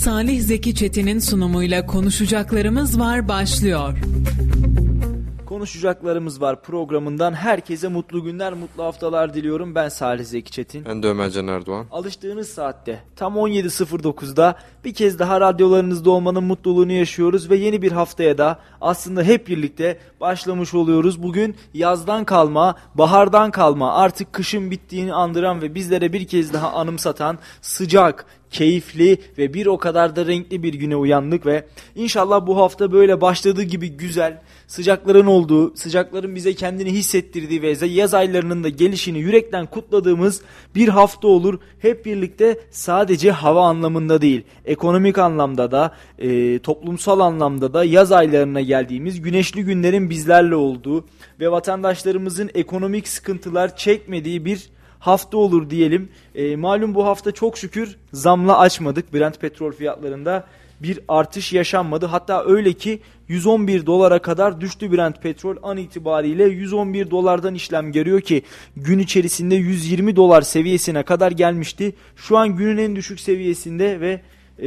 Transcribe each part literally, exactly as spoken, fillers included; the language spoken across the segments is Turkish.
Salih Zeki Çetin'in sunumuyla Konuşacaklarımız Var başlıyor. Konuşacaklarımız Var programından herkese mutlu günler, mutlu haftalar diliyorum. Ben Salih Zeki Çetin. Ben de Ömercan Erdoğan. Alıştığınız saatte tam on yedi sıfır dokuzda bir kez daha radyolarınızda olmanın mutluluğunu yaşıyoruz ve yeni bir haftaya da aslında hep birlikte başlamış oluyoruz. Bugün yazdan kalma, bahardan kalma, artık kışın bittiğini andıran ve bizlere bir kez daha anımsatan sıcak, keyifli ve bir o kadar da renkli bir güne uyandık ve inşallah bu hafta böyle başladığı gibi güzel, sıcakların olduğu, sıcakların bize kendini hissettirdiği ve yaz aylarının da gelişini yürekten kutladığımız bir hafta olur. Hep birlikte sadece hava anlamında değil, ekonomik anlamda da, e, toplumsal anlamda da yaz aylarına geldiğimiz güneşli günlerin bizlerle olduğu ve vatandaşlarımızın ekonomik sıkıntılar çekmediği bir hafta olur diyelim. E, malum bu hafta çok şükür zamla açmadık. Brent petrol fiyatlarında bir artış yaşanmadı. Hatta öyle ki yüz on bir dolara kadar düştü Brent petrol. An itibariyle yüz on bir dolardan işlem görüyor ki gün içerisinde yüz yirmi dolar seviyesine kadar gelmişti. Şu an günün en düşük seviyesinde ve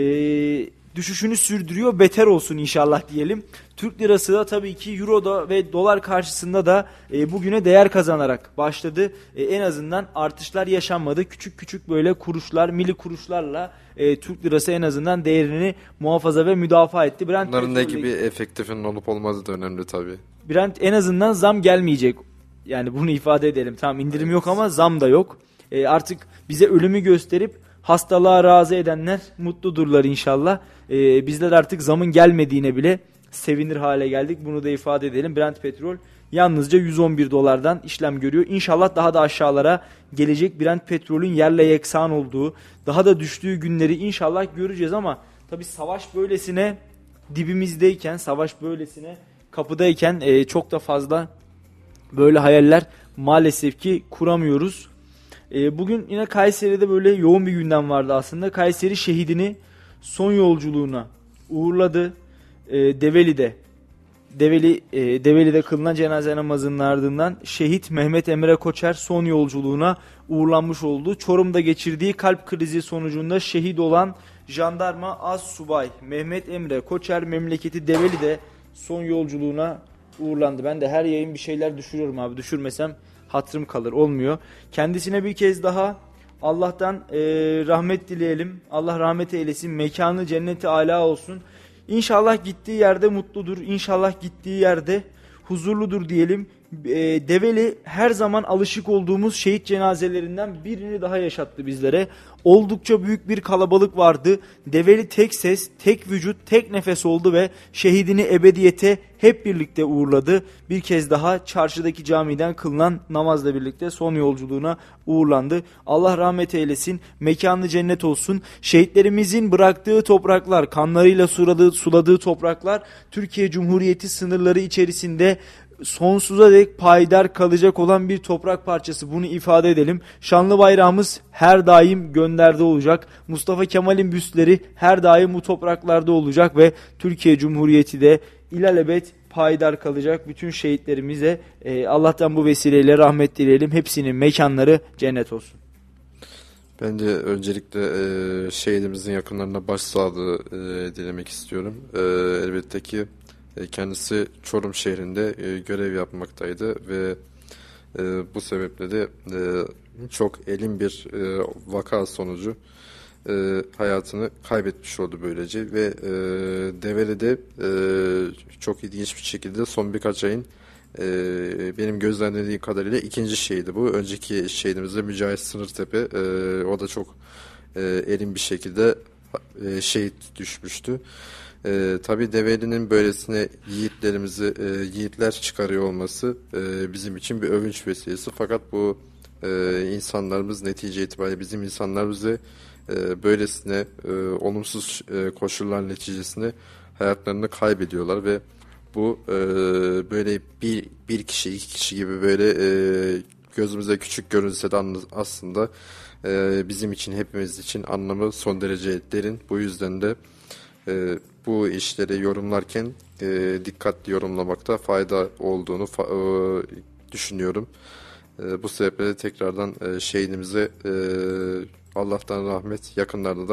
e, düşüşünü sürdürüyor. Beter olsun inşallah diyelim. Türk lirası da tabii ki Euro'da ve dolar karşısında da e, bugüne değer kazanarak başladı. E, en azından artışlar yaşanmadı. Küçük küçük böyle kuruşlar, mili kuruşlarla e, Türk lirası en azından değerini muhafaza ve müdafaa etti. Brent Bunların ne gibi efektifinin olup olmadığı da önemli tabii. Brent en azından zam gelmeyecek. Yani bunu ifade edelim. Tamam, indirim yok ama zam da yok. E, artık bize ölümü gösterip hastalığa razı edenler mutludurlar inşallah. Ee, bizler artık zamın gelmediğine bile sevinir hale geldik. Bunu da ifade edelim. Brent petrol yalnızca yüz on bir dolardan işlem görüyor. İnşallah daha da aşağılara gelecek. Brent petrolün yerle yeksan olduğu, daha da düştüğü günleri inşallah göreceğiz ama tabii savaş böylesine dibimizdeyken, savaş böylesine kapıdayken e, çok da fazla böyle hayaller maalesef ki kuramıyoruz. Bugün yine Kayseri'de böyle yoğun bir gündem vardı aslında. Kayseri şehidini son yolculuğuna uğurladı. Develi'de Develi Develi'de kılınan cenaze namazının ardından şehit Mehmet Emre Koçer son yolculuğuna uğurlanmış oldu. Çorum'da geçirdiği kalp krizi sonucunda şehit olan jandarma Assubay Mehmet Emre Koçer memleketi Develi'de son yolculuğuna uğurlandı. Ben de her yayın bir şeyler düşürüyorum abi. Düşürmesem hatırım kalır, olmuyor. Kendisine bir kez daha Allah'tan e, rahmet dileyelim. Allah rahmet eylesin. Mekanı cenneti âlâ olsun. İnşallah gittiği yerde mutludur. İnşallah gittiği yerde huzurludur diyelim. E, Develi her zaman alışık olduğumuz şehit cenazelerinden birini daha yaşattı bizlere. Oldukça büyük bir kalabalık vardı. Develi tek ses, tek vücut, tek nefes oldu ve şehidini ebediyete hep birlikte uğurladı. Bir kez daha çarşıdaki camiden kılınan namazla birlikte son yolculuğuna uğurlandı. Allah rahmet eylesin, mekanı cennet olsun. Şehitlerimizin bıraktığı topraklar, kanlarıyla suladığı, suladığı topraklar Türkiye Cumhuriyeti sınırları içerisinde sonsuza dek payidar kalacak olan bir toprak parçası. Bunu ifade edelim. Şanlı bayrağımız her daim gönderde olacak. Mustafa Kemal'in büstleri her daim bu topraklarda olacak ve Türkiye Cumhuriyeti de ilelebet payidar kalacak. Bütün şehitlerimize e, Allah'tan bu vesileyle rahmet dileyelim. Hepsinin mekanları cennet olsun. Ben de öncelikle e, şehidimizin yakınlarına başsağlığı e, dilemek istiyorum. E, elbette ki kendisi Çorum şehrinde e, görev yapmaktaydı ve e, bu sebeple de e, çok elin bir e, vaka sonucu e, hayatını kaybetmiş oldu böylece ve e, Develi'de e, çok ilginç bir şekilde son birkaç ayın e, benim gözlemlediğim kadarıyla ikinci şehidi bu. Önceki şehidimiz de Mücahit Sınırtepe, e, o da çok e, elin bir şekilde e, şehit düşmüştü. Ee, tabii Develi'nin böylesine yiğitlerimizi, e, yiğitler çıkarıyor olması e, bizim için bir övünç vesilesi. Fakat bu e, insanlarımız netice itibariyle bizim insanlarımızı e, böylesine e, olumsuz e, koşullar neticesinde hayatlarını kaybediyorlar ve bu e, böyle bir bir kişi, iki kişi gibi böyle e, gözümüze küçük görünse de aslında e, bizim için, hepimiz için anlamı son derece derin. Bu yüzden de e, bu işleri yorumlarken e, dikkatli yorumlamakta fayda olduğunu fa- e, düşünüyorum. E, bu sebeple de tekrardan e, şehidimize e, Allah'tan rahmet, yakınlarda da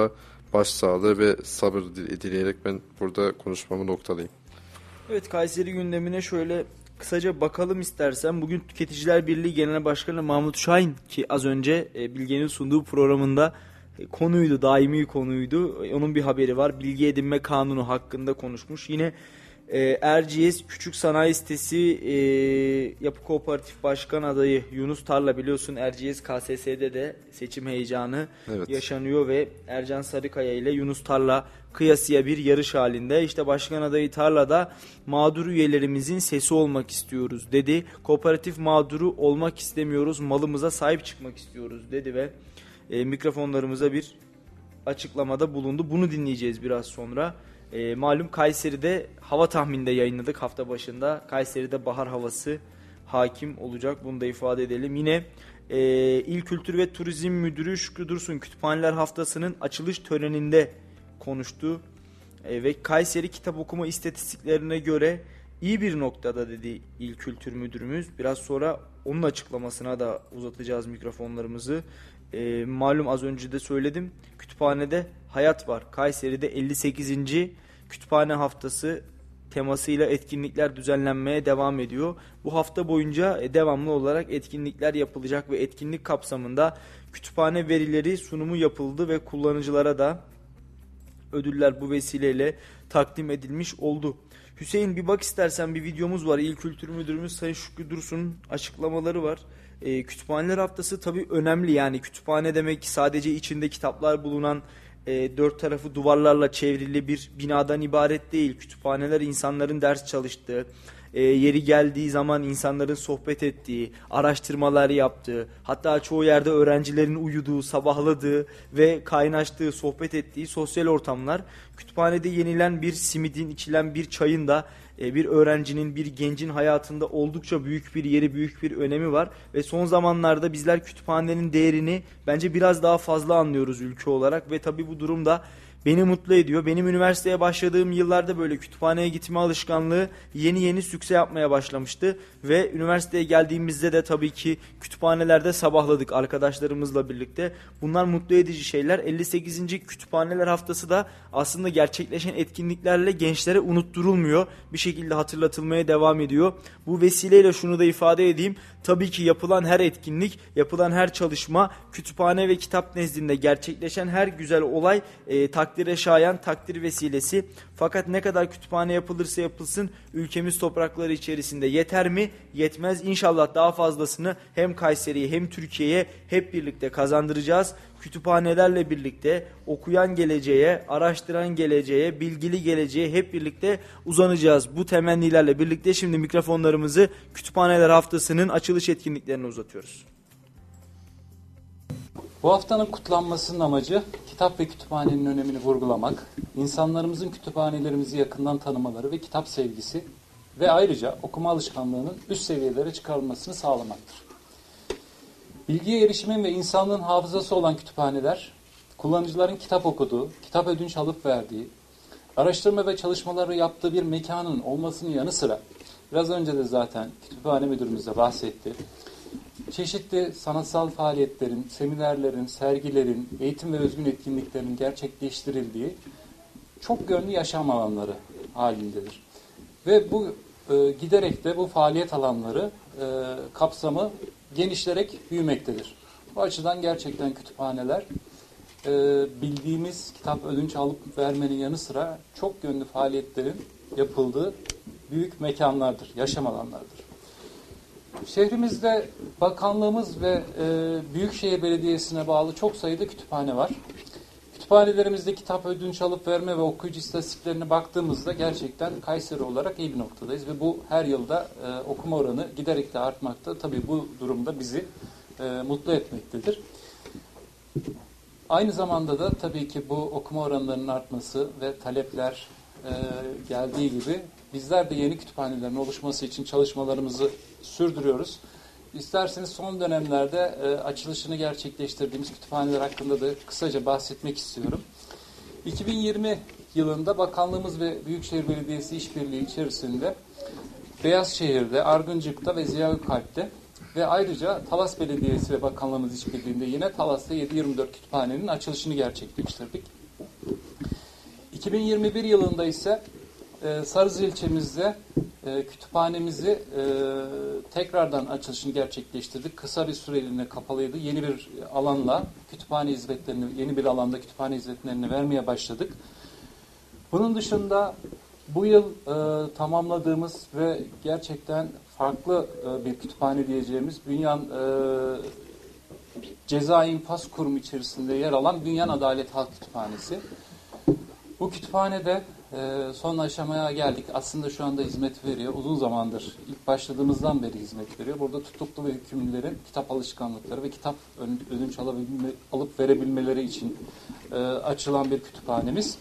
başsağlığı ve sabır dileyerek ben burada konuşmamı noktalayayım. Evet, Kayseri gündemine şöyle kısaca bakalım istersen. Bugün Tüketiciler Birliği Genel Başkanı Mahmut Şahin, ki az önce Bilge'nin sunduğu programında konuydu, daimi konuydu. Onun bir haberi var. Bilgi edinme kanunu hakkında konuşmuş. Yine e, Erciyes Küçük Sanayi Sitesi e, Yapı Kooperatif Başkan adayı Yunus Tarla, biliyorsun Erciyes K S S'de de seçim heyecanı evet. yaşanıyor ve Ercan Sarıkaya ile Yunus Tarla kıyasıya bir yarış halinde. İşte başkan adayı Tarla'da mağdur üyelerimizin sesi olmak istiyoruz dedi. Kooperatif mağduru olmak istemiyoruz, malımıza sahip çıkmak istiyoruz dedi ve E, mikrofonlarımıza bir açıklamada bulundu. Bunu dinleyeceğiz biraz sonra. E, malum Kayseri'de hava tahmininde yayınladık hafta başında. Kayseri'de bahar havası hakim olacak. Bunu da ifade edelim. Yine e, İl Kültür ve Turizm Müdürü Şükrü Dursun Kütüphaneler Haftası'nın açılış töreninde konuştu. E, ve Kayseri kitap okuma istatistiklerine göre iyi bir noktada dedi İl Kültür Müdürümüz. Biraz sonra onun açıklamasına da uzatacağız mikrofonlarımızı. E, malum az önce de söyledim, kütüphanede hayat var. Kayseri'de elli sekizinci Kütüphane Haftası temasıyla etkinlikler düzenlenmeye devam ediyor. Bu hafta boyunca e, devamlı olarak etkinlikler yapılacak ve etkinlik kapsamında kütüphane verileri sunumu yapıldı ve kullanıcılara da ödüller bu vesileyle takdim edilmiş oldu. Hüseyin, bir bak istersen, bir videomuz var. İl Kültür Müdürümüz Sayın Şükrü Dursun'un açıklamaları var. E, kütüphaneler haftası tabii önemli, yani kütüphane demek sadece içinde kitaplar bulunan e, dört tarafı duvarlarla çevrili bir binadan ibaret değil. Kütüphaneler insanların ders çalıştığı, e, yeri geldiği zaman insanların sohbet ettiği, araştırmalar yaptığı, hatta çoğu yerde öğrencilerin uyuduğu, sabahladığı ve kaynaştığı, sohbet ettiği sosyal ortamlar. Kütüphanede yenilen bir simidin, içilen bir çayın da bir öğrencinin, bir gencin hayatında oldukça büyük bir yeri, büyük bir önemi var. Ve son zamanlarda bizler kütüphanenin değerini bence biraz daha fazla anlıyoruz ülke olarak ve tabii bu durum da beni mutlu ediyor. Benim üniversiteye başladığım yıllarda böyle kütüphaneye gitme alışkanlığı yeni yeni sükse yapmaya başlamıştı. Ve üniversiteye geldiğimizde de tabii ki kütüphanelerde sabahladık arkadaşlarımızla birlikte. Bunlar mutlu edici şeyler. elli sekizinci Kütüphaneler Haftası da aslında gerçekleşen etkinliklerle gençlere unutturulmuyor. Bir şekilde hatırlatılmaya devam ediyor. Bu vesileyle şunu da ifade edeyim. Tabii ki yapılan her etkinlik, yapılan her çalışma, kütüphane ve kitap nezdinde gerçekleşen her güzel olay e, takdire şayan, takdir vesilesi. Fakat ne kadar kütüphane yapılırsa yapılsın ülkemiz toprakları içerisinde yeter mi? Yetmez. İnşallah daha fazlasını hem Kayseri'ye hem Türkiye'ye hep birlikte kazandıracağız. Kütüphanelerle birlikte okuyan geleceğe, araştıran geleceğe, bilgili geleceğe hep birlikte uzanacağız. Bu temennilerle birlikte şimdi mikrofonlarımızı Kütüphaneler Haftası'nın açılış etkinliklerine uzatıyoruz. Bu haftanın kutlanmasının amacı kitap ve kütüphanenin önemini vurgulamak, insanlarımızın kütüphanelerimizi yakından tanımaları ve kitap sevgisi ve ayrıca okuma alışkanlığının üst seviyelere çıkarılmasını sağlamaktır. Bilgiye erişimin ve insanlığın hafızası olan kütüphaneler, kullanıcıların kitap okuduğu, kitap ödünç alıp verdiği, araştırma ve çalışmaları yaptığı bir mekanın olmasının yanı sıra, biraz önce de zaten kütüphane müdürümüz de bahsetti, çeşitli sanatsal faaliyetlerin, seminerlerin, sergilerin, eğitim ve özgün etkinliklerin gerçekleştirildiği çok yönlü yaşam alanları halindedir. Ve bu e, giderek de bu faaliyet alanları e, kapsamı genişlerek büyümektedir. Bu açıdan gerçekten kütüphaneler e, bildiğimiz kitap ödünç alıp vermenin yanı sıra çok yönlü faaliyetlerin yapıldığı büyük mekanlardır, yaşam alanlardır. Şehrimizde bakanlığımız ve e, Büyükşehir Belediyesi'ne bağlı çok sayıda kütüphane var. Kütüphanelerimizde kitap ödünç alıp verme ve okuyucu istatistiklerine baktığımızda gerçekten Kayseri olarak iyi bir noktadayız ve bu her yılda e, okuma oranı giderek de artmakta. Tabii bu durumda bizi e, mutlu etmektedir. Aynı zamanda da tabii ki bu okuma oranlarının artması ve talepler e, geldiği gibi bizler de yeni kütüphanelerin oluşması için çalışmalarımızı sürdürüyoruz. İsterseniz son dönemlerde e, açılışını gerçekleştirdiğimiz kütüphaneler hakkında da kısaca bahsetmek istiyorum. iki bin yirmi yılında bakanlığımız ve Büyükşehir Belediyesi işbirliği içerisinde Beyazşehir'de, Argıncık'ta ve Ziyaülkalp'te ve ayrıca Talas Belediyesi ve bakanlığımız işbirliğinde yine Talas'ta yedi yirmi dört kütüphanenin açılışını gerçekleştirdik. iki bin yirmi bir yılında ise e, Sarız ilçemizde e, kütüphanemizi e, tekrardan açılışını gerçekleştirdik. Kısa bir süreliğine kapalıydı. Yeni bir alanla kütüphane hizmetlerini, yeni bir alanda kütüphane hizmetlerini vermeye başladık. Bunun dışında bu yıl e, tamamladığımız ve gerçekten farklı e, bir kütüphane diyeceğimiz Bünyan e, Ceza İnfaz Kurumu içerisinde yer alan Bünyan Adalet Halk Kütüphanesi. Bu kütüphanede e, son aşamaya geldik. Aslında şu anda hizmet veriyor. Uzun zamandır, ilk başladığımızdan beri hizmet veriyor. Burada tutuklu ve hükümlülerin kitap alışkanlıkları ve kitap ödünç alabilme, alıp verebilmeleri için e, açılan bir kütüphanemiz.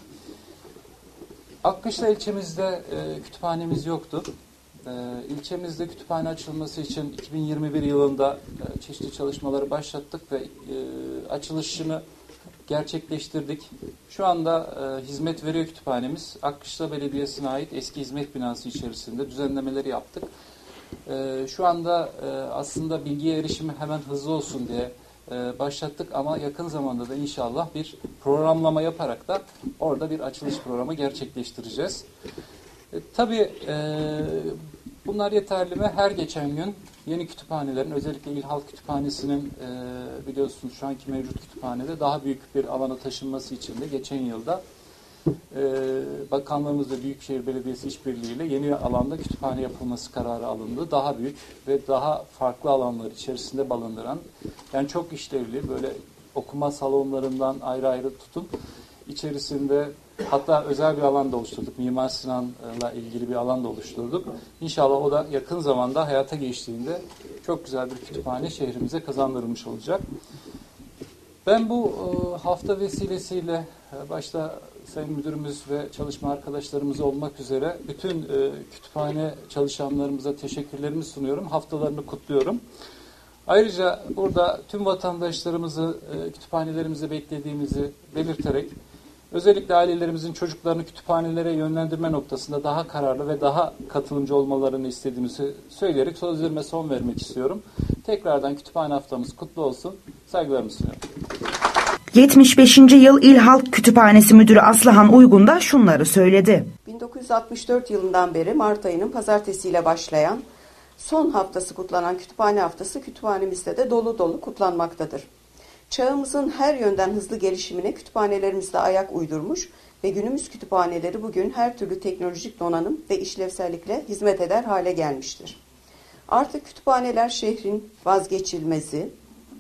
Akkışla ilçemizde e, kütüphanemiz yoktu. E, ilçemizde kütüphane açılması için iki bin yirmi bir yılında e, çeşitli çalışmaları başlattık ve e, açılışını gerçekleştirdik. Şu anda e, hizmet veriyor kütüphanemiz. Akkışla Belediyesi'ne ait eski hizmet binası içerisinde düzenlemeleri yaptık. E, şu anda e, aslında bilgiye erişimi hemen hızlı olsun diye e, başlattık ama yakın zamanda da inşallah bir programlama yaparak da orada bir açılış programı gerçekleştireceğiz. E, tabii e, bunlar yeterli mi? Her geçen gün yeni kütüphanelerin, özellikle İl Halk Kütüphanesi'nin e, biliyorsunuz şu anki mevcut kütüphanede daha büyük bir alana taşınması için de geçen yılda e, Bakanlığımız ve Büyükşehir Belediyesi işbirliğiyle yeni alanda kütüphane yapılması kararı alındı. Daha büyük ve daha farklı alanlar içerisinde barındıran, yani çok işlevli, böyle okuma salonlarından ayrı ayrı tutun içerisinde, hatta özel bir alan da oluşturduk. Mimar Sinan'la ilgili bir alan da oluşturduk. İnşallah o da yakın zamanda hayata geçtiğinde çok güzel bir kütüphane şehrimize kazandırılmış olacak. Ben bu hafta vesilesiyle başta Sayın Müdürümüz ve çalışma arkadaşlarımız olmak üzere bütün kütüphane çalışanlarımıza teşekkürlerimi sunuyorum. Haftalarını kutluyorum. Ayrıca burada tüm vatandaşlarımızı kütüphanelerimize beklediğimizi belirterek özellikle ailelerimizin çocuklarını kütüphanelere yönlendirme noktasında daha kararlı ve daha katılımcı olmalarını istediğimizi söyleyerek sözlerime son vermek istiyorum. Tekrardan kütüphane haftamız kutlu olsun. Saygılarımı sunuyorum. yetmiş beşinci Yıl İl Halk Kütüphanesi Müdürü Aslıhan Uygun da şunları söyledi. bin dokuz yüz altmış dört yılından beri Mart ayının pazartesiyle başlayan son haftası kutlanan kütüphane haftası kütüphanemizde de dolu dolu kutlanmaktadır. Çağımızın her yönden hızlı gelişimine kütüphanelerimizde ayak uydurmuş ve günümüz kütüphaneleri bugün her türlü teknolojik donanım ve işlevsellikle hizmet eder hale gelmiştir. Artık kütüphaneler şehrin vazgeçilmezi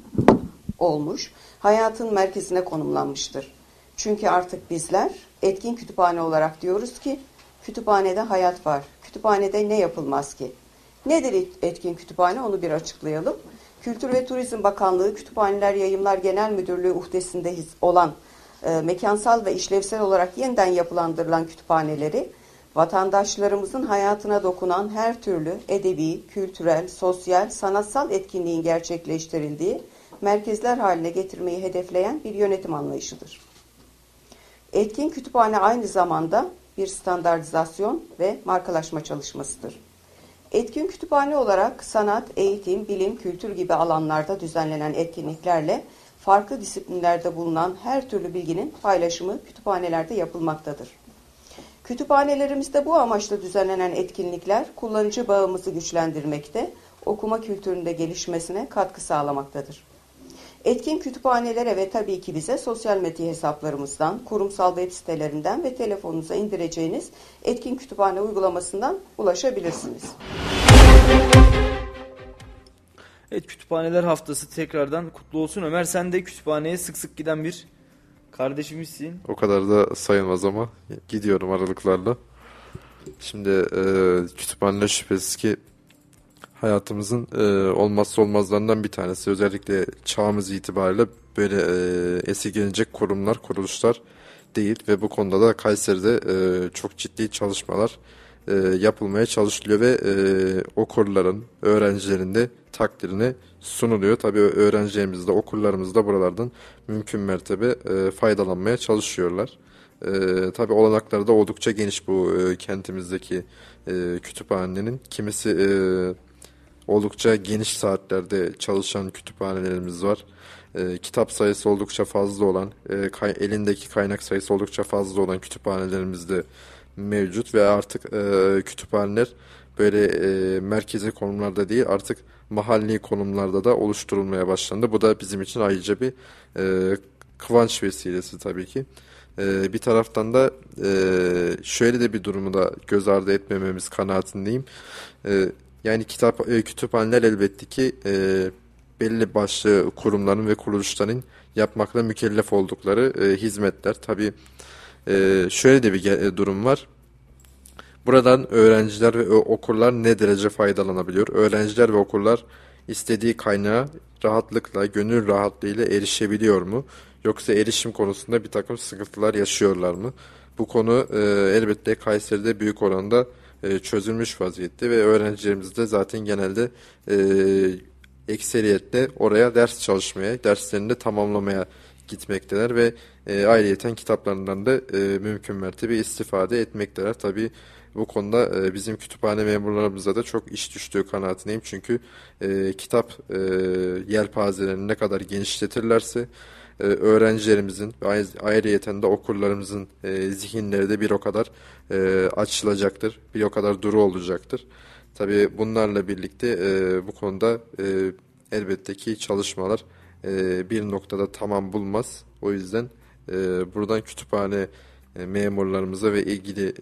olmuş, hayatın merkezine konumlanmıştır. Çünkü artık bizler etkin kütüphane olarak diyoruz ki kütüphanede hayat var. Kütüphanede ne yapılmaz ki? Nedir etkin kütüphane? Onu bir açıklayalım. Kültür ve Turizm Bakanlığı Kütüphaneler Yayımlar Genel Müdürlüğü uhdesinde olan e, mekansal ve işlevsel olarak yeniden yapılandırılan kütüphaneleri vatandaşlarımızın hayatına dokunan her türlü edebi, kültürel, sosyal, sanatsal etkinliğin gerçekleştirildiği merkezler haline getirmeyi hedefleyen bir yönetim anlayışıdır. Etkin kütüphane aynı zamanda bir standartizasyon ve markalaşma çalışmasıdır. Etkin kütüphane olarak sanat, eğitim, bilim, kültür gibi alanlarda düzenlenen etkinliklerle farklı disiplinlerde bulunan her türlü bilginin paylaşımı kütüphanelerde yapılmaktadır. Kütüphanelerimizde bu amaçla düzenlenen etkinlikler kullanıcı bağımızı güçlendirmekte, okuma kültüründe gelişmesine katkı sağlamaktadır. Etkin kütüphanelere ve tabii ki bize sosyal medya hesaplarımızdan, kurumsal web sitelerinden ve telefonunuza indireceğiniz Etkin Kütüphane uygulamasından ulaşabilirsiniz. Evet, kütüphaneler haftası tekrardan kutlu olsun. Ömer, sen de kütüphaneye sık sık giden bir kardeşimizsin. O kadar da sayılmaz ama gidiyorum aralıklarla. Şimdi e, kütüphaneler şüphesiz ki hayatımızın e, olmazsa olmazlarından bir tanesi. Özellikle çağımız itibariyle böyle e, esirgenecek kurumlar, kuruluşlar değil ve bu konuda da Kayseri'de e, çok ciddi çalışmalar e, yapılmaya çalışılıyor ve e, okurların, öğrencilerin de takdirine sunuluyor. Tabii öğrencilerimiz de, okurlarımız da buralardan mümkün mertebe e, faydalanmaya çalışıyorlar. E, tabii olanakları da oldukça geniş bu e, kentimizdeki e, kütüphanenin. Kimisi e, oldukça geniş saatlerde çalışan kütüphanelerimiz var. e, kitap sayısı oldukça fazla olan, e, kay, elindeki kaynak sayısı oldukça fazla olan kütüphanelerimizde mevcut ve artık e, kütüphaneler böyle e, merkezi konumlarda değil, artık mahalli konumlarda da oluşturulmaya başlandı. Bu da bizim için ayrıca bir e, kıvanç vesilesi tabii ki. E, bir taraftan da e, şöyle de bir durumu da göz ardı etmememiz kanaatindeyim. E, yani kitap e, kütüphaneler elbette ki e, belli başlı kurumların ve kuruluşların yapmakla mükellef oldukları e, hizmetler. Tabii e, şöyle de bir e, durum var. Buradan öğrenciler ve okurlar ne derece faydalanabiliyor? Öğrenciler ve okurlar istediği kaynağa rahatlıkla, gönül rahatlığıyla erişebiliyor mu? Yoksa erişim konusunda bir takım sıkıntılar yaşıyorlar mı? Bu konu e, elbette Kayseri'de büyük oranda e, çözülmüş vaziyette ve öğrencilerimiz de zaten genelde e, ekseriyetle oraya ders çalışmaya, derslerini de tamamlamaya gitmekteler ve e, ayrıyeten kitaplarından da e, mümkün mertebe istifade etmekteler. Tabii bu konuda e, bizim kütüphane memurlarımıza da çok iş düştüğü kanaatindeyim. Çünkü e, kitap e, yelpazelerini ne kadar genişletirlerse e, öğrencilerimizin ve ayrıyeten de okurlarımızın e, zihinleri de bir o kadar e, açılacaktır, bir o kadar duru olacaktır. Tabii bunlarla birlikte e, bu konuda e, elbette ki çalışmalar e, bir noktada tamam bulmaz. O yüzden e, buradan kütüphane e, memurlarımıza ve ilgili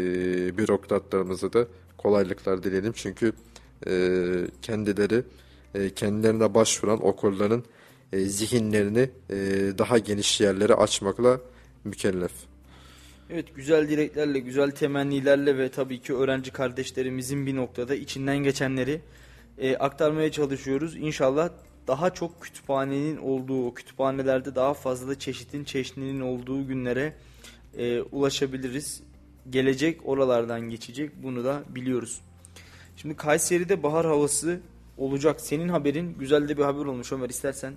e, bürokratlarımıza da kolaylıklar dileyelim. Çünkü e, kendileri e, kendilerine başvuran okurların e, zihinlerini e, daha geniş yerlere açmakla mükellef. Evet, güzel dileklerle, güzel temennilerle ve tabii ki öğrenci kardeşlerimizin bir noktada içinden geçenleri e, aktarmaya çalışıyoruz. İnşallah daha çok kütüphanenin olduğu, kütüphanelerde daha fazla çeşitin, çeşninin olduğu günlere e, ulaşabiliriz. Gelecek oralardan geçecek, bunu da biliyoruz. Şimdi Kayseri'de bahar havası olacak. Senin haberin, güzel de bir haber olmuş Ömer, istersen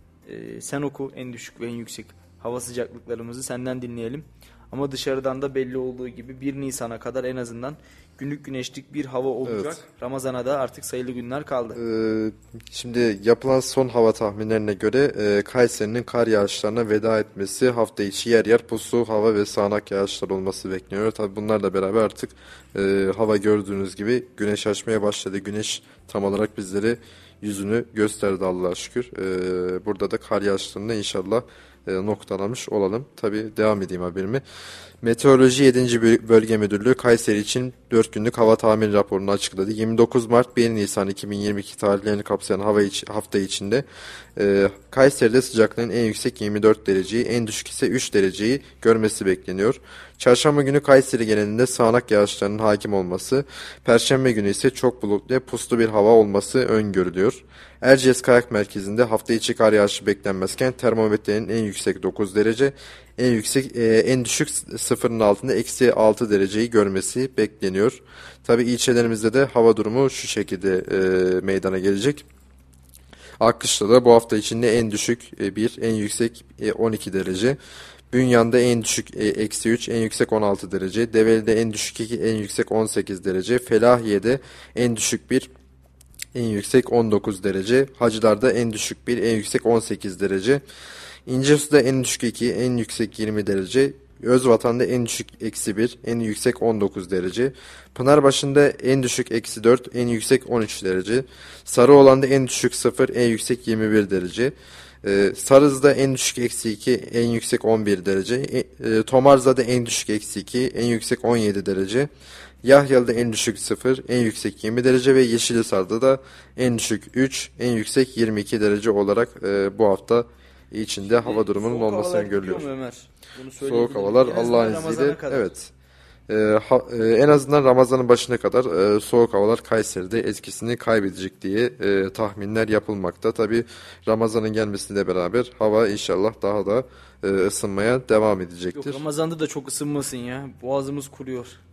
e, sen oku en düşük ve en yüksek hava sıcaklıklarımızı senden dinleyelim. Ama dışarıdan da belli olduğu gibi bir Nisan'a kadar en azından günlük güneşlik bir hava olacak. Evet. Ramazan'a da artık sayılı günler kaldı. Ee, şimdi yapılan son hava tahminlerine göre e, Kayseri'nin kar yağışlarına veda etmesi, hafta içi yer yer puslu hava ve sağanak yağışlar olması bekleniyor. Tabii bunlarla beraber artık e, hava gördüğünüz gibi güneş açmaya başladı. Güneş tam olarak bizlere yüzünü gösterdi Allah'a şükür. E, burada da kar yağışlarını inşallah e, noktalamış olalım. Tabii devam edeyim haberimi. Meteoroloji yedinci Bölge Müdürlüğü Kayseri için dört günlük hava tahmin raporunu açıkladı. yirmi dokuz Mart bir Nisan iki bin yirmi iki tarihlerini kapsayan hava iç, hafta içinde e, Kayseri'de sıcaklığın en yüksek yirmi dört dereceyi, en düşük ise üç dereceyi görmesi bekleniyor. Çarşamba günü Kayseri genelinde sağanak yağışların hakim olması, Perşembe günü ise çok bulutlu ve puslu bir hava olması öngörülüyor. Erciyes Kayak Merkezi'nde hafta içi kar yağışı beklenmezken termometrenin en yüksek dokuz derece, en yüksek e, en düşük sıfırın altında eksi altı dereceyi görmesi bekleniyor. Tabii ilçelerimizde de hava durumu şu şekilde e, meydana gelecek. Akkışla'da bu hafta içinde en düşük e, bir, en yüksek e, on iki derece. Bünyan'da en düşük e, eksi üç, en yüksek on altı derece. Develi'de en düşük iki, en yüksek on sekiz derece. Felahiye'de en düşük bir, en yüksek on dokuz derece. Hacılar'da en düşük bir, en yüksek on sekiz derece. İncesu'da en düşük iki, en yüksek yirmi derece. Özvatan'da en düşük eksi bir, en yüksek on dokuz derece. Pınarbaşı'nda en düşük eksi dört, en yüksek on üç derece. Sarıoğlan'da en düşük sıfır, en yüksek yirmi bir derece. Ee, Sarız'da en düşük eksi iki, en yüksek on bir derece. E, e, Tomarza'da en düşük eksi iki, en yüksek on yedi derece. Yahyalı'da en düşük sıfır, en yüksek yirmi derece ve Yeşilhisar'da da en düşük üç, en yüksek yirmi iki derece olarak e, bu hafta içinde hava durumunun olması öngörülüyor. Soğuk havalar Allah'ın izniyle, evet. Ee, ha, e, en azından Ramazan'ın başına kadar e, soğuk havalar Kayseri'de etkisini kaybedecek diye e, tahminler yapılmakta. Tabii Ramazan'ın gelmesiyle beraber hava inşallah daha da e, ısınmaya devam edecektir. Yok, Ramazan'da da çok ısınmasın ya. Boğazımız kuruyor.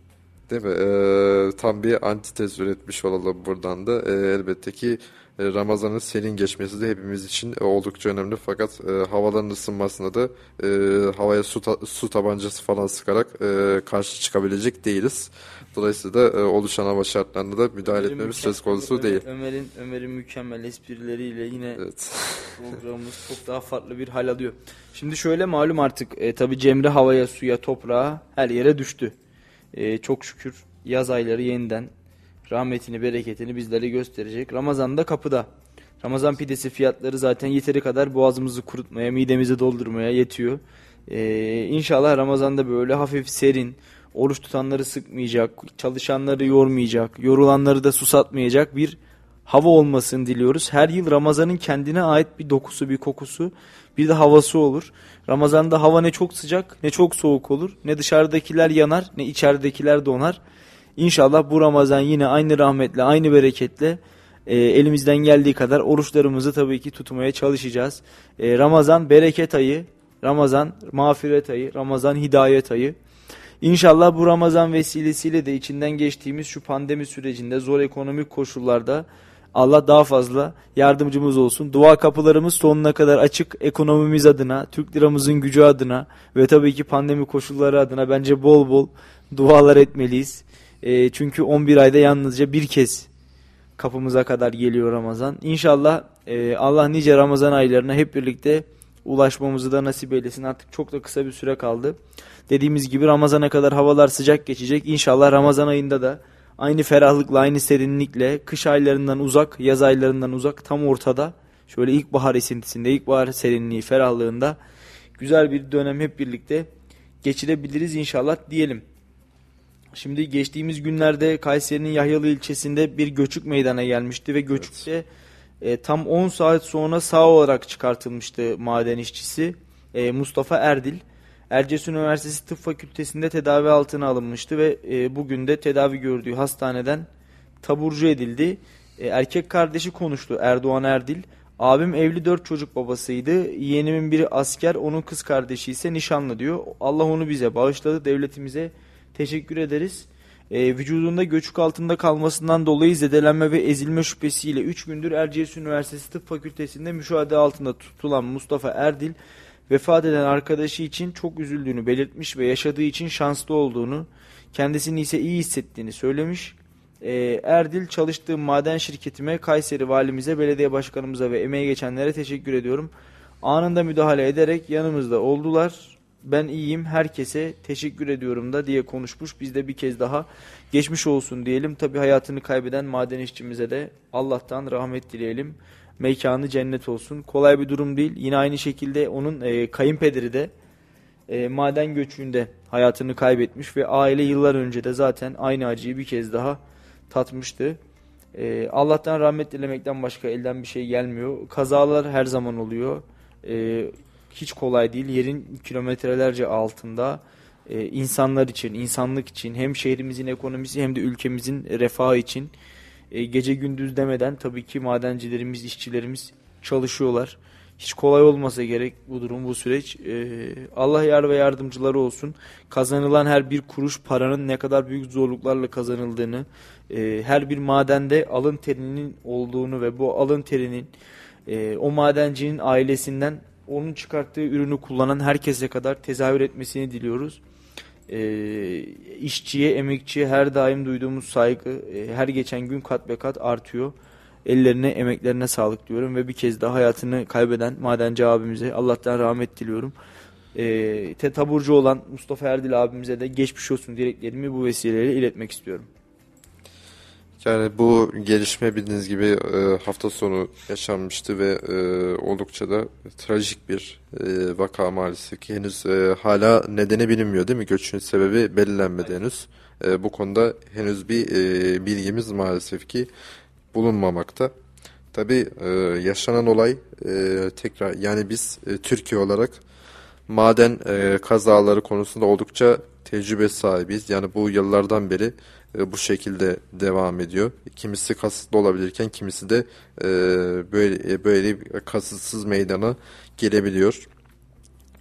Değil mi? Ee, tam bir antitez üretmiş olalım buradan da. Ee, elbette ki e, Ramazan'ın serin geçmesi de hepimiz için e, oldukça önemli. Fakat e, havaların ısınmasına da e, havaya su, ta- su tabancası falan sıkarak e, karşı çıkabilecek değiliz. Dolayısıyla da e, oluşan hava şartlarında da müdahale Ömer'in etmemiz mükemmel- söz konusu Ömer- değil. Ömer'in Ömer'in mükemmel esprileriyle yine Evet. programımız çok daha farklı bir hal alıyor. Şimdi şöyle malum artık e, tabii Cemre havaya, suya, toprağa her yere düştü. E, çok şükür yaz ayları yeniden rahmetini, bereketini bizlere gösterecek. Ramazan da kapıda. Ramazan pidesi fiyatları zaten yeteri kadar boğazımızı kurutmaya, midemizi doldurmaya yetiyor. E, İnşallah Ramazan'da böyle hafif serin, oruç tutanları sıkmayacak, çalışanları yormayacak, yorulanları da susatmayacak bir hava olmasını diliyoruz. Her yıl Ramazan'ın kendine ait bir dokusu, bir kokusu, bir de havası olur. Ramazan'da hava ne çok sıcak ne çok soğuk olur. Ne dışarıdakiler yanar ne içeridekiler donar. İnşallah bu Ramazan yine aynı rahmetle, aynı bereketle e, elimizden geldiği kadar oruçlarımızı tabii ki tutmaya çalışacağız. E, Ramazan bereket ayı, Ramazan mağfiret ayı, Ramazan hidayet ayı. İnşallah bu Ramazan vesilesiyle de içinden geçtiğimiz şu pandemi sürecinde zor ekonomik koşullarda Allah daha fazla yardımcımız olsun. Dua kapılarımız sonuna kadar açık, ekonomimiz adına, Türk liramızın gücü adına ve tabii ki pandemi koşulları adına bence bol bol dualar etmeliyiz. E, çünkü on bir ayda yalnızca bir kez kapımıza kadar geliyor Ramazan. İnşallah e, Allah nice Ramazan aylarına hep birlikte ulaşmamızı da nasip eylesin. Artık çok da kısa bir süre kaldı. Dediğimiz gibi Ramazan'a kadar havalar sıcak geçecek. İnşallah Ramazan ayında da aynı ferahlıkla, aynı serinlikle, kış aylarından uzak, yaz aylarından uzak, tam ortada, şöyle ilkbahar esintisinde, ilkbahar serinliği, ferahlığında güzel bir dönem hep birlikte geçirebiliriz inşallah diyelim. Şimdi geçtiğimiz günlerde Kayseri'nin Yahyalı ilçesinde bir göçük meydana gelmişti ve göçükte evet. e, tam on saat sonra sağ olarak çıkartılmıştı maden işçisi e, Mustafa Erdil. Erciyes Üniversitesi Tıp Fakültesi'nde tedavi altına alınmıştı ve e, bugün de tedavi gördüğü hastaneden taburcu edildi. E, erkek kardeşi konuştu, Erdoğan Erdil. Abim evli, dört çocuk babasıydı. Yeğenimin biri asker, onun kız kardeşi ise nişanlı diyor. Allah onu bize bağışladı, devletimize teşekkür ederiz. E, vücudunda göçük altında kalmasından dolayı zedelenme ve ezilme şüphesiyle üç gündür Erciyes Üniversitesi Tıp Fakültesi'nde müşahede altında tutulan Mustafa Erdil, vefat eden arkadaşı için çok üzüldüğünü belirtmiş ve yaşadığı için şanslı olduğunu, kendisini ise iyi hissettiğini söylemiş. E, Erdil, çalıştığım maden şirketime, Kayseri valimize, belediye başkanımıza ve emeği geçenlere teşekkür ediyorum. Anında müdahale ederek yanımızda oldular. Ben iyiyim, herkese teşekkür ediyorum da diye konuşmuş. Biz de bir kez daha geçmiş olsun diyelim. Tabii hayatını kaybeden maden işçimize de Allah'tan rahmet dileyelim. Mekanı cennet olsun. Kolay bir durum değil. Yine aynı şekilde onun e, kayınpederi de e, maden göçüğünde hayatını kaybetmiş ve aile yıllar önce de zaten aynı acıyı bir kez daha tatmıştı. E, Allah'tan rahmet dilemekten başka elden bir şey gelmiyor. Kazalar her zaman oluyor. E, hiç kolay değil. Yerin kilometrelerce altında e, insanlar için, insanlık için, hem şehrimizin ekonomisi hem de ülkemizin refahı için e, gece gündüz demeden tabii ki madencilerimiz, işçilerimiz çalışıyorlar. Hiç kolay olmasa gerek bu durum, bu süreç. E, Allah yar ve yardımcıları olsun. Kazanılan her bir kuruş paranın ne kadar büyük zorluklarla kazanıldığını, e, her bir madende alın terinin olduğunu ve bu alın terinin e, o madencinin ailesinden onun çıkarttığı ürünü kullanan herkese kadar tezahür etmesini diliyoruz. E, işçiye, emekçiye her daim duyduğumuz saygı e, her geçen gün kat be kat artıyor. Ellerine, emeklerine sağlık diyorum ve bir kez daha hayatını kaybeden madenci abimize Allah'tan rahmet diliyorum. E, te taburcu olan Mustafa Erdil abimize de geçmiş olsun dileklerimi bu vesileyle iletmek istiyorum. Yani bu gelişme bildiğiniz gibi e, hafta sonu yaşanmıştı ve e, oldukça da trajik bir e, vaka maalesef ki henüz e, hala nedeni bilinmiyor değil mi? Göçün sebebi belirlenmedi henüz. E, bu konuda henüz bir e, bilgimiz maalesef ki bulunmamakta. Tabii e, yaşanan olay e, tekrar yani biz e, Türkiye olarak maden e, kazaları konusunda oldukça tecrübe sahibiyiz. Yani bu yıllardan beri e, bu şekilde devam ediyor. Kimisi kasıtlı olabilirken kimisi de e, böyle böyle kasıtsız meydana gelebiliyor.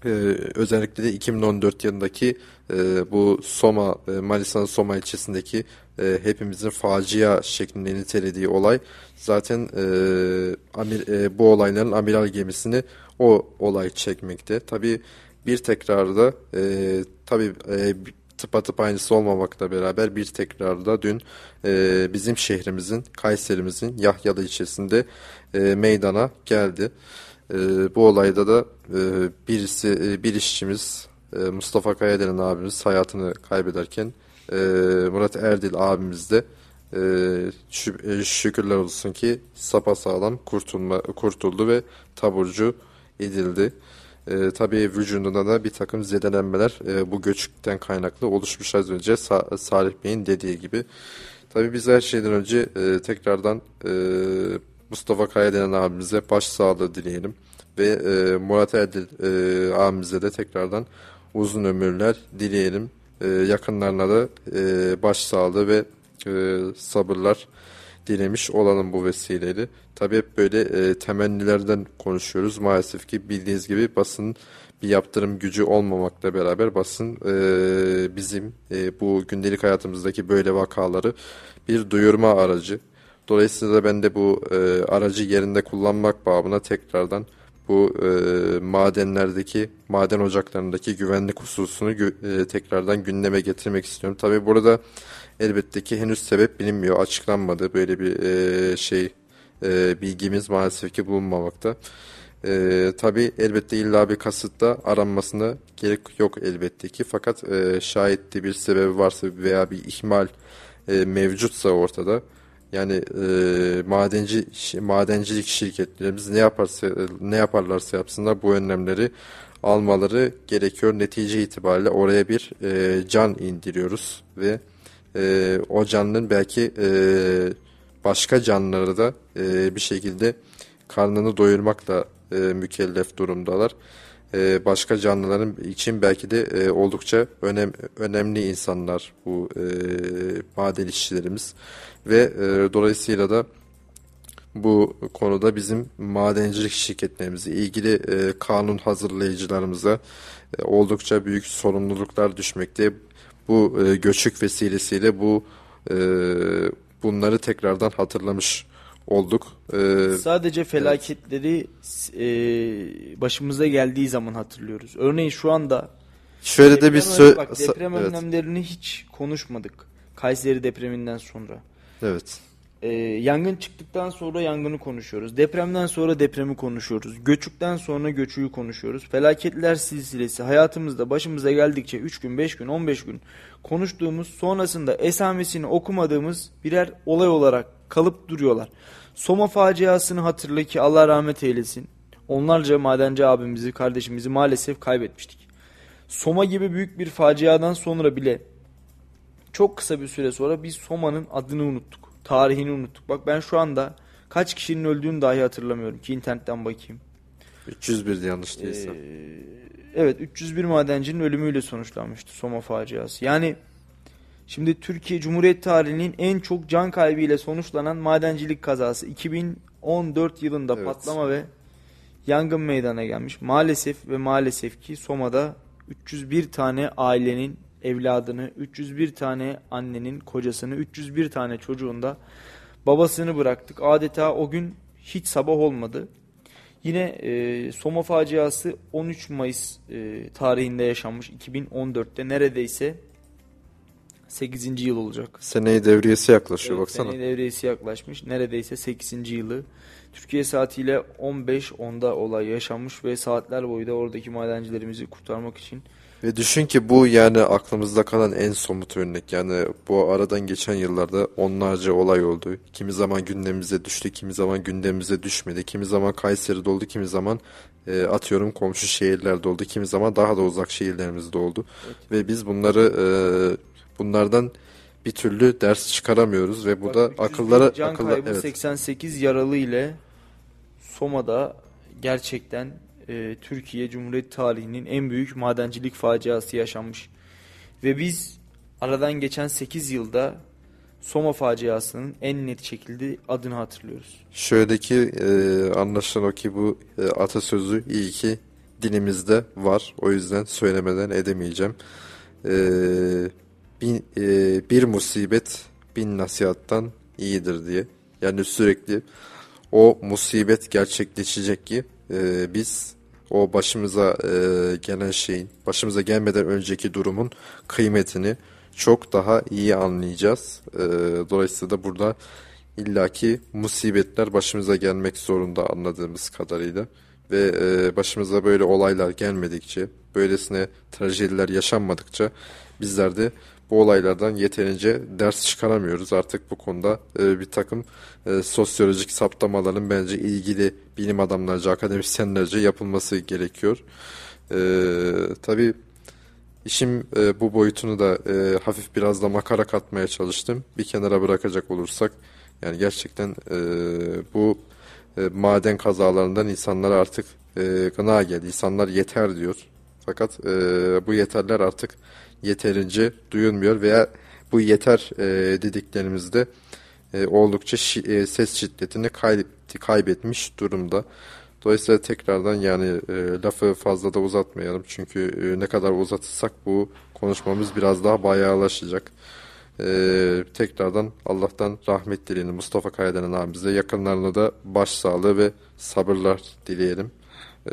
Ee, özellikle de iki bin on dört yılındaki e, bu Soma, e, Manisa'nın Soma ilçesindeki e, hepimizin facia şeklinde nitelediği olay zaten e, amir, e, bu olayların amiral gemisini o olay çekmekte. Tabii bir tekrarda e, tabii e, tıpatıp aynısı olmamakla beraber bir tekrarda dün e, bizim şehrimizin, Kayserimizin Yahyalı ilçesinde e, meydana geldi. E, bu olayda da e, birisi e, bir işçimiz e, Mustafa Kayadelen abimiz hayatını kaybederken e, Murat Erdil abimiz de e, şü- e, şükürler olsun ki sapasağlam kurtulma, kurtuldu ve taburcu edildi. E, tabii vücudunda da bir takım zedelenmeler e, bu göçükten kaynaklı oluşmuş, az önce Sa- Salih Bey'in dediği gibi. Tabii biz her şeyden önce e, tekrardan e, Mustafa Kayadelen abimize başsağlığı dileyelim ve e, Murat Erdil e, abimize de tekrardan uzun ömürler dileyelim. E, yakınlarına da e, başsağlığı ve e, sabırlar dilemiş olalım bu vesileyle. Tabii hep böyle e, temennilerden konuşuyoruz. Maalesef ki bildiğiniz gibi basın bir yaptırım gücü olmamakla beraber basın e, bizim e, bu gündelik hayatımızdaki böyle vakaları bir duyurma aracı. Dolayısıyla da ben de bu e, aracı yerinde kullanmak babına tekrardan bu e, madenlerdeki, maden ocaklarındaki güvenlik hususunu gö- e, tekrardan gündeme getirmek istiyorum. Tabii burada elbette ki henüz sebep bilinmiyor, açıklanmadı. Böyle bir e, şey e, bilgimiz maalesef ki bulunmamakta. E, tabii elbette illa bir kasıtla aranmasına gerek yok elbette ki. Fakat e, şayet de bir sebebi varsa veya bir ihmal e, mevcutsa ortada, yani e, madenci madencilik şirketlerimiz ne yaparsa ne yaparlarsa yapsınlar bu önlemleri almaları gerekiyor. Netice itibariyle oraya bir e, can indiriyoruz ve e, o canlının belki e, başka canlıları da e, bir şekilde karnını doyurmakla e, mükellef durumdalar. E, başka canlıların için belki de e, oldukça önem, önemli insanlar bu e, maden işçilerimiz ve e, dolayısıyla da bu konuda bizim madencilik şirketlerimize, ilgili e, kanun hazırlayıcılarımıza e, oldukça büyük sorumluluklar düşmekte. Bu e, göçük vesilesiyle bu e, bunları tekrardan hatırlamış olduk. E, Sadece felaketleri e, başımıza geldiği zaman hatırlıyoruz. Örneğin şu anda şöyle de bir deprem, sö- bak, deprem evet. önlemlerini hiç konuşmadık. Kayseri depreminden sonra. Evet. Ee, yangın çıktıktan sonra yangını konuşuyoruz. Depremden sonra depremi konuşuyoruz. Göçükten sonra göçüğü konuşuyoruz. Felaketler silsilesi hayatımızda başımıza geldikçe üç gün, beş gün, on beş gün konuştuğumuz, sonrasında esamesini okumadığımız birer olay olarak kalıp duruyorlar. Soma faciasını hatırla ki Allah rahmet eylesin. Onlarca madenci abimizi, kardeşimizi maalesef kaybetmiştik. Soma gibi büyük bir faciadan sonra bile çok kısa bir süre sonra biz Soma'nın adını unuttuk. Tarihini unuttuk. Bak ben şu anda kaç kişinin öldüğünü dahi hatırlamıyorum ki internetten bakayım. üç yüz birdi yanlış değilse. Ee, evet üç yüz bir madencinin ölümüyle sonuçlanmıştı Soma faciası. Yani şimdi Türkiye Cumhuriyet tarihinin en çok can kaybıyla sonuçlanan madencilik kazası. iki bin on dört yılında Evet. patlama ve yangın meydana gelmiş. Maalesef ve maalesef ki Soma'da üç yüz bir tane ailenin evladını, üç yüz bir tane annenin kocasını, üç yüz bir tane çocuğunda babasını bıraktık. Adeta o gün hiç sabah olmadı. Yine e, Soma faciası on üç Mayıs e, tarihinde yaşanmış iki bin on dörtte, neredeyse sekizinci yıl olacak. Seneyi devriyesi yaklaşıyor, Evet, baksana. seneyi devriyesi yaklaşmış. Neredeyse sekizinci yılı. Türkiye saatiyle on beş onda olay yaşanmış ve saatler boyu da oradaki madencilerimizi kurtarmak için. Ve düşün ki bu yani aklımızda kalan en somut örnek. Yani bu aradan geçen yıllarda onlarca olay oldu. Kimi zaman gündemimize düştü, kimi zaman gündemimize düşmedi. Kimi zaman Kayseri'de oldu, kimi zaman e, atıyorum komşu şehirlerde oldu. Kimi zaman daha da uzak şehirlerimizde oldu. Evet. Ve biz bunları e, bunlardan bir türlü ders çıkaramıyoruz ve bu Bak, da üç yüz bir akıllara can akıllar kaybı, evet. seksen sekiz yaralı ile Soma'da gerçekten e, Türkiye Cumhuriyet tarihinin en büyük madencilik faciası yaşanmış. Ve biz aradan geçen sekiz yılda Soma faciasının en net şekilde adını hatırlıyoruz. Şöyle ki e, anlaşılan o ki bu e, atasözü iyi ki dilimizde var. O yüzden söylemeden edemeyeceğim. E, bir, e, bir musibet bin nasihattan iyidir diye. Yani sürekli o musibet gerçekleşecek ki e, biz o başımıza e, gelen şeyin, başımıza gelmeden önceki durumun kıymetini çok daha iyi anlayacağız. E, dolayısıyla da burada illaki musibetler başımıza gelmek zorunda anladığımız kadarıyla. Ve e, başımıza böyle olaylar gelmedikçe, böylesine trajediler yaşanmadıkça bizler de bu olaylardan yeterince ders çıkaramıyoruz. Artık bu konuda e, bir takım e, sosyolojik saptamaların bence ilgili bilim adamlarca, akademisyenlerce yapılması gerekiyor. E, tabii işim e, bu boyutunu da e, hafif biraz da makara katmaya çalıştım. Bir kenara bırakacak olursak, yani gerçekten e, bu e, maden kazalarından insanlara artık e, gına geldi. İnsanlar yeter diyor. Fakat e, bu yeterler artık yeterince duyulmuyor veya bu yeter e, dediklerimizde e, oldukça şi, e, ses şiddetini kaybetti, kaybetmiş durumda. Dolayısıyla tekrardan yani e, lafı fazla da uzatmayalım. Çünkü e, ne kadar uzatırsak bu konuşmamız biraz daha bayağılaşacak. E, tekrardan Allah'tan rahmet dileyelim Mustafa Kayadenen abimize. Yakınlarına da başsağlığı ve sabırlar dileyelim. E,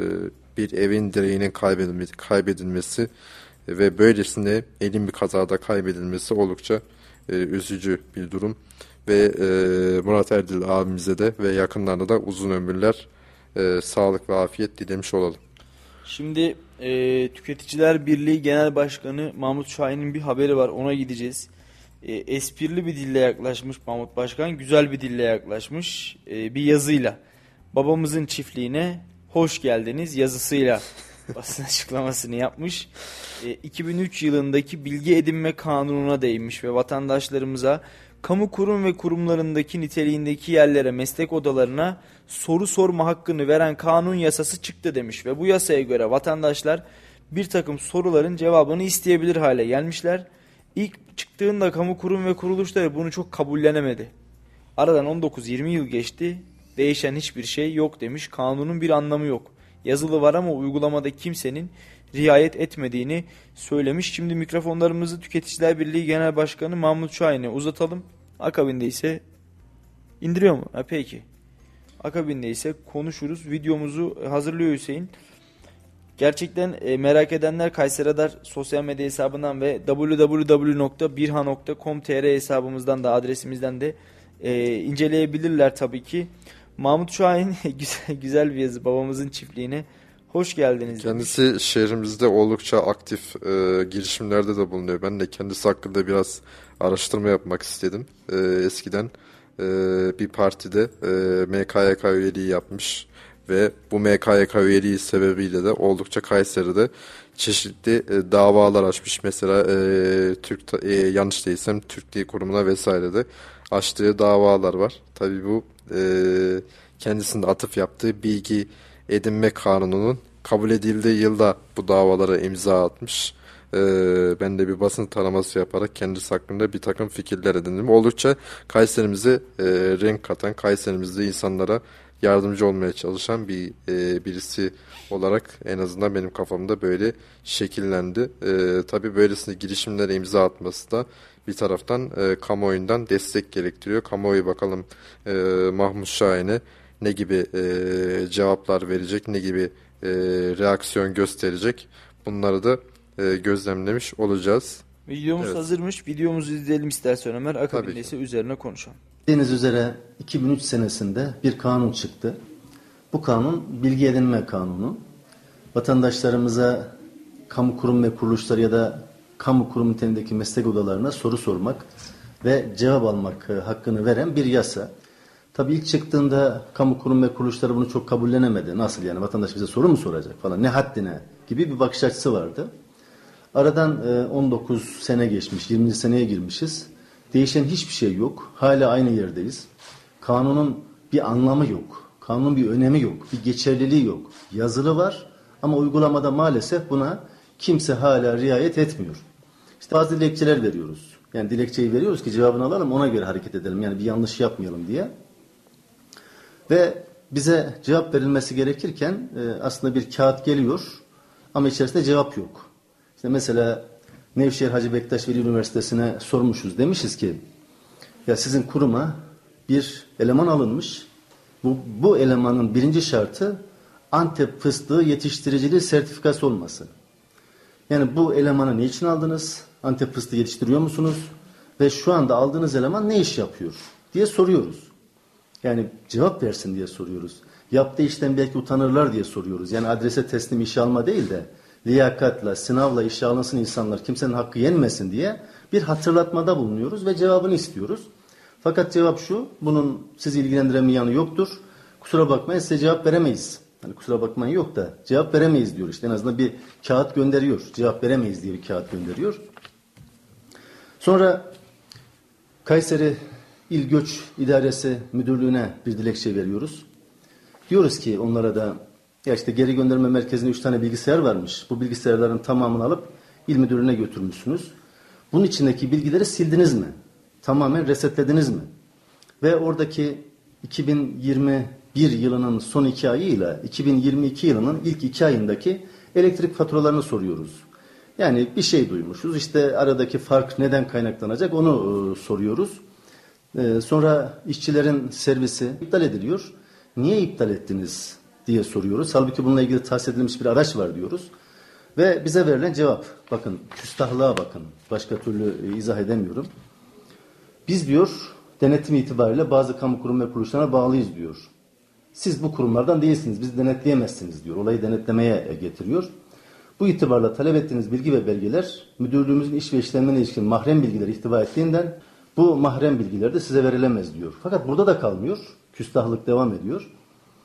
bir evin direğinin kaybedilmesi, kaybedilmesi ve böylesine elin bir kazada kaybedilmesi oldukça e, üzücü bir durum. Ve e, Murat Erdil abimize de ve yakınlarına da uzun ömürler, e, sağlık ve afiyet dilemiş olalım. Şimdi e, Tüketiciler Birliği Genel Başkanı Mahmut Şahin'in bir haberi var, ona gideceğiz. E, esprili bir dille yaklaşmış Mahmut Başkan, güzel bir dille yaklaşmış e, bir yazıyla. Babamızın çiftliğine hoş geldiniz yazısıyla basın açıklamasını yapmış. E, iki bin üç yılındaki bilgi edinme kanununa değinmiş ve vatandaşlarımıza kamu kurum ve kurumlarındaki niteliğindeki yerlere, meslek odalarına soru sorma hakkını veren kanun yasası çıktı demiş. Ve bu yasaya göre vatandaşlar bir takım soruların cevabını isteyebilir hale gelmişler. İlk çıktığında kamu kurum ve kuruluşları bunu çok kabullenemedi. Aradan on dokuz yirmi yıl geçti, değişen hiçbir şey yok demiş. Kanunun bir anlamı yok. Yazılı var ama uygulamada kimsenin riayet etmediğini söylemiş. Şimdi mikrofonlarımızı Tüketiciler Birliği Genel Başkanı Mahmut Şahin'e uzatalım. Akabinde ise indiriyor mu? Ha, peki. Akabinde ise konuşuruz. Videomuzu hazırlıyor Hüseyin. Gerçekten e, merak edenler Kayseri Radar sosyal medya hesabından ve double-u double-u double-u nokta birha nokta com nokta tr hesabımızdan da, adresimizden de e, inceleyebilirler tabii ki. Mahmut Şahin güzel, güzel bir yazı. Babamızın çiftliğine hoş geldiniz. Kendisi demiş. Şehrimizde oldukça aktif e, girişimlerde de bulunuyor. Ben de kendisi hakkında biraz araştırma yapmak istedim. E, eskiden e, bir partide e, M K Y K üyeliği yapmış ve bu M K Y K üyeliği sebebiyle de oldukça Kayseri'de çeşitli e, davalar açmış. Mesela e, Türk e, yanlış değilsem Türk Dil Kurumu'na vesaire de açtığı davalar var. Tabii bu e, kendisinin atıf yaptığı bilgi edinme kanununun kabul edildiği yılda bu davalara imza atmış. Ee, ben de bir basın taraması yaparak kendisi hakkında bir takım fikirler edindim. Oldukça Kayserimize e, renk katan, Kayserimizde insanlara yardımcı olmaya çalışan bir e, birisi olarak en azından benim kafamda böyle şekillendi. E, tabii böylesine girişimlere imza atması da bir taraftan e, kamuoyundan destek gerektiriyor. Kamuoyu bakalım e, Mahmut Şahin'e ne gibi e, cevaplar verecek, ne gibi e, reaksiyon gösterecek, bunları da e, gözlemlemiş olacağız. Videomuz evet. hazırmış. Videomuzu izleyelim istersen Ömer. Akabinde ise üzerine konuşalım. Bildiğiniz üzere iki bin üç senesinde bir kanun çıktı. Bu kanun bilgi edinme kanunu. Vatandaşlarımıza kamu kurum ve kuruluşları ya da kamu kurum niteliğindeki meslek odalarına soru sormak ve cevap almak hakkını veren bir yasa. Tabii ilk çıktığında kamu kurum ve kuruluşları bunu çok kabullenemedi. Nasıl yani, vatandaş bize soru mu soracak falan, ne haddine gibi bir bakış açısı vardı. Aradan on dokuz sene geçmiş, yirminci seneye girmişiz. Değişen hiçbir şey yok. Hala aynı yerdeyiz. Kanunun bir anlamı yok. Kanunun bir önemi yok. Bir geçerliliği yok. Yazılı var ama uygulamada maalesef buna kimse hala riayet etmiyor. İşte bazı dilekçeler veriyoruz. Yani dilekçeyi veriyoruz ki cevabını alalım, ona göre hareket edelim. Yani bir yanlış yapmayalım diye. Ve bize cevap verilmesi gerekirken e, aslında bir kağıt geliyor ama içerisinde cevap yok. İşte mesela Nevşehir Hacı Bektaş Veli Üniversitesi'ne sormuşuz. Demişiz ki ya sizin kuruma bir eleman alınmış. Bu, bu elemanın birinci şartı Antep fıstığı yetiştiriciliği sertifikası olması. Yani bu elemanı ne için aldınız? Antep fıstığı yetiştiriyor musunuz? Ve şu anda aldığınız eleman ne iş yapıyor diye soruyoruz. Yani cevap versin diye soruyoruz. Yaptığı işten belki utanırlar diye soruyoruz. Yani adrese teslim işe alma değil de liyakatla, sınavla işe alınsın insanlar, kimsenin hakkı yenmesin diye bir hatırlatmada bulunuyoruz ve cevabını istiyoruz. Fakat cevap şu, bunun sizi ilgilendiren bir yanı yoktur. Kusura bakmayın, size cevap veremeyiz. Hani kusura bakmayın yok da cevap veremeyiz diyor işte. En azından bir kağıt gönderiyor. Cevap veremeyiz diye bir kağıt gönderiyor. Sonra Kayseri İl Göç İdaresi Müdürlüğü'ne bir dilekçe veriyoruz. Diyoruz ki onlara da ya işte geri gönderme merkezinde üç tane bilgisayar varmış. Bu bilgisayarların tamamını alıp il müdürlüğüne götürmüşsünüz. Bunun içindeki bilgileri sildiniz mi? Tamamen resetlediniz mi? Ve oradaki iki bin yirmi bir yılının son iki ayıyla iki bin yirmi iki yılının ilk iki ayındaki elektrik faturalarını soruyoruz. Yani bir şey duymuşuz. İşte aradaki fark neden kaynaklanacak onu e, soruyoruz. E, sonra işçilerin servisi iptal ediliyor. Niye iptal ettiniz diye soruyoruz. Halbuki bununla ilgili tahsis edilmiş bir araç var diyoruz. Ve bize verilen cevap. Bakın küstahlığa bakın. Başka türlü e, izah edemiyorum. Biz diyor denetim itibariyle bazı kamu kurum ve kuruluşlarına bağlıyız diyor. Siz bu kurumlardan değilsiniz. Bizi denetleyemezsiniz diyor. Olayı denetlemeye getiriyor. Bu itibarla talep ettiğiniz bilgi ve belgeler müdürlüğümüzün iş ve işlemlerine ilişkin mahrem bilgileri ihtiva ettiğinden bu mahrem bilgiler de size verilemez diyor. Fakat burada da kalmıyor. Küstahlık devam ediyor.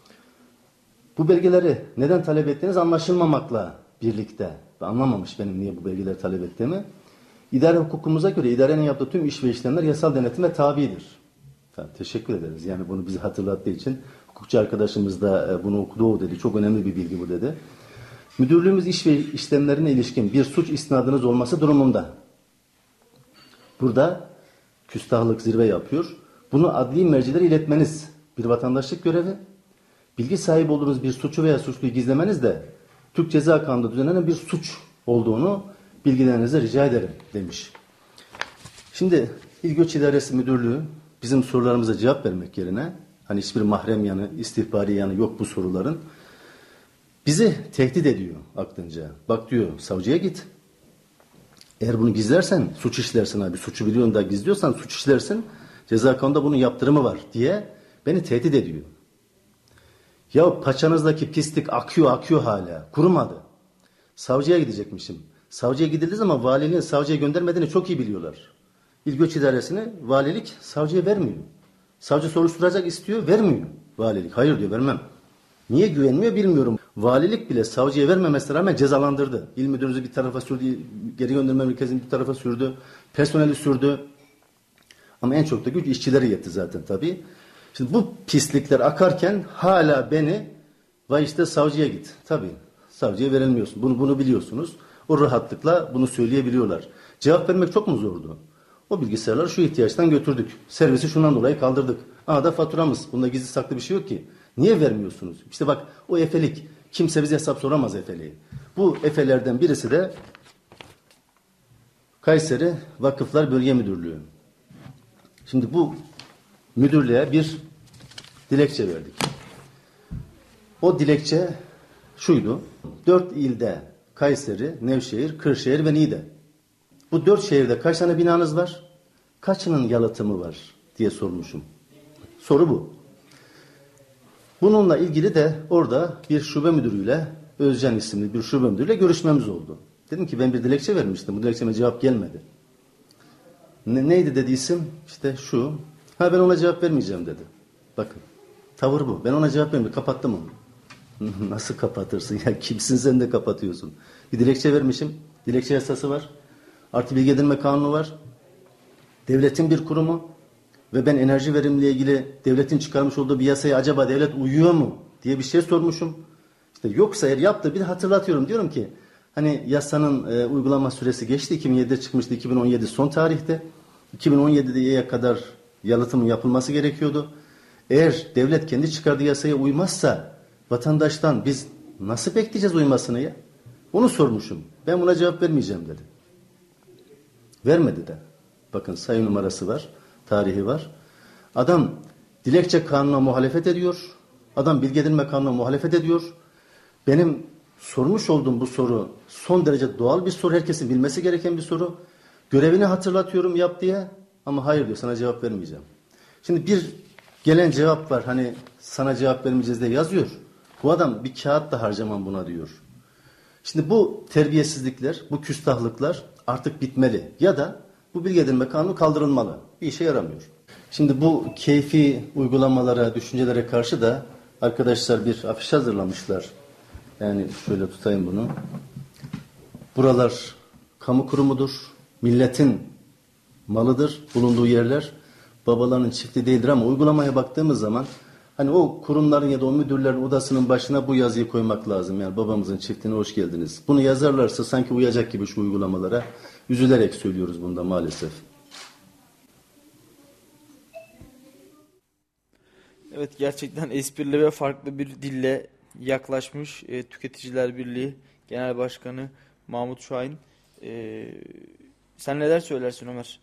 Bu belgeleri neden talep ettiğiniz anlaşılmamakla birlikte, anlamamış benim niye bu belgeleri talep ettiğimi. İdare hukukumuza göre idarenin yaptığı tüm iş ve işlemler yasal denetime tabidir. Tamam, teşekkür ederiz. Yani bunu bize hatırlattığı için hukukçu arkadaşımız da bunu okudu o dedi. Çok önemli bir bilgi bu dedi. Müdürlüğümüz iş ve işlemlerine ilişkin bir suç isnadınız olması durumunda. Burada küstahlık zirve yapıyor. Bunu adli mercilere iletmeniz bir vatandaşlık görevi. Bilgi sahibi olduğunuz bir suçu veya suçluyu gizlemeniz de Türk Ceza Kanunu'nda düzenlenen bir suç olduğunu bilgilerinize rica ederim demiş. Şimdi İl Göç İdaresi Müdürlüğü bizim sorularımıza cevap vermek yerine hani hiçbir mahrem yanı, istihbari yanı yok bu soruların. Bizi tehdit ediyor aklınca. Bak diyor savcıya git. Eğer bunu gizlersen suç işlersin abi. Suçu biliyorsun da gizliyorsan suç işlersin. Ceza kanununda bunun yaptırımı var diye beni tehdit ediyor. Ya paçanızdaki pislik akıyor akıyor hala. Kurumadı. Savcıya gidecekmişim. Savcıya gidildiği zaman valiliğin savcıya göndermediğini çok iyi biliyorlar. İl Göç İdaresini valilik savcıya vermiyor. Savcı soruşturacak istiyor, vermiyor valilik. Hayır diyor, vermem. Niye güvenmiyor bilmiyorum. Valilik bile savcıya vermemesine rağmen cezalandırdı. İl müdürümüzü bir tarafa sürdü, geri gönderme merkezini bir tarafa sürdü, personeli sürdü. Ama en çok da güç işçileri yetti zaten tabii. Şimdi bu pislikler akarken hala beni vay işte savcıya git. Tabii savcıya verilmiyorsun. Bunu bunu biliyorsunuz. O rahatlıkla bunu söyleyebiliyorlar. Cevap vermek çok mu zordu? O bilgisayarları şu ihtiyaçtan götürdük. Servisi şundan dolayı kaldırdık. Aa da faturamız. Bunda gizli saklı bir şey yok ki. Niye vermiyorsunuz? İşte bak o efelik. Kimse bize hesap soramaz efeliği. Bu efelerden birisi de Kayseri Vakıflar Bölge Müdürlüğü. Şimdi bu müdürlüğe bir dilekçe verdik. O dilekçe şuydu. Dört ilde Kayseri, Nevşehir, Kırşehir ve Niğde. Bu dört şehirde kaç tane binanız var? Kaçının yalıtımı var diye sormuşum. Soru bu. Bununla ilgili de orada bir şube müdürüyle, Özcan isimli bir şube müdürüyle görüşmemiz oldu. Dedim ki ben bir dilekçe vermiştim. Bu dilekçeme cevap gelmedi. Ne, neydi dedi isim? İşte şu. Ha ben ona cevap vermeyeceğim dedi. Bakın. Tavır bu. Ben ona cevap vermeyeyim. Kapattım onu. Nasıl kapatırsın? Ya kimsin sen de kapatıyorsun? Bir dilekçe vermişim. Dilekçe yasası var. Artı bilgi edinme kanunu var. Devletin bir kurumu. Ve ben enerji verimliliği ilgili devletin çıkarmış olduğu bir yasaya acaba devlet uyuyor mu diye bir şey sormuşum. İşte yoksa eğer yaptı bir de hatırlatıyorum. Diyorum ki hani yasanın e, uygulama süresi geçti. iki bin yedide çıkmıştı. iki bin on yedi son tarihte. iki bin on yediye kadar yalıtımın yapılması gerekiyordu. Eğer devlet kendi çıkardığı yasaya uymazsa vatandaştan biz nasıl bekleyeceğiz uymasını ya? Onu sormuşum. Ben buna cevap vermeyeceğim dedi. Vermedi de. Bakın sayı numarası var, tarihi var. Adam dilekçe kanuna muhalefet ediyor. Adam bilgi edinme kanuna muhalefet ediyor. Benim sormuş olduğum bu soru son derece doğal bir soru. Herkesin bilmesi gereken bir soru. Görevini hatırlatıyorum yap diye. Ama hayır diyor, sana cevap vermeyeceğim. Şimdi bir gelen cevap var. Hani sana cevap vermeyeceğiz diye yazıyor. Bu adam bir kağıt da harcamam buna diyor. Şimdi bu terbiyesizlikler, bu küstahlıklar artık bitmeli. Ya da bu bilgi edinme kanunu kaldırılmalı. Bir işe yaramıyor. Şimdi bu keyfi uygulamalara, düşüncelere karşı da arkadaşlar bir afiş hazırlamışlar. Yani şöyle tutayım bunu. Buralar kamu kurumudur. Milletin malıdır. Bulunduğu yerler babaların çiftliği değildir ama uygulamaya baktığımız zaman hani o kurumların ya da o müdürlerin odasının başına bu yazıyı koymak lazım. Yani babamızın çiftliğine hoş geldiniz. Bunu yazarlarsa sanki uyacak gibi şu uygulamalara. Üzülerek söylüyoruz bunda maalesef. Evet, gerçekten esprili ve farklı bir dille yaklaşmış e, Tüketiciler Birliği Genel Başkanı Mahmut Şahin. E, sen neler söylersin Ömer?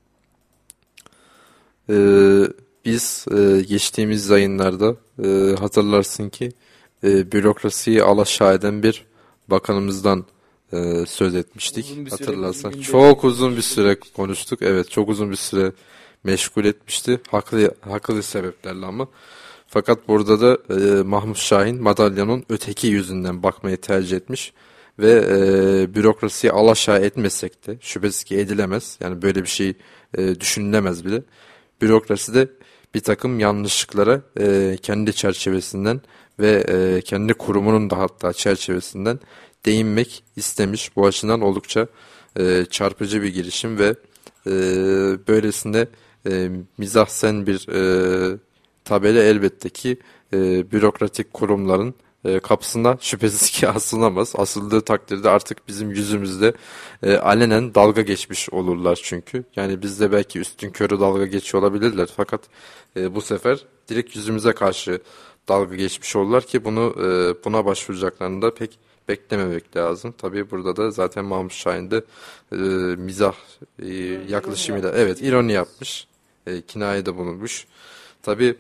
Ee, biz e, geçtiğimiz yayınlarda e, hatırlarsın ki e, bürokrasiyi alaşağı eden bir bakanımızdan e, söz etmiştik. Hatırlarsan çok uzun bir süre konuştuk. Evet, çok uzun bir süre meşgul etmişti. Haklı haklı sebeplerle ama. Fakat burada da e, Mahmut Şahin madalyonun öteki yüzünden bakmayı tercih etmiş ve e, bürokrasiyi alaşağı etmesek de şüphesiz ki edilemez. Yani böyle bir şey e, düşünülemez bile. Bürokraside bir takım yanlışlıklara e, kendi çerçevesinden ve e, kendi kurumunun da hatta çerçevesinden değinmek istemiş. Bu açıdan oldukça e, çarpıcı bir girişim ve e, böylesinde e, mizahsen bir e, tabela elbette ki e, bürokratik kurumların e, kapısına şüphesiz ki asılamaz. Asıldığı takdirde artık bizim yüzümüzde e, alenen dalga geçmiş olurlar çünkü. Yani bizde belki üstünkörü dalga geçiyor olabilirler fakat e, bu sefer direkt yüzümüze karşı dalga geçmiş olurlar ki bunu e, buna başvuracaklarını da pek beklememek lazım. Tabii burada da zaten Mahmut Şahin de e, mizah e, yaklaşımıyla evet ironi yapmış. E, kinayede bulunmuş. Tabii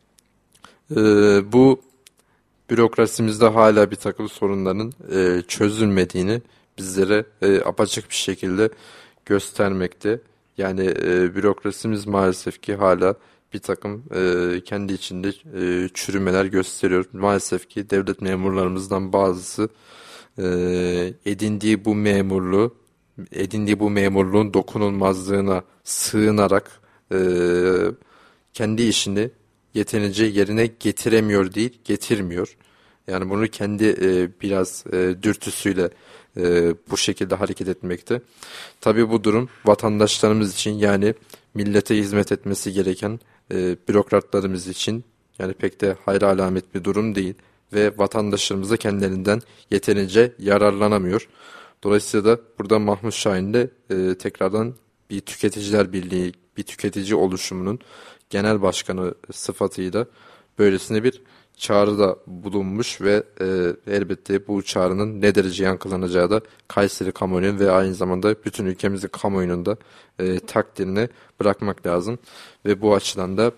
e, bu bürokrasimizde hala bir takım sorunların e, çözülmediğini bizlere e, apaçık bir şekilde göstermekte. Yani e, bürokrasimiz maalesef ki hala bir takım e, kendi içinde e, çürümeler gösteriyor. Maalesef ki devlet memurlarımızdan bazısı e, edindiği bu memurluğu, edindiği bu memurluğun dokunulmazlığına sığınarak e, kendi işini yeterince yerine getiremiyor değil, getirmiyor. Yani bunu kendi e, biraz e, dürtüsüyle e, bu şekilde hareket etmekte. Tabii bu durum vatandaşlarımız için yani millete hizmet etmesi gereken e, bürokratlarımız için yani pek de hayra alamet bir durum değil ve vatandaşlarımız da kendilerinden yeterince yararlanamıyor. Dolayısıyla da burada Mahmut Şahin de e, tekrardan bir tüketiciler birliği, bir tüketici oluşumunun genel başkanı sıfatıyla böylesine bir çağrıda bulunmuş ve e, elbette bu çağrının ne derece yankılanacağı da Kayseri kamuoyunun ve aynı zamanda bütün ülkemizin kamuoyunun da e, takdirine bırakmak lazım. Ve bu açıdan da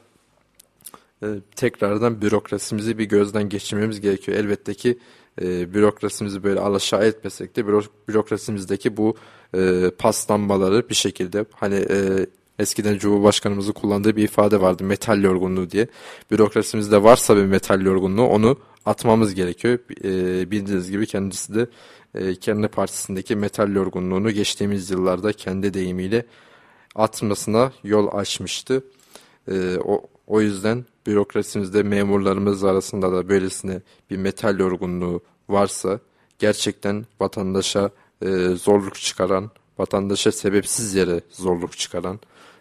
e, tekrardan bürokrasimizi bir gözden geçirmemiz gerekiyor. Elbette ki e, bürokrasimizi böyle alaşağı etmesek de büro, bürokrasimizdeki bu e, paslanmaları bir şekilde hani e, eskiden Cumhurbaşkanımızın kullandığı bir ifade vardı, metal yorgunluğu diye. Bürokrasimizde varsa bir metal yorgunluğu onu atmamız gerekiyor. E, bildiğiniz gibi kendisi de e, kendi partisindeki metal yorgunluğunu geçtiğimiz yıllarda kendi deyimiyle atmasına yol açmıştı. E, o, o yüzden bürokrasimizde memurlarımız arasında da böylesine bir metal yorgunluğu varsa gerçekten vatandaşa e, zorluk çıkaran, vatandaşa sebepsiz yere zorluk çıkaran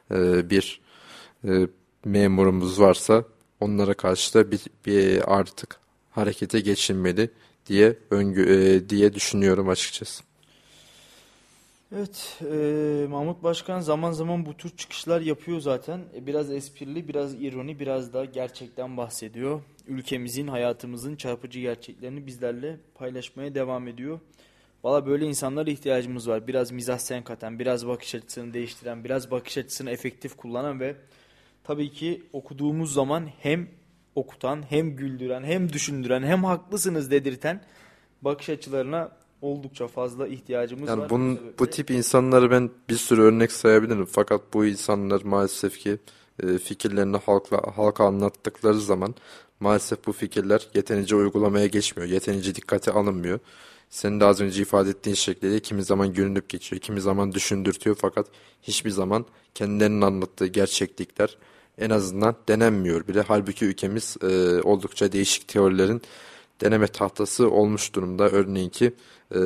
bir e, memurumuz varsa onlara karşı da bir, bir artık harekete geçilmeli diye öngü, e, diye düşünüyorum açıkçası. Evet, e, Mahmut Başkan zaman zaman bu tür çıkışlar yapıyor zaten. E, biraz esprili, biraz ironi, biraz da gerçekten bahsediyor. Ülkemizin, hayatımızın çarpıcı gerçeklerini bizlerle paylaşmaya devam ediyor. Valla böyle insanlara ihtiyacımız var. Biraz mizah senkaten, biraz bakış açısını değiştiren, biraz bakış açısını efektif kullanan ve tabii ki okuduğumuz zaman hem okutan, hem güldüren, hem düşündüren, hem haklısınız dedirten bakış açılarına oldukça fazla ihtiyacımız Yani var. bunun, Bu sebeple- bu tip insanları ben bir sürü örnek sayabilirim. Fakat bu insanlar maalesef ki e, fikirlerini halkla, halka anlattıkları zaman maalesef bu fikirler yeterince uygulamaya geçmiyor. Yeterince dikkate alınmıyor. Senin de az önce ifade ettiğin şekliyle kimi zaman görünüp geçiyor, kimi zaman düşündürtüyor fakat hiçbir zaman kendilerinin anlattığı gerçeklikler en azından denenmiyor bile. Halbuki ülkemiz e, oldukça değişik teorilerin deneme tahtası olmuş durumda. Örneğin ki e,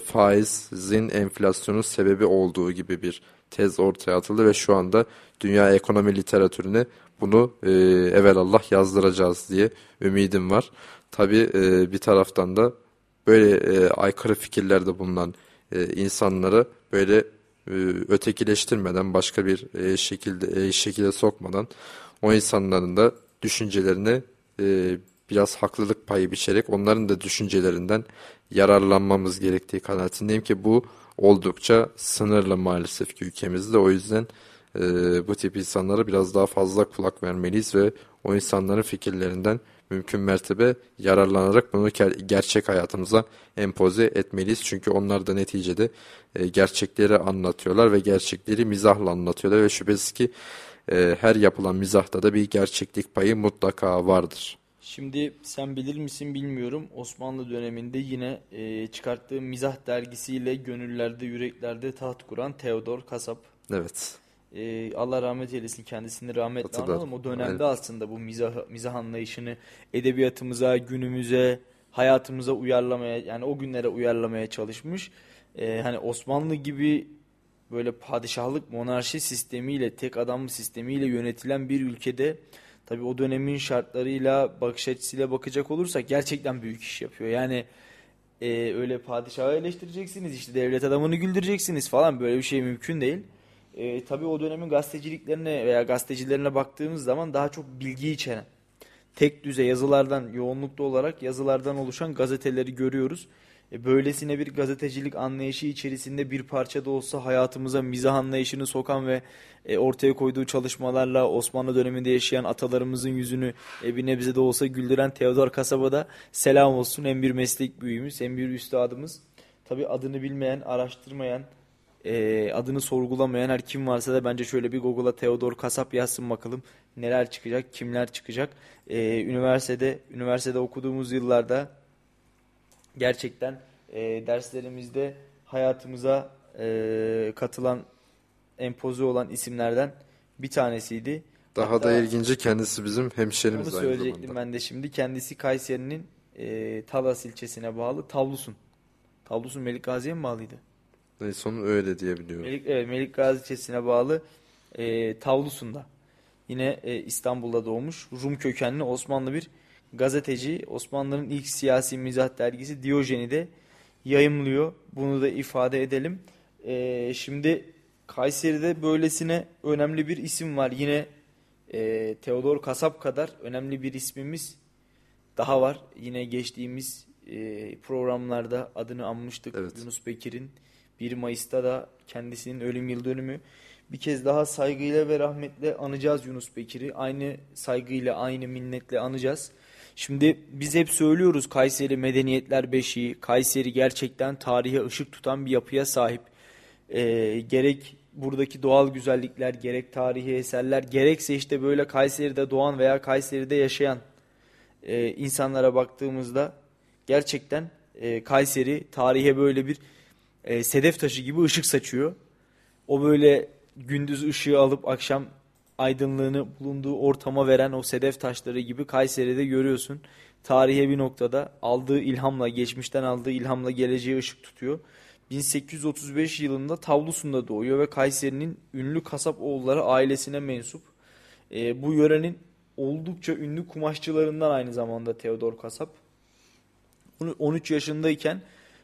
faizin enflasyonun sebebi olduğu gibi bir tez ortaya atıldı ve şu anda dünya ekonomi literatürüne bunu e, evelallah yazdıracağız diye ümidim var. Tabii e, bir taraftan da böyle e, aykırı fikirlerde bulunan e, insanları böyle e, ötekileştirmeden, başka bir e, şekilde e, şekilde sokmadan o insanların da düşüncelerine e, biraz haklılık payı biçerek onların da düşüncelerinden yararlanmamız gerektiği kanaatindeyim ki bu oldukça sınırlı maalesef ki ülkemizde. O yüzden e, bu tip insanlara biraz daha fazla kulak vermeliyiz ve o insanların fikirlerinden mümkün mertebe yararlanarak bunu ger- gerçek hayatımıza empoze etmeliyiz. Çünkü onlar da neticede e, gerçekleri anlatıyorlar ve gerçekleri mizahla anlatıyorlar ve şüphesiz ki e, her yapılan mizahta da bir gerçeklik payı mutlaka vardır. Şimdi sen bilir misin bilmiyorum, Osmanlı döneminde yine e, çıkarttığı mizah dergisiyle gönüllerde, yüreklerde taht kuran Theodor Kasap. Evet. E, Allah rahmet eylesin, kendisini rahmetle Hatırlarım. analım. O dönemde Aynen. aslında bu mizah, mizah anlayışını edebiyatımıza, günümüze, hayatımıza uyarlamaya, yani o günlere uyarlamaya çalışmış. E, hani Osmanlı gibi böyle padişahlık monarşi sistemiyle, tek adam sistemiyle yönetilen bir ülkede tabii o dönemin şartlarıyla, bakış açısıyla bakacak olursak gerçekten büyük iş yapıyor. Yani e, öyle padişahı eleştireceksiniz, işte devlet adamını güldüreceksiniz falan, böyle bir şey mümkün değil. E, tabii o dönemin gazeteciliklerine veya gazetecilerine baktığımız zaman daha çok bilgi içeren, tek düze yazılardan, yoğunluklu olarak yazılardan oluşan gazeteleri görüyoruz. E, böylesine bir gazetecilik anlayışı içerisinde bir parça da olsa hayatımıza mizah anlayışını sokan ve e, ortaya koyduğu çalışmalarla Osmanlı döneminde yaşayan atalarımızın yüzünü e, bir nebze de olsa güldüren Theodor Kasab'a selam olsun. Hem bir meslek büyüğümüz, hem bir üstadımız. Tabii adını bilmeyen, araştırmayan, e, adını sorgulamayan her kim varsa da bence şöyle bir Google'a Theodor Kasap yazsın bakalım neler çıkacak, kimler çıkacak. E, üniversitede üniversitede okuduğumuz yıllarda gerçekten e, derslerimizde hayatımıza e, katılan, empoze olan isimlerden bir tanesiydi. Daha Hatta da ilginci, kendisi bizim onu hemşerimiz aynı söyleyecektim zamanda. ben de şimdi. Kendisi Kayseri'nin e, Talas ilçesine bağlı Tavlusun. Tavlusun Melik Gazi'ye mi bağlıydı? Neyse onu öyle diye biliyorum. Melik, evet, Melik Gazi ilçesine bağlı e, Tavlusun'da. Yine e, İstanbul'da doğmuş. Rum kökenli Osmanlı bir gazeteci. Osmanlı'nın ilk siyasi mizah dergisi Diyojen'i de yayımlıyor. Bunu da ifade edelim. E, şimdi Kayseri'de böylesine önemli bir isim var. Yine e, Theodor Kasap kadar önemli bir ismimiz daha var. Yine geçtiğimiz e, programlarda adını anmıştık. Evet. Yunus Bekir'in bir Mayıs'ta da kendisinin ölüm yıl dönümü. Bir kez daha saygıyla ve rahmetle anacağız Yunus Bekir'i. Aynı saygıyla, aynı minnetle anacağız. Şimdi biz hep söylüyoruz, Kayseri medeniyetler beşiği. Kayseri gerçekten tarihe ışık tutan bir yapıya sahip. Ee, gerek buradaki doğal güzellikler, gerek tarihi eserler, gerekse işte böyle Kayseri'de doğan veya Kayseri'de yaşayan e, insanlara baktığımızda gerçekten e, Kayseri tarihe böyle bir e, sedef taşı gibi ışık saçıyor. O böyle gündüz ışığı alıp akşam aydınlığını bulunduğu ortama veren o sedef taşları gibi Kayseri'de görüyorsun. Tarihe bir noktada aldığı ilhamla, geçmişten aldığı ilhamla geleceğe ışık tutuyor. bin sekiz yüz otuz beş yılında Tavlusun'da doğuyor ve Kayseri'nin ünlü kasap oğulları ailesine mensup. E, bu yörenin oldukça ünlü kumaşçılarından aynı zamanda Theodor Kasap. on üç yaşındayken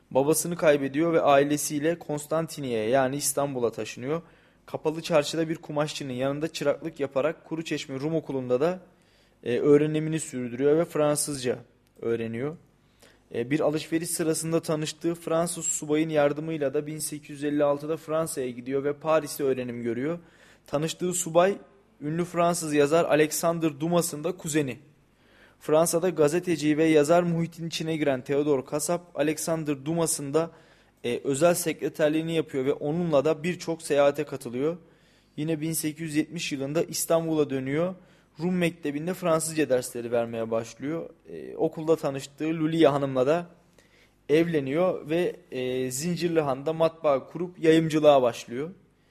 Babasını kaybediyor ve ailesiyle Konstantiniye'ye yani İstanbul'a taşınıyor. Kapalı çarşıda bir kumaşçının yanında çıraklık yaparak Kuruçeşme Rum Okulu'nda da e, öğrenimini sürdürüyor ve Fransızca öğreniyor. E, bir alışveriş sırasında tanıştığı Fransız subayın yardımıyla da bin sekiz yüz elli altıda Fransa'ya gidiyor ve Paris'te öğrenim görüyor. Tanıştığı subay ünlü Fransız yazar Alexandre Dumas'ın da kuzeni. Fransa'da gazeteci ve yazar muhitin içine giren Theodor Kasap, Alexandre Dumas'ın da e, özel sekreterliğini yapıyor ve onunla da birçok seyahate katılıyor. Yine bin sekiz yüz yetmiş yılında İstanbul'a dönüyor. Rum Mektebi'nde Fransızca dersleri vermeye başlıyor. E, okulda tanıştığı Lulia Hanım'la da evleniyor ve e, Zincirlihan'da matbaa kurup yayımcılığa başlıyor.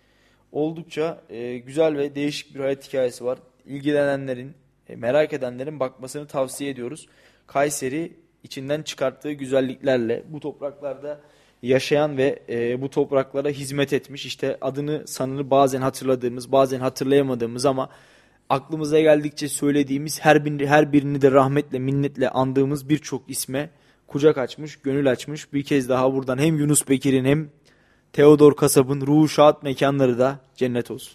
Oldukça e, güzel ve değişik bir hayat hikayesi var. İlgilenenlerin, e, merak edenlerin bakmasını tavsiye ediyoruz. Kayseri içinden çıkarttığı güzelliklerle bu topraklarda yaşayan ve e, bu topraklara hizmet etmiş. İşte adını sanını bazen hatırladığımız, bazen hatırlayamadığımız ama aklımıza geldikçe söylediğimiz, her birini, her birini de rahmetle, minnetle andığımız birçok isme kucak açmış, gönül açmış. Bir kez daha buradan hem Yunus Bekir'in hem Theodor Kasap'ın ruhu şad mekanları da cennet olsun.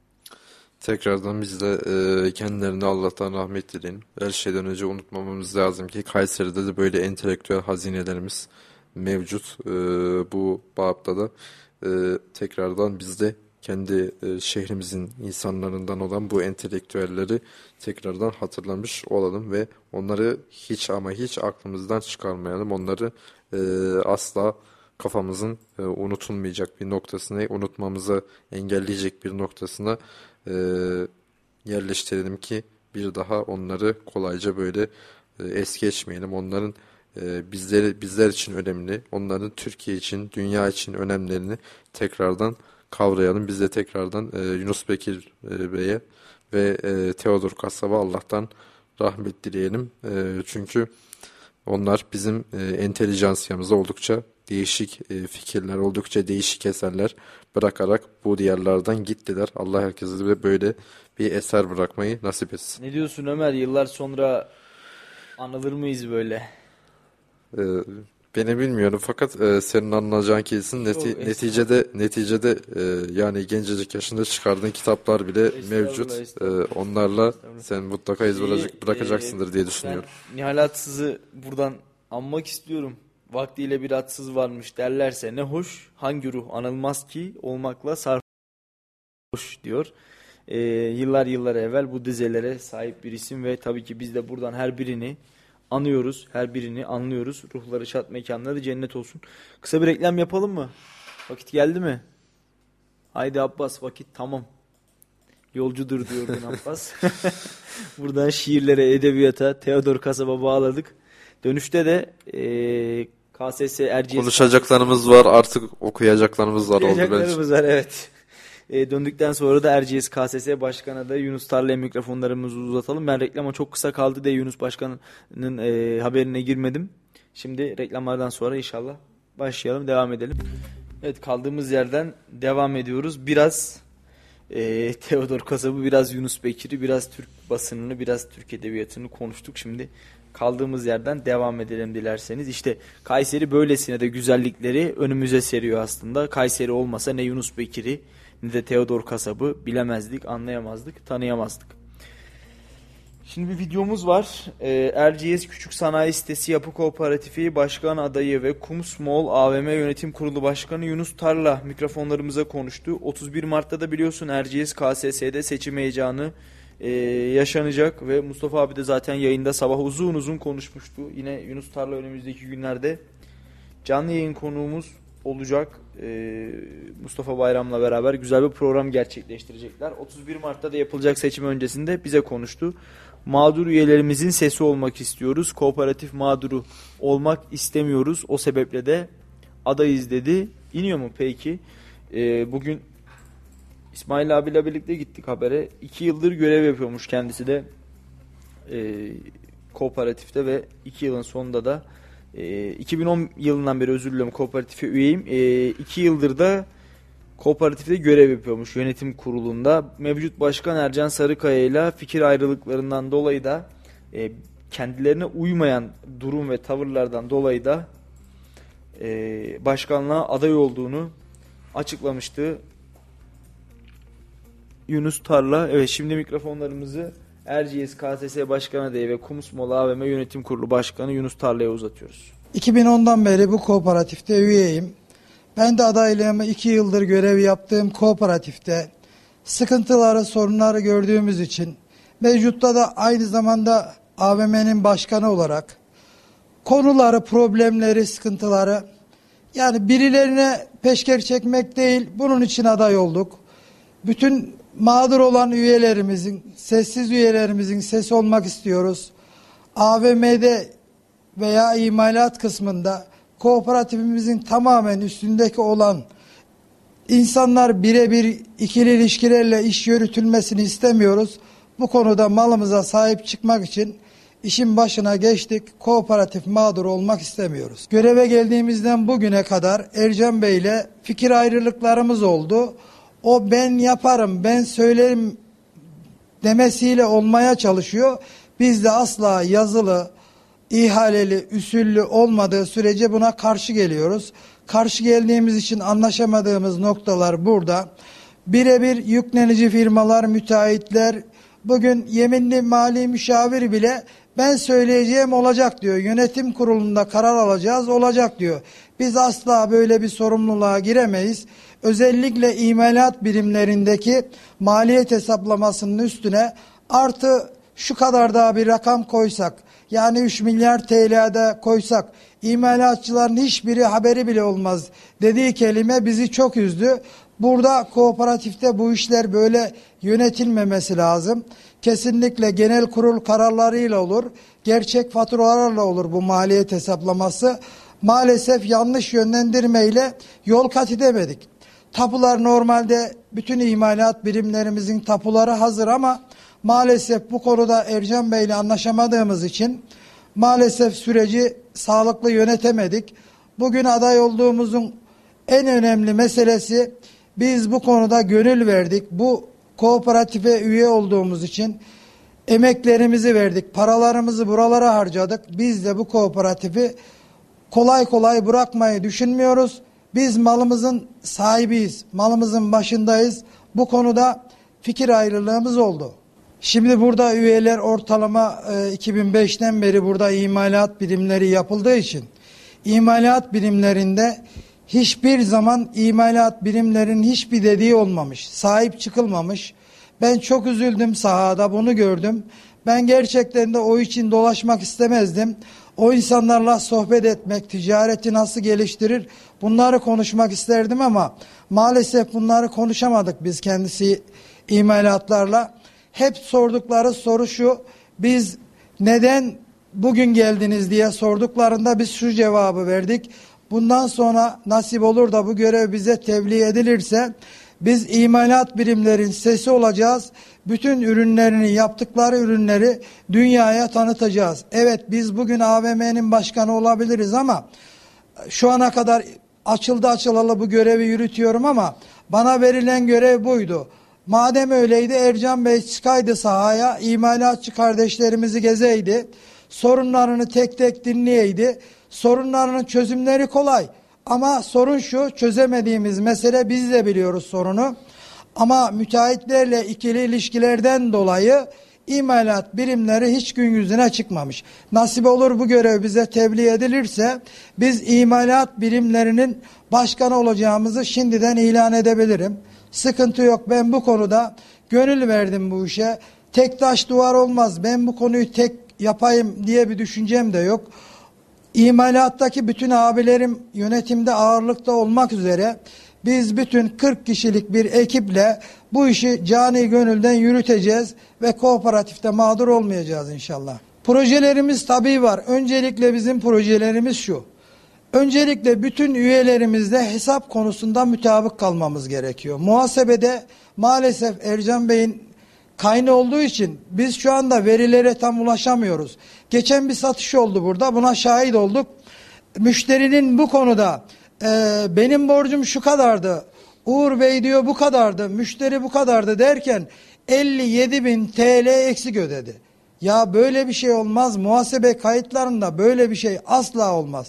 Tekrardan biz de e, kendilerine Allah'tan rahmet dileyelim. Her şeyden önce unutmamamız lazım ki Kayseri'de de böyle entelektüel hazinelerimiz mevcut. E, bu babda da e, tekrardan biz de kendi e, şehrimizin insanlarından olan bu entelektüelleri tekrardan hatırlamış olalım ve onları hiç ama hiç aklımızdan çıkarmayalım. Onları e, asla kafamızın e, unutulmayacak bir noktasına, unutmamızı engelleyecek bir noktasına e, yerleştirelim ki bir daha onları kolayca böyle e, es geçmeyelim. Onların e, bizleri bizler için önemli, onların Türkiye için, dünya için önemlerini tekrardan kavrayalım. Biz de tekrardan e, Yunus Bekir e, Bey'e ve e, Theodor Kasap'a Allah'tan rahmet dileyelim. E, çünkü onlar bizim e, entelijansiyamıza oldukça değişik e, fikirler, oldukça değişik eserler bırakarak bu diyarlardan gittiler. Allah herkese de böyle bir eser bırakmayı nasip etsin. Ne diyorsun Ömer? Yıllar sonra anılır mıyız böyle? E, Beni bilmiyorum fakat e, senin anlayacağın kesin neti, Yok, neticede neticede e, yani gencecik yaşında çıkardığın kitaplar bile mevcut. E, onlarla sen mutlaka iz bırakacak, bırakacaksındır diye düşünüyorum. Ben Nihal Atsız'ı buradan anmak istiyorum. Vaktiyle bir atsız varmış derlerse ne hoş, hangi ruh anılmaz ki olmakla sarhoş diyor. E, yıllar yıllar evvel bu dizelere sahip bir isim ve tabii ki biz de buradan her birini anıyoruz, her birini anlıyoruz. Ruhları şad, mekanları cennet olsun. Kısa bir reklam yapalım mı? Vakit geldi mi? Haydi Abbas, vakit tamam. Yolcudur diyordun Abbas. Buradan şiirlere, edebiyata, Theodor Kasap'a bağladık. Dönüşte de e, K S S Erciyes... Konuşacaklarımız var, artık okuyacaklarımız var oldu bence. Okuyacaklarımız var, evet. E, döndükten sonra da Erciyes K S S Başkanı da Yunus Tarla'ya mikrofonlarımızı uzatalım. Ben reklama çok kısa kaldı diye Yunus Başkan'ın e, haberine girmedim. Şimdi reklamlardan sonra inşallah başlayalım, devam edelim. Evet, kaldığımız yerden devam ediyoruz. Biraz e, Theodor Kasap'ı, biraz Yunus Bekir'i, biraz Türk basınını, biraz Türk edebiyatını konuştuk. Şimdi kaldığımız yerden devam edelim dilerseniz. İşte Kayseri böylesine de güzellikleri önümüze seriyor aslında. Kayseri olmasa ne Yunus Bekir'i ne de Theodor Kasap'ı bilemezdik, anlayamazdık, tanıyamazdık. Şimdi bir videomuz var. Ee, Erciyes Küçük Sanayi Sitesi Yapı Kooperatifi Başkan Adayı ve Kumsmall A V M Yönetim Kurulu Başkanı Yunus Tarla mikrofonlarımıza konuştu. otuz bir Mart'ta da biliyorsun Erciyes K S S'de seçim heyecanı e, yaşanacak ve Mustafa abi de zaten yayında sabah uzun uzun konuşmuştu. Yine Yunus Tarla önümüzdeki günlerde canlı yayın konuğumuz olacak. Ee, Mustafa Bayram'la beraber güzel bir program gerçekleştirecekler. otuz bir Mart'ta da yapılacak seçim öncesinde bize konuştu. Mağdur üyelerimizin sesi olmak istiyoruz. Kooperatif mağduru olmak istemiyoruz. O sebeple de adayız dedi. İniyor mu peki? Ee, bugün İsmail abiyle birlikte gittik habere. İki yıldır görev yapıyormuş kendisi de e, kooperatifte ve iki yılın sonunda da e, iki bin on yılından beri, özür diliyorum, kooperatife üyeyim. E, iki yıldır da kooperatifte görev yapıyormuş yönetim kurulunda. Mevcut başkan Ercan Sarıkaya ile fikir ayrılıklarından dolayı da e, kendilerine uymayan durum ve tavırlardan dolayı da e, başkanlığa aday olduğunu açıklamıştı Yunus Tarla. Evet, şimdi mikrofonlarımızı Erciyes K S S Başkanı Adayı ve Kumusmola A V M Yönetim Kurulu Başkanı Yunus Tarla'ya uzatıyoruz. iki bin ondan beri bu kooperatifte üyeyim. Ben de adaylığımı iki yıldır görev yaptığım kooperatifte sıkıntıları, sorunları gördüğümüz için mevcutta da aynı zamanda A V M'nin başkanı olarak konuları, problemleri, sıkıntıları, yani birilerine peşkeş çekmek değil, bunun için aday olduk. Bütün mağdur olan üyelerimizin, sessiz üyelerimizin sesi olmak istiyoruz. A V M'de veya imalat kısmında kooperatifimizin tamamen üstündeki olan insanlar birebir ikili ilişkilerle iş yürütülmesini istemiyoruz. Bu konuda malımıza sahip çıkmak için işin başına geçtik. Kooperatif mağdur olmak istemiyoruz. Göreve geldiğimizden bugüne kadar Ercan Bey ile fikir ayrılıklarımız oldu. O ben yaparım, ben söylerim demesiyle olmaya çalışıyor. Biz de asla yazılı, ihaleli, üsüllü olmadığı sürece buna karşı geliyoruz. Karşı geldiğimiz için anlaşamadığımız noktalar burada. Birebir yüklenici firmalar, müteahhitler, bugün yeminli mali müşavir bile ben söyleyeceğim olacak diyor. Yönetim kurulunda karar alacağız, olacak diyor. Biz asla böyle bir sorumluluğa giremeyiz. Özellikle imalat birimlerindeki maliyet hesaplamasının üstüne artı şu kadar daha bir rakam koysak, yani üç milyar T L'de koysak, imalatçıların hiçbiri haberi bile olmaz dediği kelime bizi çok üzdü. Burada kooperatifte bu işler böyle yönetilmemesi lazım. Kesinlikle genel kurul kararlarıyla olur, gerçek faturalarla olur bu maliyet hesaplaması. Maalesef yanlış yönlendirmeyle yol kat edemedik. Tapular normalde bütün imalat birimlerimizin tapuları hazır ama maalesef bu konuda Ercan Bey ile anlaşamadığımız için maalesef süreci sağlıklı yönetemedik. Bugün aday olduğumuzun en önemli meselesi, biz bu konuda gönül verdik. Bu kooperatife üye olduğumuz için emeklerimizi verdik, paralarımızı buralara harcadık. Biz de bu kooperatifi kolay kolay bırakmayı düşünmüyoruz. Biz malımızın sahibiyiz, malımızın başındayız. Bu konuda fikir ayrılığımız oldu. Şimdi burada üyeler ortalama e, iki bin beşten beri burada imalat birimleri yapıldığı için imalat birimlerinde hiçbir zaman imalat birimlerinin hiçbir dediği olmamış, sahip çıkılmamış. Ben çok üzüldüm, sahada bunu gördüm. Ben gerçekten de o için dolaşmak istemezdim. O insanlarla sohbet etmek, ticareti nasıl geliştirir, bunları konuşmak isterdim ama maalesef bunları konuşamadık biz kendisi imalatlarla. Hep sordukları soru şu, biz neden bugün geldiniz diye sorduklarında biz şu cevabı verdik. Bundan sonra nasip olur da bu görev bize tebliğ edilirse biz imalat birimlerin sesi olacağız. Bütün ürünlerini, yaptıkları ürünleri dünyaya tanıtacağız. Evet, biz bugün A V M'nin başkanı olabiliriz ama şu ana kadar açıldı açılalı bu görevi yürütüyorum ama bana verilen görev buydu. Madem öyleydi, Ercan Bey çıkaydı sahaya, imalatçı kardeşlerimizi gezeydi, sorunlarını tek tek dinleyeydi. Sorunlarının çözümleri kolay ama sorun şu, çözemediğimiz mesele, biz de biliyoruz sorunu. Ama müteahhitlerle ikili ilişkilerden dolayı imalat birimleri hiç gün yüzüne çıkmamış. Nasip olur bu görev bize tebliğ edilirse biz imalat birimlerinin başkanı olacağımızı şimdiden ilan edebilirim. Sıkıntı yok, ben bu konuda gönül verdim bu işe. Tek taş duvar olmaz, ben bu konuyu tek yapayım diye bir düşüncem de yok. İmalattaki bütün abilerim yönetimde ağırlıkta olmak üzere biz bütün kırk kişilik bir ekiple bu işi cani gönülden yürüteceğiz ve kooperatifte mağdur olmayacağız inşallah. Projelerimiz tabii var. Öncelikle bizim projelerimiz şu. Öncelikle bütün üyelerimizle hesap konusunda mutabık kalmamız gerekiyor. Muhasebede maalesef Ercan Bey'in kaynağı olduğu için biz şu anda verilere tam ulaşamıyoruz. Geçen bir satış oldu burada, buna şahit olduk. Müşterinin bu konuda e, benim borcum şu kadardı, Uğur Bey diyor bu kadardı, müşteri bu kadardı derken elli yedi bin T L eksik ödedi. Ya böyle bir şey olmaz, muhasebe kayıtlarında böyle bir şey asla olmaz.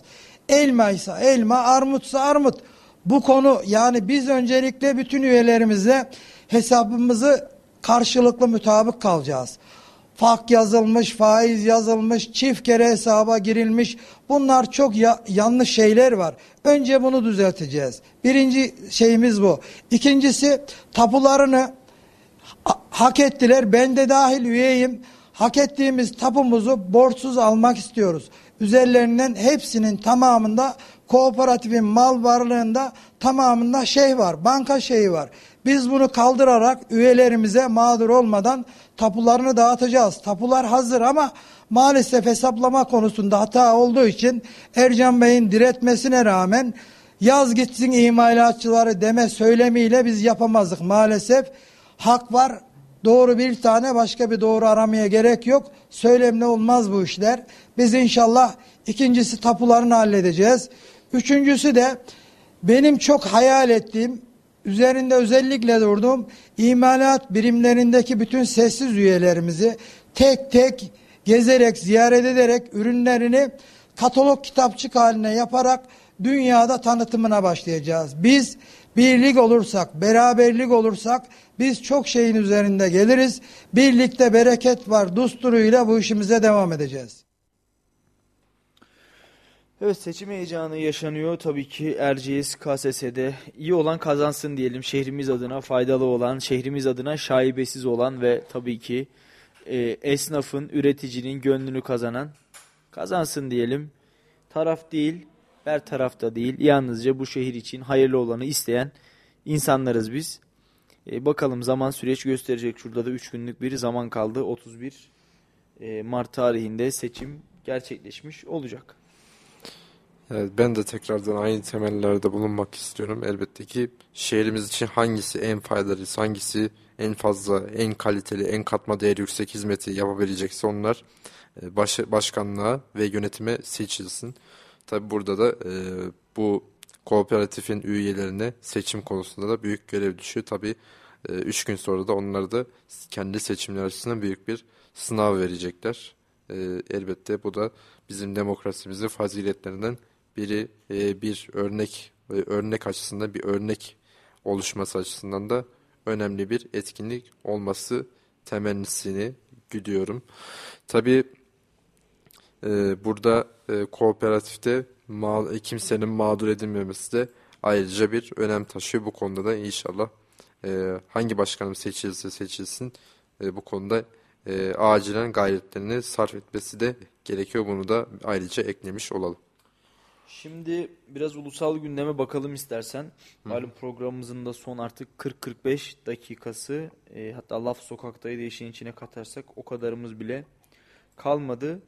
Elmaysa elma, armutsa armut. Bu konu, yani biz öncelikle bütün üyelerimizle hesabımızı karşılıklı mutabık kalacağız. Fak yazılmış, faiz yazılmış, çift kere hesaba girilmiş. Bunlar çok ya, yanlış şeyler var. Önce bunu düzelteceğiz. Birinci şeyimiz bu. İkincisi, tapularını ha- hak ettiler. Ben de dahil üyeyim. Hak ettiğimiz tapumuzu borçsuz almak istiyoruz. Üzerlerinden hepsinin tamamında, kooperatifin mal varlığında tamamında şey var, banka şeyi var. Biz bunu kaldırarak üyelerimize mağdur olmadan tapularını dağıtacağız. Tapular hazır ama maalesef hesaplama konusunda hata olduğu için Ercan Bey'in diretmesine rağmen yaz gitsin imalatçıları deme söylemiyle biz yapamazdık maalesef. Hak var, doğru bir tane, başka bir doğru aramaya gerek yok. Söylemle olmaz bu işler. Biz inşallah ikincisi tapularını halledeceğiz. Üçüncüsü de benim çok hayal ettiğim, üzerinde özellikle durduğum imalat birimlerindeki bütün sessiz üyelerimizi tek tek gezerek, ziyaret ederek ürünlerini katalog kitapçık haline yaparak dünyada tanıtımına başlayacağız. Biz birlik olursak, beraberlik olursak biz çok şeyin üzerinde geliriz. Birlikte bereket var dusturuyla bu işimize devam edeceğiz. Evet, seçim heyecanı yaşanıyor. Tabii ki Erciyes K S S'de iyi olan kazansın diyelim. Şehrimiz adına faydalı olan, şehrimiz adına şaibesiz olan ve tabii ki e, esnafın, üreticinin gönlünü kazanan kazansın diyelim. Taraf değil, her tarafta değil. Yalnızca bu şehir için hayırlı olanı isteyen insanlarız biz. E, bakalım, zaman süreç gösterecek. Şurada da üç günlük bir zaman kaldı. otuz bir Mart tarihinde seçim gerçekleşmiş olacak. Evet, ben de tekrardan aynı temellerde bulunmak istiyorum. Elbette ki şehrimiz için hangisi en faydalısı, hangisi en fazla, en kaliteli, en katma değeri yüksek hizmeti yapabilecekse onlar baş, başkanlığa ve yönetime seçilsin. Tabi burada da e, bu kooperatifin üyelerine seçim konusunda da büyük görev düşüyor. Tabi e, üç gün sonra da onlar da kendi seçimler açısından büyük bir sınav verecekler. E, elbette bu da bizim demokrasimizin faziletlerinden biri, e, bir örnek e, örnek açısından bir örnek oluşması açısından da önemli bir etkinlik olması temennisini güdüyorum. Tabii e, burada e, kooperatifte ma- kimsenin mağdur edilmemesi de ayrıca bir önem taşıyor. Bu konuda da inşallah e, hangi başkanım seçilirse seçilsin e, bu konuda e, acilen gayretlerini sarf etmesi de gerekiyor. Bunu da ayrıca eklemiş olalım. Şimdi biraz ulusal gündeme bakalım istersen. Malum programımızın da son artık kırk kırk beş dakikası. E, hatta laf sokaktaydı işin içine katarsak o kadarımız bile kalmadı.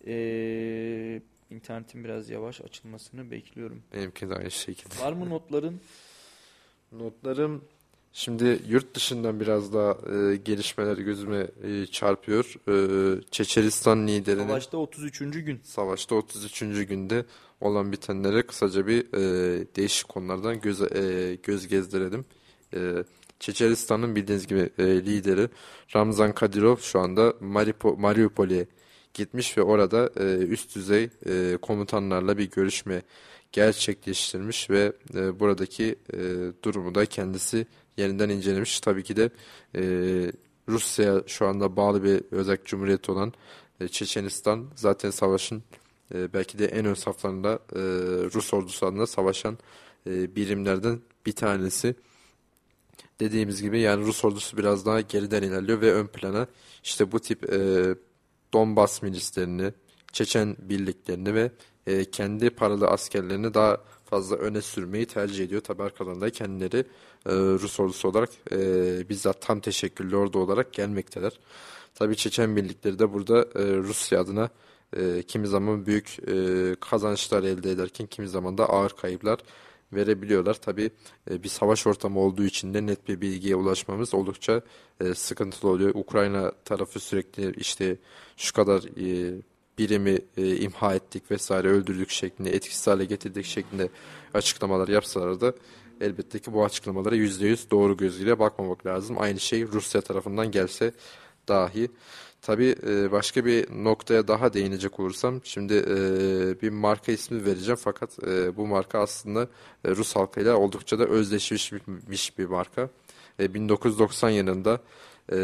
E, internetin biraz yavaş açılmasını bekliyorum. Benimki de aynı şekilde. Var mı notların? Notlarım şimdi yurt dışından biraz daha e, gelişmeler gözüme e, çarpıyor. E, Çeçenistan liderinin Savaşta otuz üçüncü gün. Savaşta otuz üçüncü günde olan bitenlere kısaca bir e, değişik konulardan göz, e, göz gezdirelim. E, Çeçenistan'ın bildiğiniz gibi e, lideri Ramzan Kadyrov şu anda Maripo, Mariupol'e gitmiş ve orada e, üst düzey e, komutanlarla bir görüşme gerçekleştirmiş ve e, buradaki e, durumu da kendisi yeniden incelemiş. Tabii ki de e, Rusya şu anda bağlı bir özel cumhuriyet olan e, Çeçenistan zaten savaşın e, belki de en ön saflarında e, Rus ordusu adına savaşan e, birimlerden bir tanesi. Dediğimiz gibi yani Rus ordusu biraz daha geriden ilerliyor ve ön plana işte bu tip e, Donbas milislerini, Çeçen birliklerini ve e, kendi paralı askerlerini daha fazla öne sürmeyi tercih ediyor. Tabi arkalarında kendileri e, Rus ordusu olarak e, bizzat tam teşekküllü ordu olarak gelmekteler. Tabi Çeçen birlikleri de burada e, Rusya adına e, kimi zaman büyük e, kazançlar elde ederken kimi zaman da ağır kayıplar verebiliyorlar. Tabi e, bir savaş ortamı olduğu için de net bir bilgiye ulaşmamız oldukça e, sıkıntılı oluyor. Ukrayna tarafı sürekli işte şu kadar e, birimi e, imha ettik vesaire öldürdük şeklinde etkisiz hale getirdik şeklinde açıklamalar yapsalar da elbette ki bu açıklamalara yüzde yüz doğru gözüyle bakmamak lazım. Aynı şey Rusya tarafından gelse dahi. Tabii e, başka bir noktaya daha değinecek olursam, şimdi e, bir marka ismi vereceğim fakat e, bu marka aslında e, Rus halkıyla oldukça da özdeşleşmiş bir marka. E, bin dokuz yüz doksan yılında e,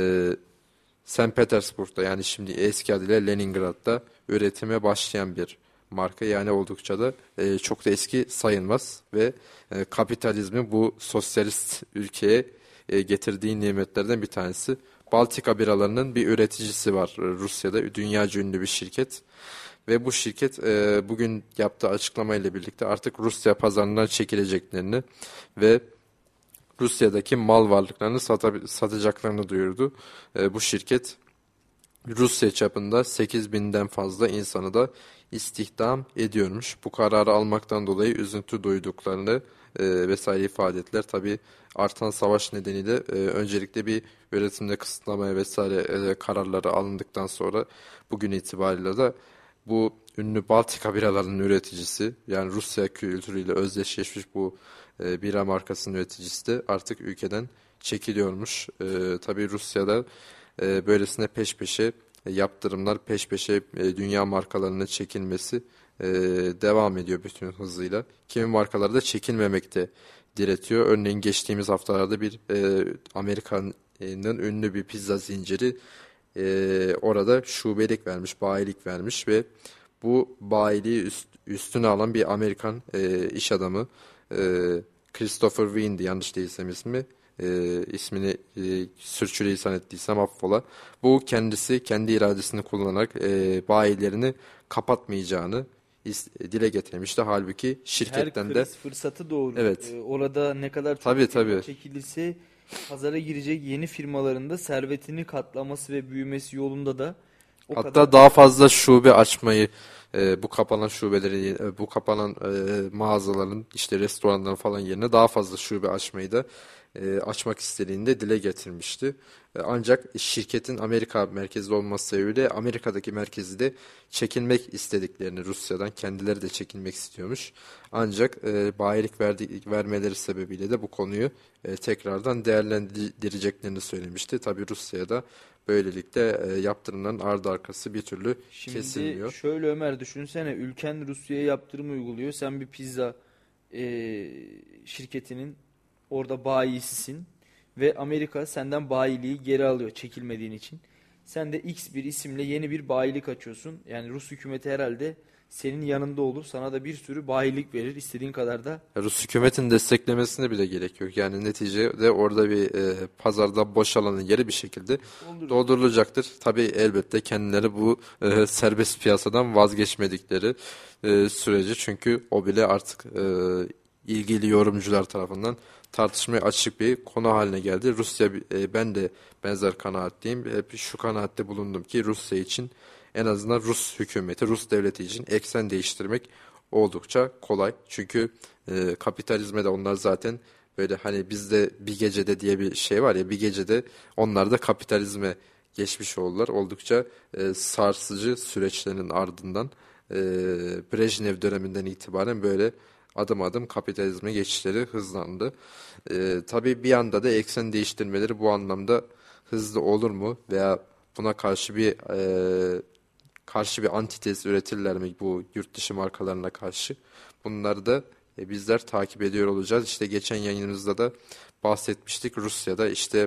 Saint Petersburg'da, yani şimdi eski adıyla Leningrad'da üretime başlayan bir marka. Yani oldukça da e, çok da eski sayılmaz ve e, kapitalizmin bu sosyalist ülkeye e, getirdiği nimetlerden bir tanesi. Baltika biralarının bir üreticisi var Rusya'da, dünyaca ünlü bir şirket. Ve bu şirket e, bugün yaptığı açıklamayla birlikte artık Rusya pazarından çekileceklerini ve Rusya'daki mal varlıklarını sata- satacaklarını duyurdu. E, bu şirket Rusya çapında sekiz binden fazla insanı da istihdam ediyormuş. Bu kararı almaktan dolayı üzüntü duyduklarını e, vesaire ifade ettiler. Tabii artan savaş nedeniyle e, öncelikle bir üretimde kısıtlamaya vesaire e, kararları alındıktan sonra bugün itibariyle de bu ünlü Baltika biralarının üreticisi, yani Rusya kültürüyle özdeşleşmiş bu e, bira markasının üreticisi de artık ülkeden çekiliyormuş. E, tabii Rusya'da e, böylesine peş peşe e, yaptırımlar, peş peşe e, dünya markalarının çekilmesi e, devam ediyor bütün hızıyla. Kimi markalar da çekilmemekte diretiyor. Örneğin geçtiğimiz haftalarda bir e, Amerika'nın ünlü bir pizza zinciri e, orada şubelik vermiş, bayilik vermiş ve bu bayiliği üst, üstüne alan bir Amerikan e, iş adamı, e, Christopher Wynn, yanlış değilsem ismi, e, ismini e, sürçülisan ettiysem affola. Bu kendisi kendi iradesini kullanarak e, bayilerini kapatmayacağını is- dile getirmişti. Halbuki şirketten Her de kriz fırsatı doğurur. Evet. Ee, orada ne kadar çok Tabii, firma tabii. çekilirse pazara girecek yeni firmaların da servetini katlaması ve büyümesi yolunda da o Hatta kadar daha fazla şube açmayı, e, bu kapanan şubeleri, e, bu kapanan e, mağazaların, işte restoranların falan yerine daha fazla şube açmayı da e, açmak istediğini de dile getirmişti. E, ancak şirketin Amerika merkezli olması sebebiyle Amerika'daki merkezi de çekilmek istediklerini, Rusya'dan kendileri de çekilmek istiyormuş. Ancak e, bayilik verdi, vermeleri sebebiyle de bu konuyu e, tekrardan değerlendireceklerini söylemişti. Tabii Rusya'da böylelikle e, yaptırımların ardı arkası bir türlü Şimdi kesilmiyor. şöyle Ömer, düşünsene, ülken Rusya'ya yaptırım uyguluyor. Sen bir pizza e, şirketinin orada bayisisin ve Amerika senden bayiliği geri alıyor çekilmediğin için. Sen de X bir isimle yeni bir bayilik açıyorsun. Yani Rus hükümeti herhalde senin yanında olur. Sana da bir sürü bayilik verir. İstediğin kadar da. Rus hükümetin desteklemesine bile gerek yok. Yani neticede orada bir e, pazarda boşalan yeri bir şekilde Doldurur. doldurulacaktır. Tabii elbette kendileri bu e, serbest piyasadan vazgeçmedikleri e, sürece, çünkü o bile artık e, ilgili yorumcular tarafından tartışmaya açık bir konu haline geldi. Rusya, e, ben de benzer kanaatteyim. Hep şu kanaatte bulundum ki Rusya için, en azından Rus hükümeti, Rus devleti için eksen değiştirmek oldukça kolay. Çünkü e, kapitalizme de onlar zaten böyle, hani bizde bir gecede diye bir şey var ya, bir gecede onlar da kapitalizme geçmiş oldular. Oldukça e, sarsıcı süreçlerin ardından e, Brejnev döneminden itibaren böyle adım adım kapitalizme geçişleri hızlandı. E, tabii bir yanda da eksen değiştirmeleri bu anlamda hızlı olur mu veya buna karşı bir e, karşı bir antitez üretirler mi bu yurt dışı markalarına karşı? Bunları da e, bizler takip ediyor olacağız. İşte geçen yayınımızda da bahsetmiştik. Rusya'da işte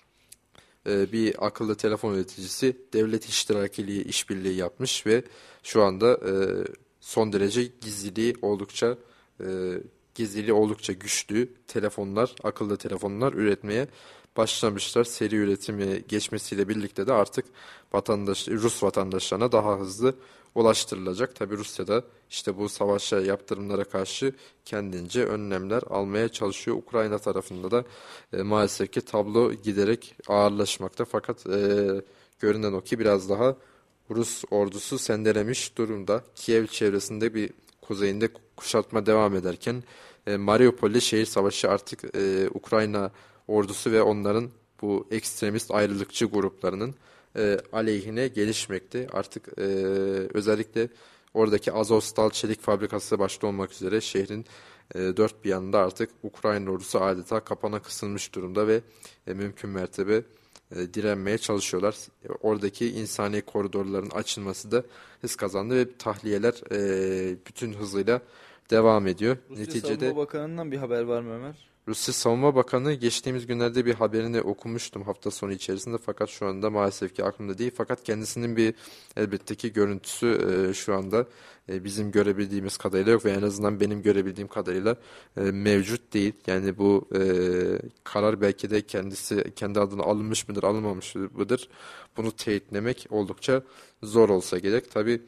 e, bir akıllı telefon üreticisi devlet iştirakiyle işbirliği yapmış ve şu anda e, son derece gizliliği oldukça e, gizliliği oldukça güçlü telefonlar, akıllı telefonlar üretmeye başlamışlar. Seri üretimi geçmesiyle birlikte de artık vatandaş, Rus vatandaşlarına daha hızlı ulaştırılacak. Tabi Rusya'da işte bu savaşa, yaptırımlara karşı kendince önlemler almaya çalışıyor. Ukrayna tarafında da e, maalesef ki tablo giderek ağırlaşmakta. Fakat e, görünen o ki biraz daha Rus ordusu sendelemiş durumda. Kiev çevresinde bir kuzeyinde kuşatma devam ederken e, Mariupol'de şehir savaşı artık e, Ukrayna ordusu ve onların bu ekstremist ayrılıkçı gruplarının e, aleyhine gelişmekte. Artık e, özellikle oradaki Azovstal çelik fabrikası başta olmak üzere şehrin e, dört bir yanında artık Ukrayna ordusu adeta kapana kısılmış durumda ve e, mümkün mertebe e, direnmeye çalışıyorlar. Oradaki insani koridorların açılması da hız kazandı ve tahliyeler e, bütün hızıyla devam ediyor. Rusya Neticede Savunma Bakanı'ndan bir haber var mı Ömer? Rusya Savunma Bakanı geçtiğimiz günlerde bir haberini okumuştum hafta sonu içerisinde, fakat şu anda maalesef ki aklımda değil. Fakat kendisinin bir elbette ki görüntüsü e, şu anda e, bizim görebildiğimiz kadarıyla yok ve en azından benim görebildiğim kadarıyla e, mevcut değil. Yani bu e, karar belki de kendisi kendi adına alınmış mıdır, alınmamış mıdır, bunu teyitlemek oldukça zor olsa gerek. Tabii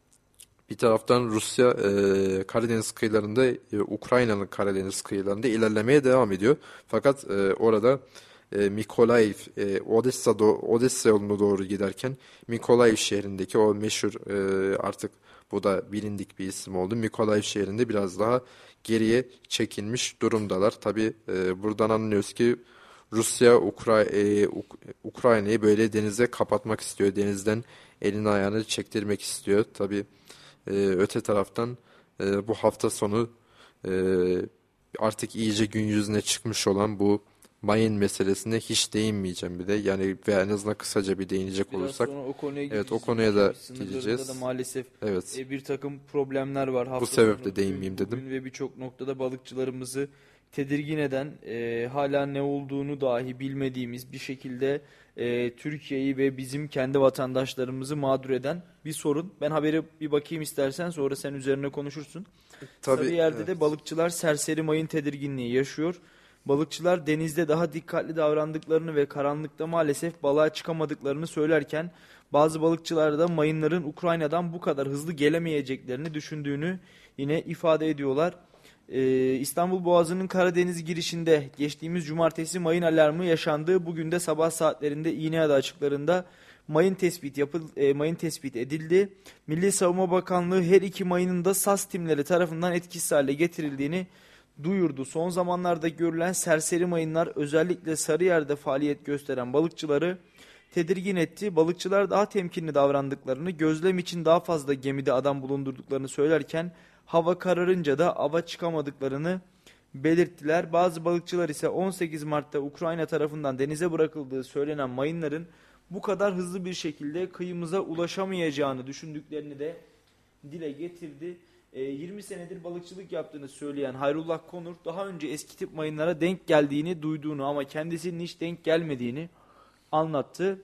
bir taraftan Rusya e, Karadeniz kıyılarında, e, Ukrayna'nın Karadeniz kıyılarında ilerlemeye devam ediyor. Fakat e, orada e, Mykolaiv, e, Odessa, do- Odessa yoluna doğru giderken Mykolaiv şehrindeki o meşhur e, artık bu da bilindik bir isim oldu. Mykolaiv şehrinde biraz daha geriye çekilmiş durumdalar. Tabii e, buradan anlıyoruz ki Rusya Ukra- e, Uk- Ukrayna'yı böyle denize kapatmak istiyor. Denizden elini ayağını çektirmek istiyor. Tabii Ee, öte taraftan e, bu hafta sonu e, artık iyice gün yüzüne çıkmış olan bu mayın meselesine hiç değinmeyeceğim bile. Yani ve en azından kısaca bir değinecek Biraz olursak. sonra o konuya Evet, gireceğiz. o konuya da Sınırlarında gireceğiz. da maalesef Evet. e, bir takım problemler var. Hafta Bu sebeple sonu değinmeyeyim bugün dedim. Ve birçok noktada balıkçılarımızı tedirgin eden, e, hala ne olduğunu dahi bilmediğimiz bir şekilde e, Türkiye'yi ve bizim kendi vatandaşlarımızı mağdur eden bir sorun. Ben haberi bir bakayım istersen, sonra sen üzerine konuşursun. Tabii, Sarıyer'de evet. de balıkçılar serseri mayın tedirginliği yaşıyor. Balıkçılar denizde daha dikkatli davrandıklarını ve karanlıkta maalesef balığa çıkamadıklarını söylerken, bazı balıkçılar da mayınların Ukrayna'dan bu kadar hızlı gelemeyeceklerini düşündüğünü yine ifade ediyorlar. Ee, İstanbul Boğazı'nın Karadeniz girişinde geçtiğimiz cumartesi mayın alarmı yaşandı. Bugün de sabah saatlerinde İğneada açıklarında mayın tespit yapıl e, mayın tespit edildi. Milli Savunma Bakanlığı her iki mayının da S A S timleri tarafından etkisiz hale getirildiğini duyurdu. Son zamanlarda görülen serseri mayınlar özellikle Sarıyer'de faaliyet gösteren balıkçıları tedirgin etti. Balıkçılar daha temkinli davrandıklarını, gözlem için daha fazla gemide adam bulundurduklarını söylerken, hava kararınca da ava çıkamadıklarını belirttiler. Bazı balıkçılar ise on sekiz Mart'ta Ukrayna tarafından denize bırakıldığı söylenen mayınların bu kadar hızlı bir şekilde kıyımıza ulaşamayacağını düşündüklerini de dile getirdi. E, yirmi senedir balıkçılık yaptığını söyleyen Hayrullah Konur, daha önce eski tip mayınlara denk geldiğini duyduğunu ama kendisinin hiç denk gelmediğini anlattı.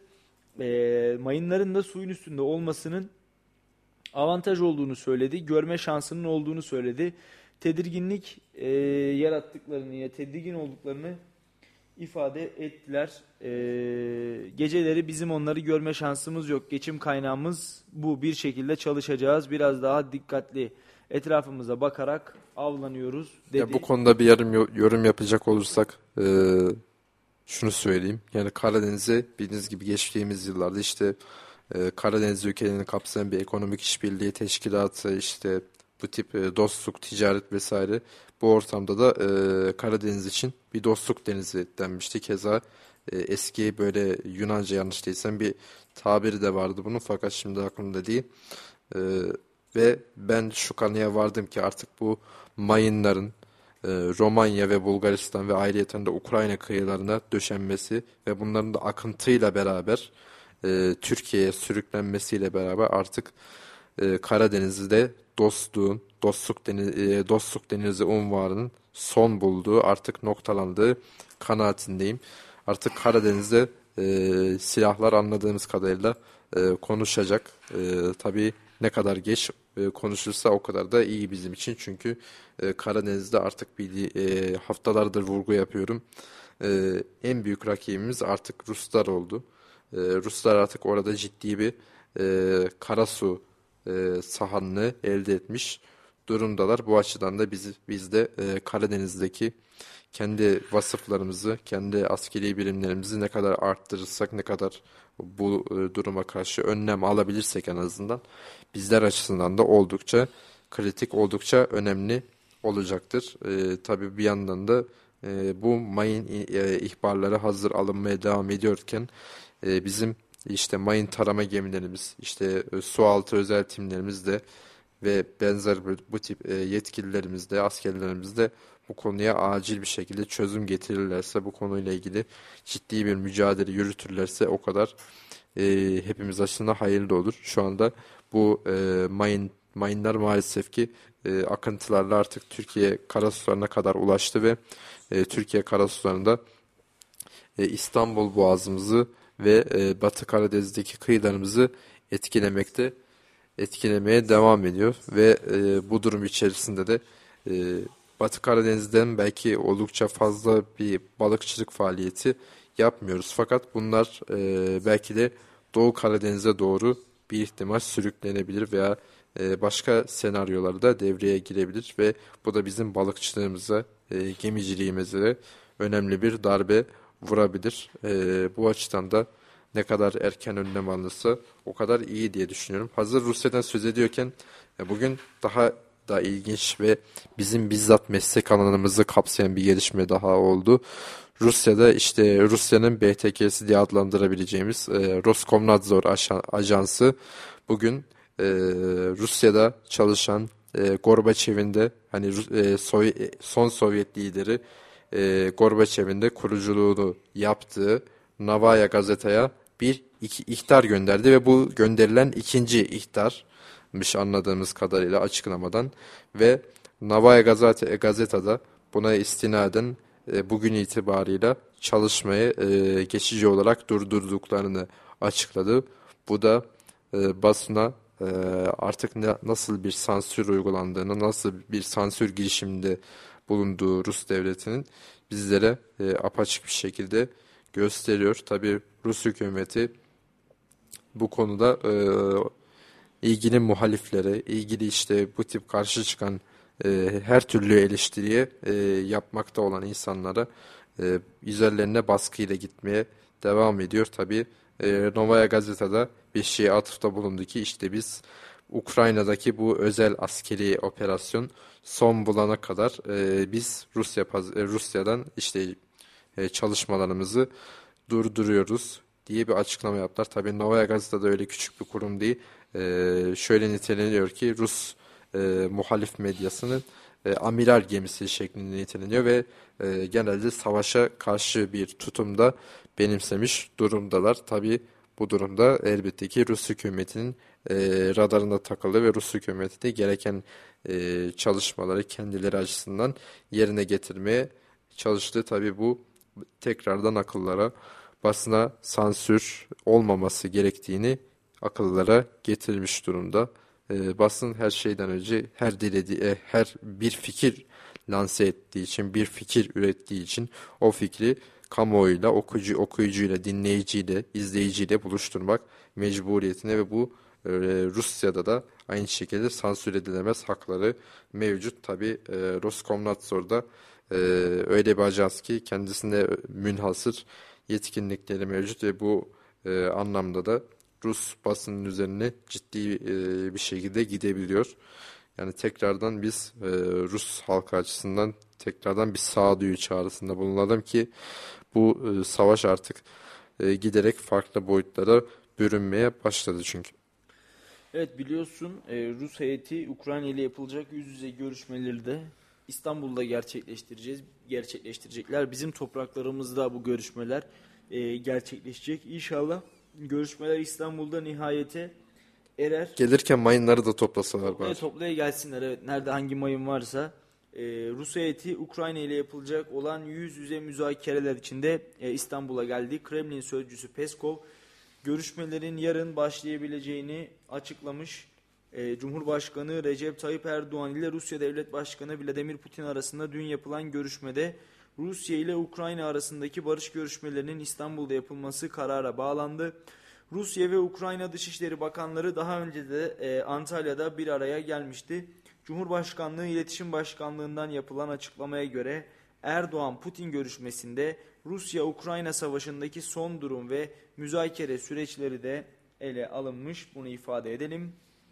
E, mayınların da suyun üstünde olmasının avantaj olduğunu söyledi. Görme şansının olduğunu söyledi. Tedirginlik e, yarattıklarını, ya tedirgin olduklarını ifade ettiler. E, geceleri bizim onları görme şansımız yok. Geçim kaynağımız bu. Bir şekilde çalışacağız. Biraz daha dikkatli etrafımıza bakarak avlanıyoruz dedi. Ya bu konuda bir yarım yorum yapacak olursak e, şunu söyleyeyim. Yani Karadeniz'e bildiğiniz gibi geçtiğimiz yıllarda işte e, Karadeniz ülkelerini kapsayan bir ekonomik işbirliği teşkilatı, işte bu tip e, dostluk, ticaret vesaire, bu ortamda da e, Karadeniz için bir dostluk denizi denmişti. Keza e, eski böyle Yunanca, yanlış değilsem, bir tabiri de vardı bunun, fakat şimdi aklımda değil. E, ve ben şu kanıya vardım ki artık bu mayınların e, Romanya ve Bulgaristan ve ayrıyeten de Ukrayna kıyılarına döşenmesi ve bunların da akıntıyla beraber e, Türkiye'ye sürüklenmesiyle beraber artık e, Karadeniz'de dostluğun, dostluk denizi, dostluk denizi unvanının son bulduğu, artık noktalandığı kanaatindeyim. Artık Karadeniz'de e, silahlar anladığımız kadarıyla e, konuşacak. E, tabii ne kadar geç e, konuşursa o kadar da iyi bizim için. Çünkü e, Karadeniz'de artık bir e, haftalardır vurgu yapıyorum. E, en büyük rakibimiz artık Ruslar oldu. E, Ruslar artık orada ciddi bir e, karasu e, sahanlığı elde etmiş durumdalar. Bu açıdan da biz, biz de e, Karadeniz'deki kendi vasıflarımızı, kendi askeri birimlerimizi ne kadar arttırırsak, ne kadar bu e, duruma karşı önlem alabilirsek en azından bizler açısından da oldukça kritik, oldukça önemli olacaktır. E, tabii bir yandan da e, bu mayın e, ihbarları hazır alınmaya devam ediyorken e, bizim işte mayın tarama gemilerimiz, işte e, sualtı özel timlerimiz de ve benzer bu, bu tip e, yetkililerimiz de, askerlerimiz de bu konuya acil bir şekilde çözüm getirirlerse, bu konuyla ilgili ciddi bir mücadele yürütürlerse o kadar e, hepimiz açısından hayırlı olur. Şu anda bu e, mayın mayınlar maalesef ki e, akıntılarla artık Türkiye karasularına kadar ulaştı ve e, Türkiye karasularında e, İstanbul Boğazımızı ve e, Batı Karadeniz'deki kıyılarımızı etkilemekte, etkilemeye devam ediyor ve e, bu durum içerisinde de e, Batı Karadeniz'den belki oldukça fazla bir balıkçılık faaliyeti yapmıyoruz. Fakat bunlar e, belki de Doğu Karadeniz'e doğru bir ihtimal sürüklenebilir veya e, başka senaryolarda devreye girebilir ve bu da bizim balıkçılığımıza, e, gemiciliğimize de önemli bir darbe vurabilir. E, bu açıdan da ne kadar erken önlem alınırsa o kadar iyi diye düşünüyorum. Hazır Rusya'dan söz ediyorken e, bugün daha da ilginç ve bizim bizzat meslek alanımızı kapsayan bir gelişme daha oldu. Rusya'da işte Rusya'nın B T K'si diye adlandırabileceğimiz e, Roskomnadzor ajansı bugün e, Rusya'da çalışan e, Gorbaçev'in de hani e, Soy, son Sovyet lideri e, Gorbaçev'in de kuruculuğunu yaptığı Novaya Gazeta'ya bir iki, ihtar gönderdi ve bu gönderilen ikinci ihtarmış anladığımız kadarıyla açıklamadan ve Novaya Gazeta, Gazeta'da buna istinaden e, bugün itibarıyla çalışmayı e, geçici olarak durdurduklarını açıkladı. Bu da e, basına e, artık ne, nasıl bir sansür uygulandığını, nasıl bir sansür girişiminde bulunduğu Rus devletinin bizlere e, apaçık bir şekilde gösteriyor. Tabii Rus hükümeti bu konuda e, ilgili muhaliflere, ilgili işte bu tip karşı çıkan e, her türlü eleştiriye e, yapmakta olan insanlara e, üzerlerine baskıyla gitmeye devam ediyor. Tabii e, Novaya Gazeta'da bir şeye atıfta bulundu ki işte biz Ukrayna'daki bu özel askeri operasyon son bulana kadar e, biz Rusya Rusya'dan işte e, çalışmalarımızı durduruyoruz diye bir açıklama yaptılar. Tabii Novaya Gazeta'da öyle küçük bir kurum değil. E, şöyle niteleniyor ki Rus e, muhalif medyasının e, amiral gemisi şeklinde niteleniyor ve e, genelde savaşa karşı bir tutumda benimsemiş durumdalar. Tabii bu durumda elbette ki Rus hükümetinin e, radarına takıldı ve Rus hükümeti de gereken e, çalışmaları kendileri açısından yerine getirmeye çalıştı. Tabii bu tekrardan akıllara, basına sansür olmaması gerektiğini akıllara getirmiş durumda. E, basın her şeyden önce her dilediği, her bir fikir lanse ettiği için, bir fikir ürettiği için o fikri kamuoyuyla, okuyucu, okuyucuyla, dinleyiciyle, izleyiciyle buluşturmak mecburiyetine ve bu e, Rusya'da da aynı şekilde sansür edilemez hakları mevcut. Tabii e, Roskomnadzor'da e, öyle bir ajans ki kendisinde münhasır yetkinlikleri mevcut ve bu e, anlamda da Rus basının üzerine ciddi e, bir şekilde gidebiliyor. Yani tekrardan biz e, Rus halkı açısından tekrardan bir sağduyu çağrısında bulunalım ki bu e, savaş artık e, giderek farklı boyutlara bürünmeye başladı çünkü. Evet biliyorsun e, Rus heyeti Ukrayna ile yapılacak yüz yüze görüşmeleri de İstanbul'da gerçekleştireceğiz, gerçekleştirecekler. Bizim topraklarımızda bu görüşmeler e, gerçekleşecek. İnşallah görüşmeler İstanbul'da nihayete erer. Gelirken mayınları da toplasalar bari. Toplaya toplaya gelsinler. Evet, nerede hangi mayın varsa. Ee, Rus heyeti Ukrayna ile yapılacak olan yüz yüze müzakereler içinde e, İstanbul'a geldi. Kremlin sözcüsü Peskov görüşmelerin yarın başlayabileceğini açıklamış. E, Cumhurbaşkanı Recep Tayyip Erdoğan ile Rusya Devlet Başkanı Vladimir Putin arasında dün yapılan görüşmede Rusya ile Ukrayna arasındaki barış görüşmelerinin İstanbul'da yapılması karara bağlandı. Rusya ve Ukrayna Dışişleri Bakanları daha önce de e, Antalya'da bir araya gelmişti. Cumhurbaşkanlığı İletişim Başkanlığı'ndan yapılan açıklamaya göre Erdoğan-Putin görüşmesinde Rusya-Ukrayna savaşındaki son durum ve müzakere süreçleri de ele alınmış. Bunu ifade edelim.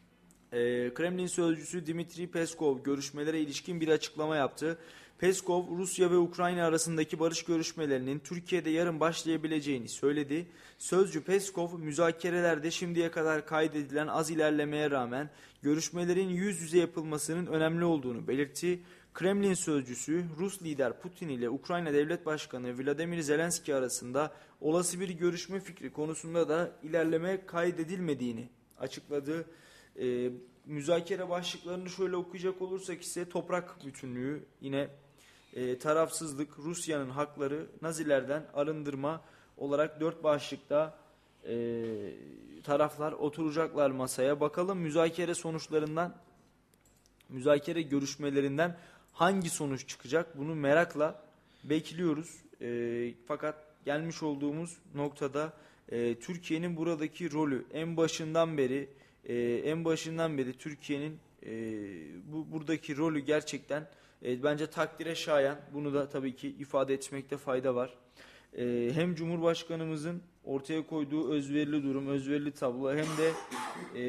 E, Kremlin sözcüsü Dmitri Peskov görüşmelere ilişkin bir açıklama yaptı. Peskov, Rusya ve Ukrayna arasındaki barış görüşmelerinin Türkiye'de yarın başlayabileceğini söyledi. Sözcü Peskov, müzakerelerde şimdiye kadar kaydedilen az ilerlemeye rağmen görüşmelerin yüz yüze yapılmasının önemli olduğunu belirtti. Kremlin sözcüsü Rus lider Putin ile Ukrayna Devlet Başkanı Vladimir Zelenski arasında olası bir görüşme fikri konusunda da ilerleme kaydedilmediğini açıkladı. E, müzakere başlıklarını şöyle okuyacak olursak ise toprak bütünlüğü, yine e, tarafsızlık, Rusya'nın hakları, Nazilerden arındırma olarak dört başlıkta e, taraflar oturacaklar masaya. Bakalım müzakere sonuçlarından, müzakere görüşmelerinden hangi sonuç çıkacak? Bunu merakla bekliyoruz. E, fakat gelmiş olduğumuz noktada e, Türkiye'nin buradaki rolü en başından beri e, en başından beri Türkiye'nin e, bu buradaki rolü gerçekten e, bence takdire şayan. Bunu da tabii ki ifade etmekte fayda var. E, hem Cumhurbaşkanımızın ortaya koyduğu özverili durum, özverili tablo, hem de e,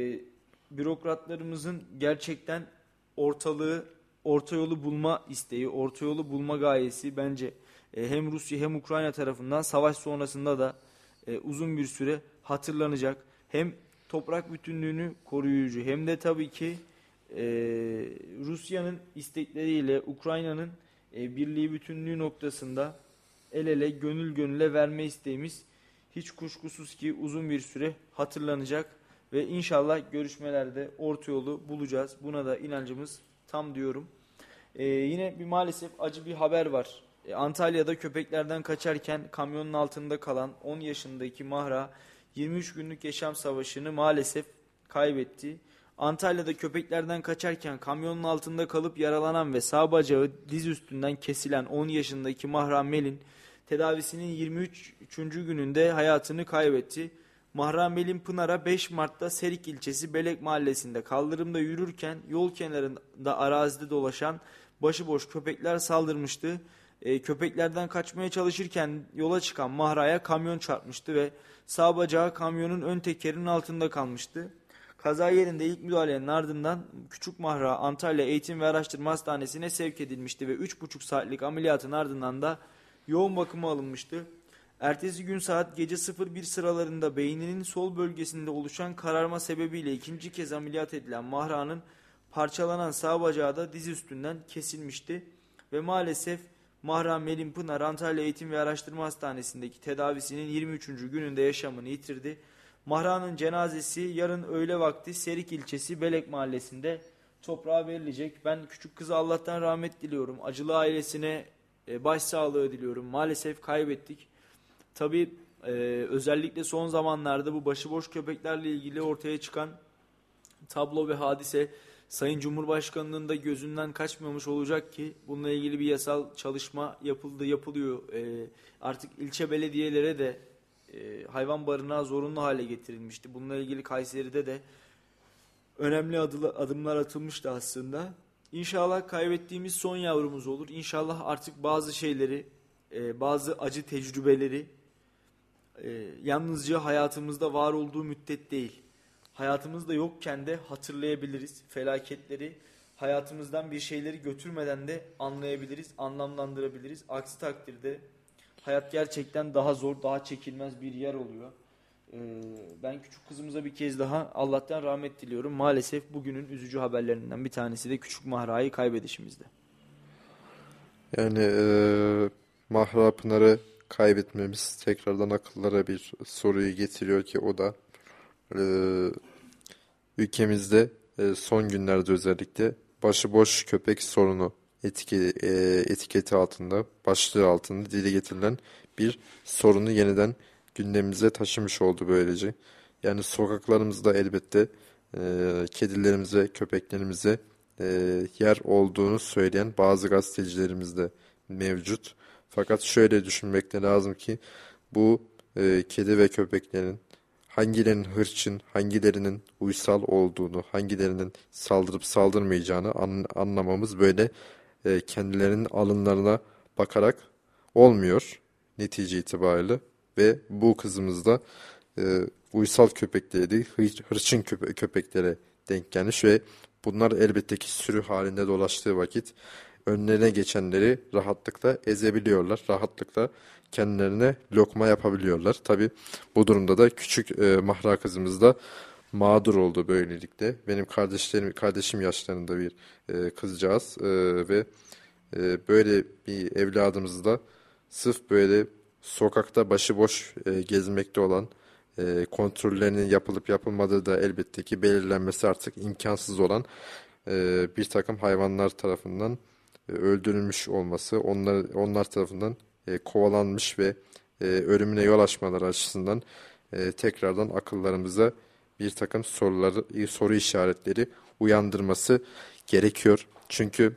bürokratlarımızın gerçekten ortalığı, orta yolu bulma isteği, orta yolu bulma gayesi bence e, hem Rusya hem Ukrayna tarafından savaş sonrasında da e, uzun bir süre hatırlanacak. Hem toprak bütünlüğünü koruyucu hem de tabii ki e, Rusya'nın istekleriyle Ukrayna'nın e, birliği bütünlüğü noktasında el ele gönül gönüle verme isteğimiz hiç kuşkusuz ki uzun bir süre hatırlanacak ve inşallah görüşmelerde orta yolu bulacağız. Buna da inancımız tam diyorum. Ee, yine bir maalesef acı bir haber var. Ee, Antalya'da köpeklerden kaçarken kamyonun altında kalan on yaşındaki Mahra yirmi üç günlük yaşam savaşını maalesef kaybetti. Antalya'da köpeklerden kaçarken kamyonun altında kalıp yaralanan ve sağ bacağı diz üstünden kesilen on yaşındaki Mahra Melin tedavisinin yirmi üçüncü gününde hayatını kaybetti. Mahra Melin Pınar'a beş Mart'ta Serik ilçesi Belek mahallesinde kaldırımda yürürken yol kenarında arazide dolaşan başıboş köpekler saldırmıştı. E, köpeklerden kaçmaya çalışırken yola çıkan Mahra'ya kamyon çarpmıştı ve sağ bacağı kamyonun ön tekerinin altında kalmıştı. Kaza yerinde ilk müdahalenin ardından küçük Mahra Antalya Eğitim ve Araştırma Hastanesi'ne sevk edilmişti ve üç buçuk saatlik ameliyatın ardından da yoğun bakıma alınmıştı. Ertesi gün saat gece sıfır bir sıralarında beyninin sol bölgesinde oluşan kararma sebebiyle ikinci kez ameliyat edilen Mahra'nın parçalanan sağ bacağı da diz üstünden kesilmişti. Ve maalesef Mahra Melin Pınar Antalya Eğitim ve Araştırma Hastanesi'ndeki tedavisinin yirmi üçüncü gününde yaşamını yitirdi. Mahra'nın cenazesi yarın öğle vakti Serik ilçesi Belek mahallesinde toprağa verilecek. Ben küçük kızı Allah'tan rahmet diliyorum. Acılı ailesine başsağlığı diliyorum. Maalesef kaybettik. Tabii e, özellikle son zamanlarda bu başıboş köpeklerle ilgili ortaya çıkan tablo ve hadise Sayın Cumhurbaşkanı'nın da gözünden kaçmamış olacak ki bununla ilgili bir yasal çalışma yapıldı, yapılıyor. E, artık ilçe belediyelere de e, hayvan barınağı zorunlu hale getirilmişti. Bununla ilgili Kayseri'de de önemli adımlar atılmıştı aslında. İnşallah kaybettiğimiz son yavrumuz olur. İnşallah artık bazı şeyleri, e, bazı acı tecrübeleri e, yalnızca hayatımızda var olduğu müddet değil, hayatımızda yokken de hatırlayabiliriz. Felaketleri hayatımızdan bir şeyleri götürmeden de anlayabiliriz, anlamlandırabiliriz. Aksi takdirde hayat gerçekten daha zor, daha çekilmez bir yer oluyor. Ben küçük kızımıza bir kez daha Allah'tan rahmet diliyorum. Maalesef bugünün üzücü haberlerinden bir tanesi de küçük Mahra'yı kaybedişimizde. Yani e, Mahra Pınar'ı kaybetmemiz tekrardan akıllara bir soruyu getiriyor ki o da e, ülkemizde e, son günlerde özellikle başıboş köpek sorunu etiki, e, etiketi altında, başlığı altında dile getirilen bir sorunu yeniden gündemimize taşımış oldu böylece. Yani sokaklarımızda elbette e, kedilerimize, köpeklerimize e, yer olduğunu söyleyen bazı gazetecilerimiz de mevcut. Fakat şöyle düşünmek de lazım ki bu e, kedi ve köpeklerin hangilerinin hırçın, hangilerinin uysal olduğunu, hangilerinin saldırıp saldırmayacağını an, anlamamız böyle e, kendilerinin alınlarına bakarak olmuyor netice itibariyle. Ve bu kızımız da e, uysal köpekleri değil, hırçın köpe köpeklere denk gelmiş ve bunlar elbette ki sürü halinde dolaştığı vakit önlerine geçenleri rahatlıkla ezebiliyorlar. Rahatlıkla kendilerine lokma yapabiliyorlar. Tabi bu durumda da küçük e, Mahra kızımız da mağdur oldu böylelikle. Benim kardeşlerim kardeşim yaşlarında bir e, kızcağız e, ve e, böyle bir evladımız da sırf böyle sokakta başıboş e, gezmekte olan, e, kontrollerinin yapılıp yapılmadığı da elbette ki belirlenmesi artık imkansız olan e, bir takım hayvanlar tarafından e, öldürülmüş olması, onlar onlar tarafından e, kovalanmış ve e, ölümüne yol açmaları açısından e, tekrardan akıllarımıza bir takım soruları, soru işaretleri uyandırması gerekiyor. Çünkü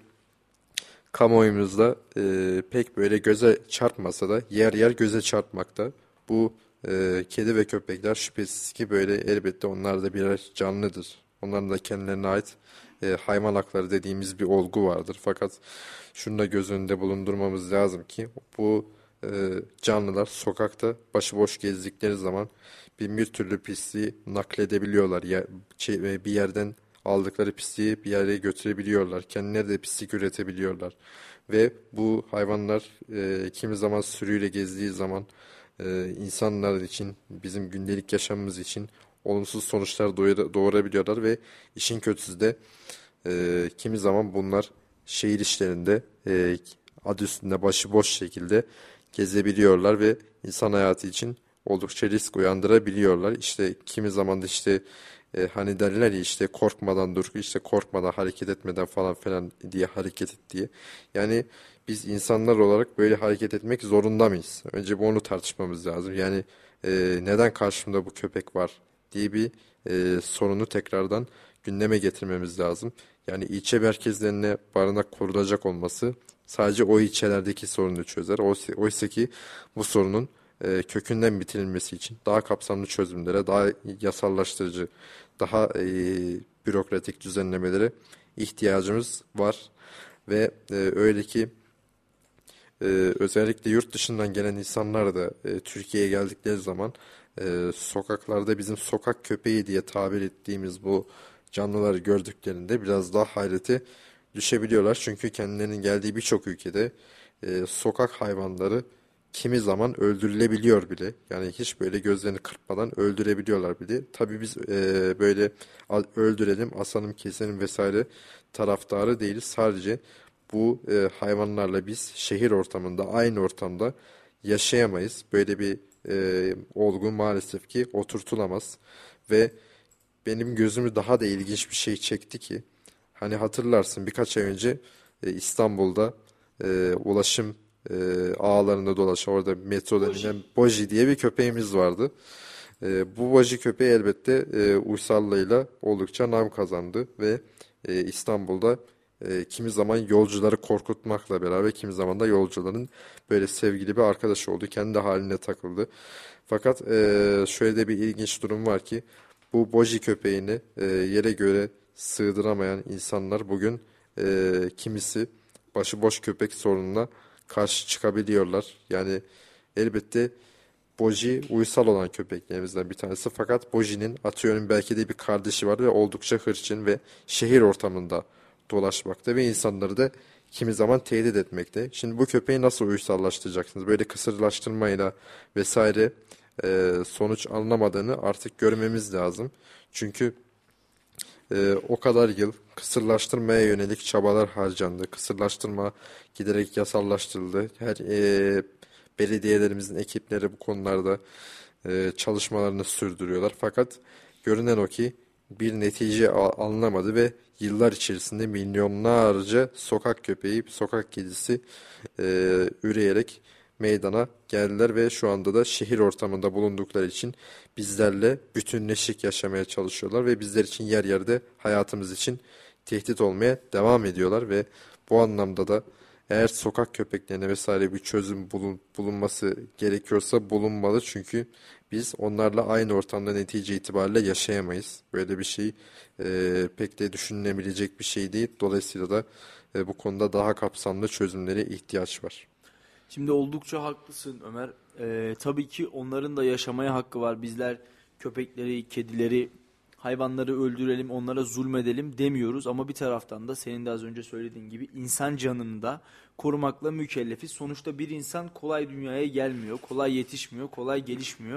kamuoyumuzda e, pek böyle göze çarpmasa da yer yer göze çarpmakta. Bu e, kedi ve köpekler şüphesiz ki böyle elbette onlar da birer canlıdır. Onların da kendilerine ait e, hayvan hakları dediğimiz bir olgu vardır. Fakat şunu da göz önünde bulundurmamız lazım ki bu e, canlılar sokakta başıboş gezdikleri zaman bin bir türlü pisliği nakledebiliyorlar. Ya, şey, bir yerden aldıkları pisliği bir yere götürebiliyorlar. Kendileri de pislik üretebiliyorlar. Ve bu hayvanlar e, kimi zaman sürüyle gezdiği zaman e, insanlar için, bizim gündelik yaşamımız için olumsuz sonuçlar doğurabiliyorlar ve işin kötüsü de e, kimi zaman bunlar şehir işlerinde e, adı üstünde başıboş şekilde gezebiliyorlar ve insan hayatı için oldukça risk uyandırabiliyorlar. İşte kimi zaman da işte e, hani derler ya işte korkmadan dur, işte korkmadan hareket etmeden falan filan diye hareket et diye. Yani biz insanlar olarak böyle hareket etmek zorunda mıyız? Önce bu onu tartışmamız lazım. Yani e, neden karşımda bu köpek var diye bir e, sorunu tekrardan gündeme getirmemiz lazım. Yani ilçe merkezlerine barınak kurulacak olması sadece o ilçelerdeki sorunu çözer. Oysa ki bu sorunun e, kökünden bitirilmesi için daha kapsamlı çözümlere, daha yasallaştırıcı, daha e, bürokratik düzenlemelere ihtiyacımız var. Ve e, öyle ki e, özellikle yurt dışından gelen insanlar da e, Türkiye'ye geldikleri zaman e, sokaklarda bizim sokak köpeği diye tabir ettiğimiz bu canlıları gördüklerinde biraz daha hayrete düşebiliyorlar. Çünkü kendilerinin geldiği birçok ülkede e, sokak hayvanları kimi zaman öldürülebiliyor bile. Yani hiç böyle gözlerini kırpmadan öldürebiliyorlar bile. Tabii biz e, böyle öldürelim, asalım, keselim vesaire taraftarı değiliz. Sadece bu e, hayvanlarla biz şehir ortamında, aynı ortamda yaşayamayız. Böyle bir e, olgu maalesef ki oturtulamaz. Ve benim gözümü daha da ilginç bir şey çekti ki, hani hatırlarsın birkaç ay önce e, İstanbul'da e, ulaşım e, ağlarında dolaşan, orada metro denilen Boji diye bir köpeğimiz vardı. E, bu Boji köpeği elbette e, uysallığıyla oldukça nam kazandı ve e, İstanbul'da e, kimi zaman yolcuları korkutmakla beraber kimi zaman da yolcuların böyle sevgili bir arkadaşı oldu. Kendi haline takıldı. Fakat e, şöyle de bir ilginç durum var ki, bu Boji köpeğini e, yere göre sığdıramayan insanlar bugün e, kimisi başıboş köpek sorununa karşı çıkabiliyorlar. Yani elbette Boji uysal olan köpeklerimizden bir tanesi. Fakat Boji'nin atıyorum belki de bir kardeşi var ve oldukça hırçın ve şehir ortamında dolaşmakta ve insanları da kimi zaman tehdit etmekte. Şimdi bu köpeği nasıl uysallaştıracaksınız? Böyle kısırlaştırmayla vesaire e, sonuç alınamadığını artık görmemiz lazım. Çünkü e, o kadar yıl kısırlaştırmaya yönelik çabalar harcandı. Kısırlaştırma giderek yasallaştırıldı. Her e, belediyelerimizin ekipleri bu konularda e, çalışmalarını sürdürüyorlar. Fakat görünen o ki bir netice alınamadı ve yıllar içerisinde milyonlarca sokak köpeği, sokak kedisi e, üreyerek meydana geldiler ve şu anda da şehir ortamında bulundukları için bizlerle bütünleşik yaşamaya çalışıyorlar ve bizler için yer yerde hayatımız için tehdit olmaya devam ediyorlar ve bu anlamda da eğer sokak köpeklerine vesaire bir çözüm bulun, bulunması gerekiyorsa bulunmalı. Çünkü biz onlarla aynı ortamda netice itibariyle yaşayamayız. Böyle bir şey e, pek de düşünülebilecek bir şey değil. Dolayısıyla da e, bu konuda daha kapsamlı çözümlere ihtiyaç var. Şimdi oldukça haklısın Ömer. Ee, tabii ki onların da yaşamaya hakkı var. Bizler köpekleri, kedileri, hayvanları öldürelim, onlara zulmedelim demiyoruz. Ama bir taraftan da senin de az önce söylediğin gibi insan canını da korumakla mükellefiz. Sonuçta bir insan kolay dünyaya gelmiyor, kolay yetişmiyor, kolay gelişmiyor.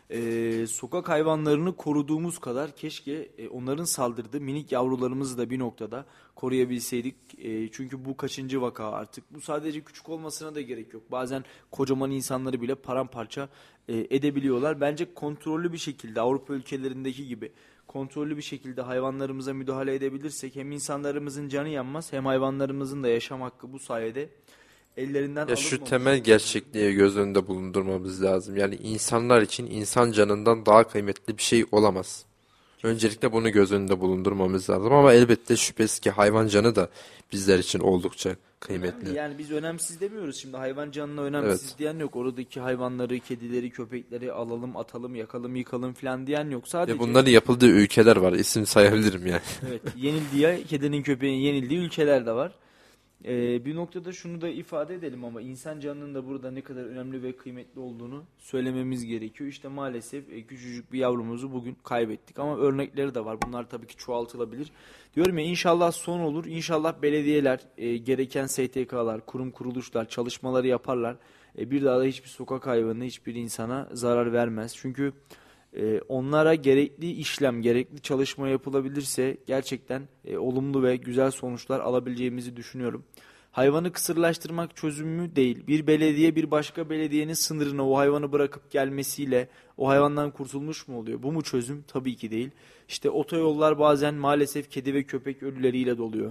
Ee, sokak hayvanlarını koruduğumuz kadar keşke e, onların saldırdığı minik yavrularımızı da bir noktada koruyabilseydik. E, çünkü bu kaçıncı vaka artık. Bu sadece küçük olmasına da gerek yok. Bazen kocaman insanları bile paramparça e, edebiliyorlar. Bence kontrollü bir şekilde Avrupa ülkelerindeki gibi kontrollü bir şekilde hayvanlarımıza müdahale edebilirsek hem insanlarımızın canı yanmaz hem hayvanlarımızın da yaşam hakkı bu sayede ellerinden Ya şu alınmamış. temel gerçekliği göz önünde bulundurmamız lazım. Yani insanlar için insan canından daha kıymetli bir şey olamaz. Öncelikle bunu göz önünde bulundurmamız lazım ama elbette şüphesiz ki hayvan canı da bizler için oldukça kıymetli. Önemli. Yani biz önemsiz demiyoruz şimdi, hayvan canına önemsiz Evet. diyen yok. Oradaki hayvanları, kedileri, köpekleri alalım, atalım, yakalım, yıkalım falan diyen yok. Sadece Ve bunların yapıldığı ülkeler var. İsim sayabilirim yani. evet, yenildiği, kedinin köpeğin yenildiği ülkeler de var. Ee, bir noktada şunu da ifade edelim ama insan canının da burada ne kadar önemli ve kıymetli olduğunu söylememiz gerekiyor. İşte maalesef e, küçücük bir yavrumuzu bugün kaybettik ama örnekleri de var. Bunlar tabii ki çoğaltılabilir. Diyorum ya, inşallah son olur. İnşallah belediyeler, e, gereken S T K'lar, kurum kuruluşlar çalışmaları yaparlar. E, bir daha da hiçbir sokak hayvanı, hiçbir insana zarar vermez. Çünkü e, onlara gerekli işlem, gerekli çalışma yapılabilirse gerçekten e, olumlu ve güzel sonuçlar alabileceğimizi düşünüyorum. Hayvanı kısırlaştırmak çözüm mü? Değil. Bir belediye bir başka belediyenin sınırına o hayvanı bırakıp gelmesiyle o hayvandan kurtulmuş mu oluyor? Bu mu çözüm? Tabii ki değil. İşte otoyollar bazen maalesef kedi ve köpek ölüleriyle doluyor.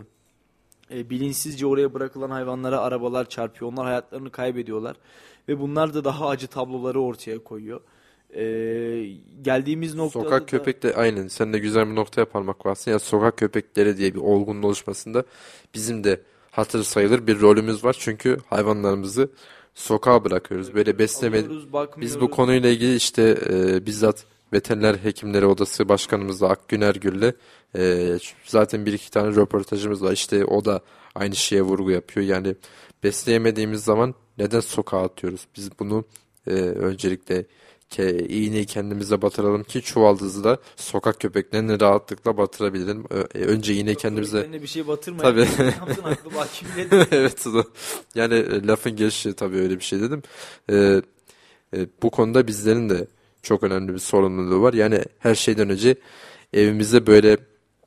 E, bilinçsizce oraya bırakılan hayvanlara arabalar çarpıyor. Onlar hayatlarını kaybediyorlar. Ve bunlar da daha acı tabloları ortaya koyuyor. E, geldiğimiz noktada Sokak da... köpek de aynen. Sen de güzel bir noktaya parmak varsın. Ya sokak köpekleri diye bir olgunun oluşmasında bizim de hatır sayılır bir rolümüz var. Çünkü hayvanlarımızı sokağa bırakıyoruz. Böyle besleme. Alıyoruz, bakmıyoruz. Biz bu konuyla ilgili işte e, bizzat Veteriner Hekimleri Odası Başkanımızla Akgüner Gül'le e, zaten bir iki tane röportajımız var. İşte o da aynı şeye vurgu yapıyor. Yani besleyemediğimiz zaman neden sokağa atıyoruz? Biz bunu e, öncelikle ke, iğneyi kendimize batıralım ki çuvaldızla sokak köpeklerini rahatlıkla batırabilelim. Ö- e, önce iğneyi kendimize... Köpeklerine bir şey batırmayın. Tabii. Yaptın aklı baki bile değil. Evet. o- Yani e, lafın gelişi tabii öyle bir şey dedim. E, e, bu konuda bizlerin de çok önemli bir sorumluluğu var. Yani her şeyden önce evimizde böyle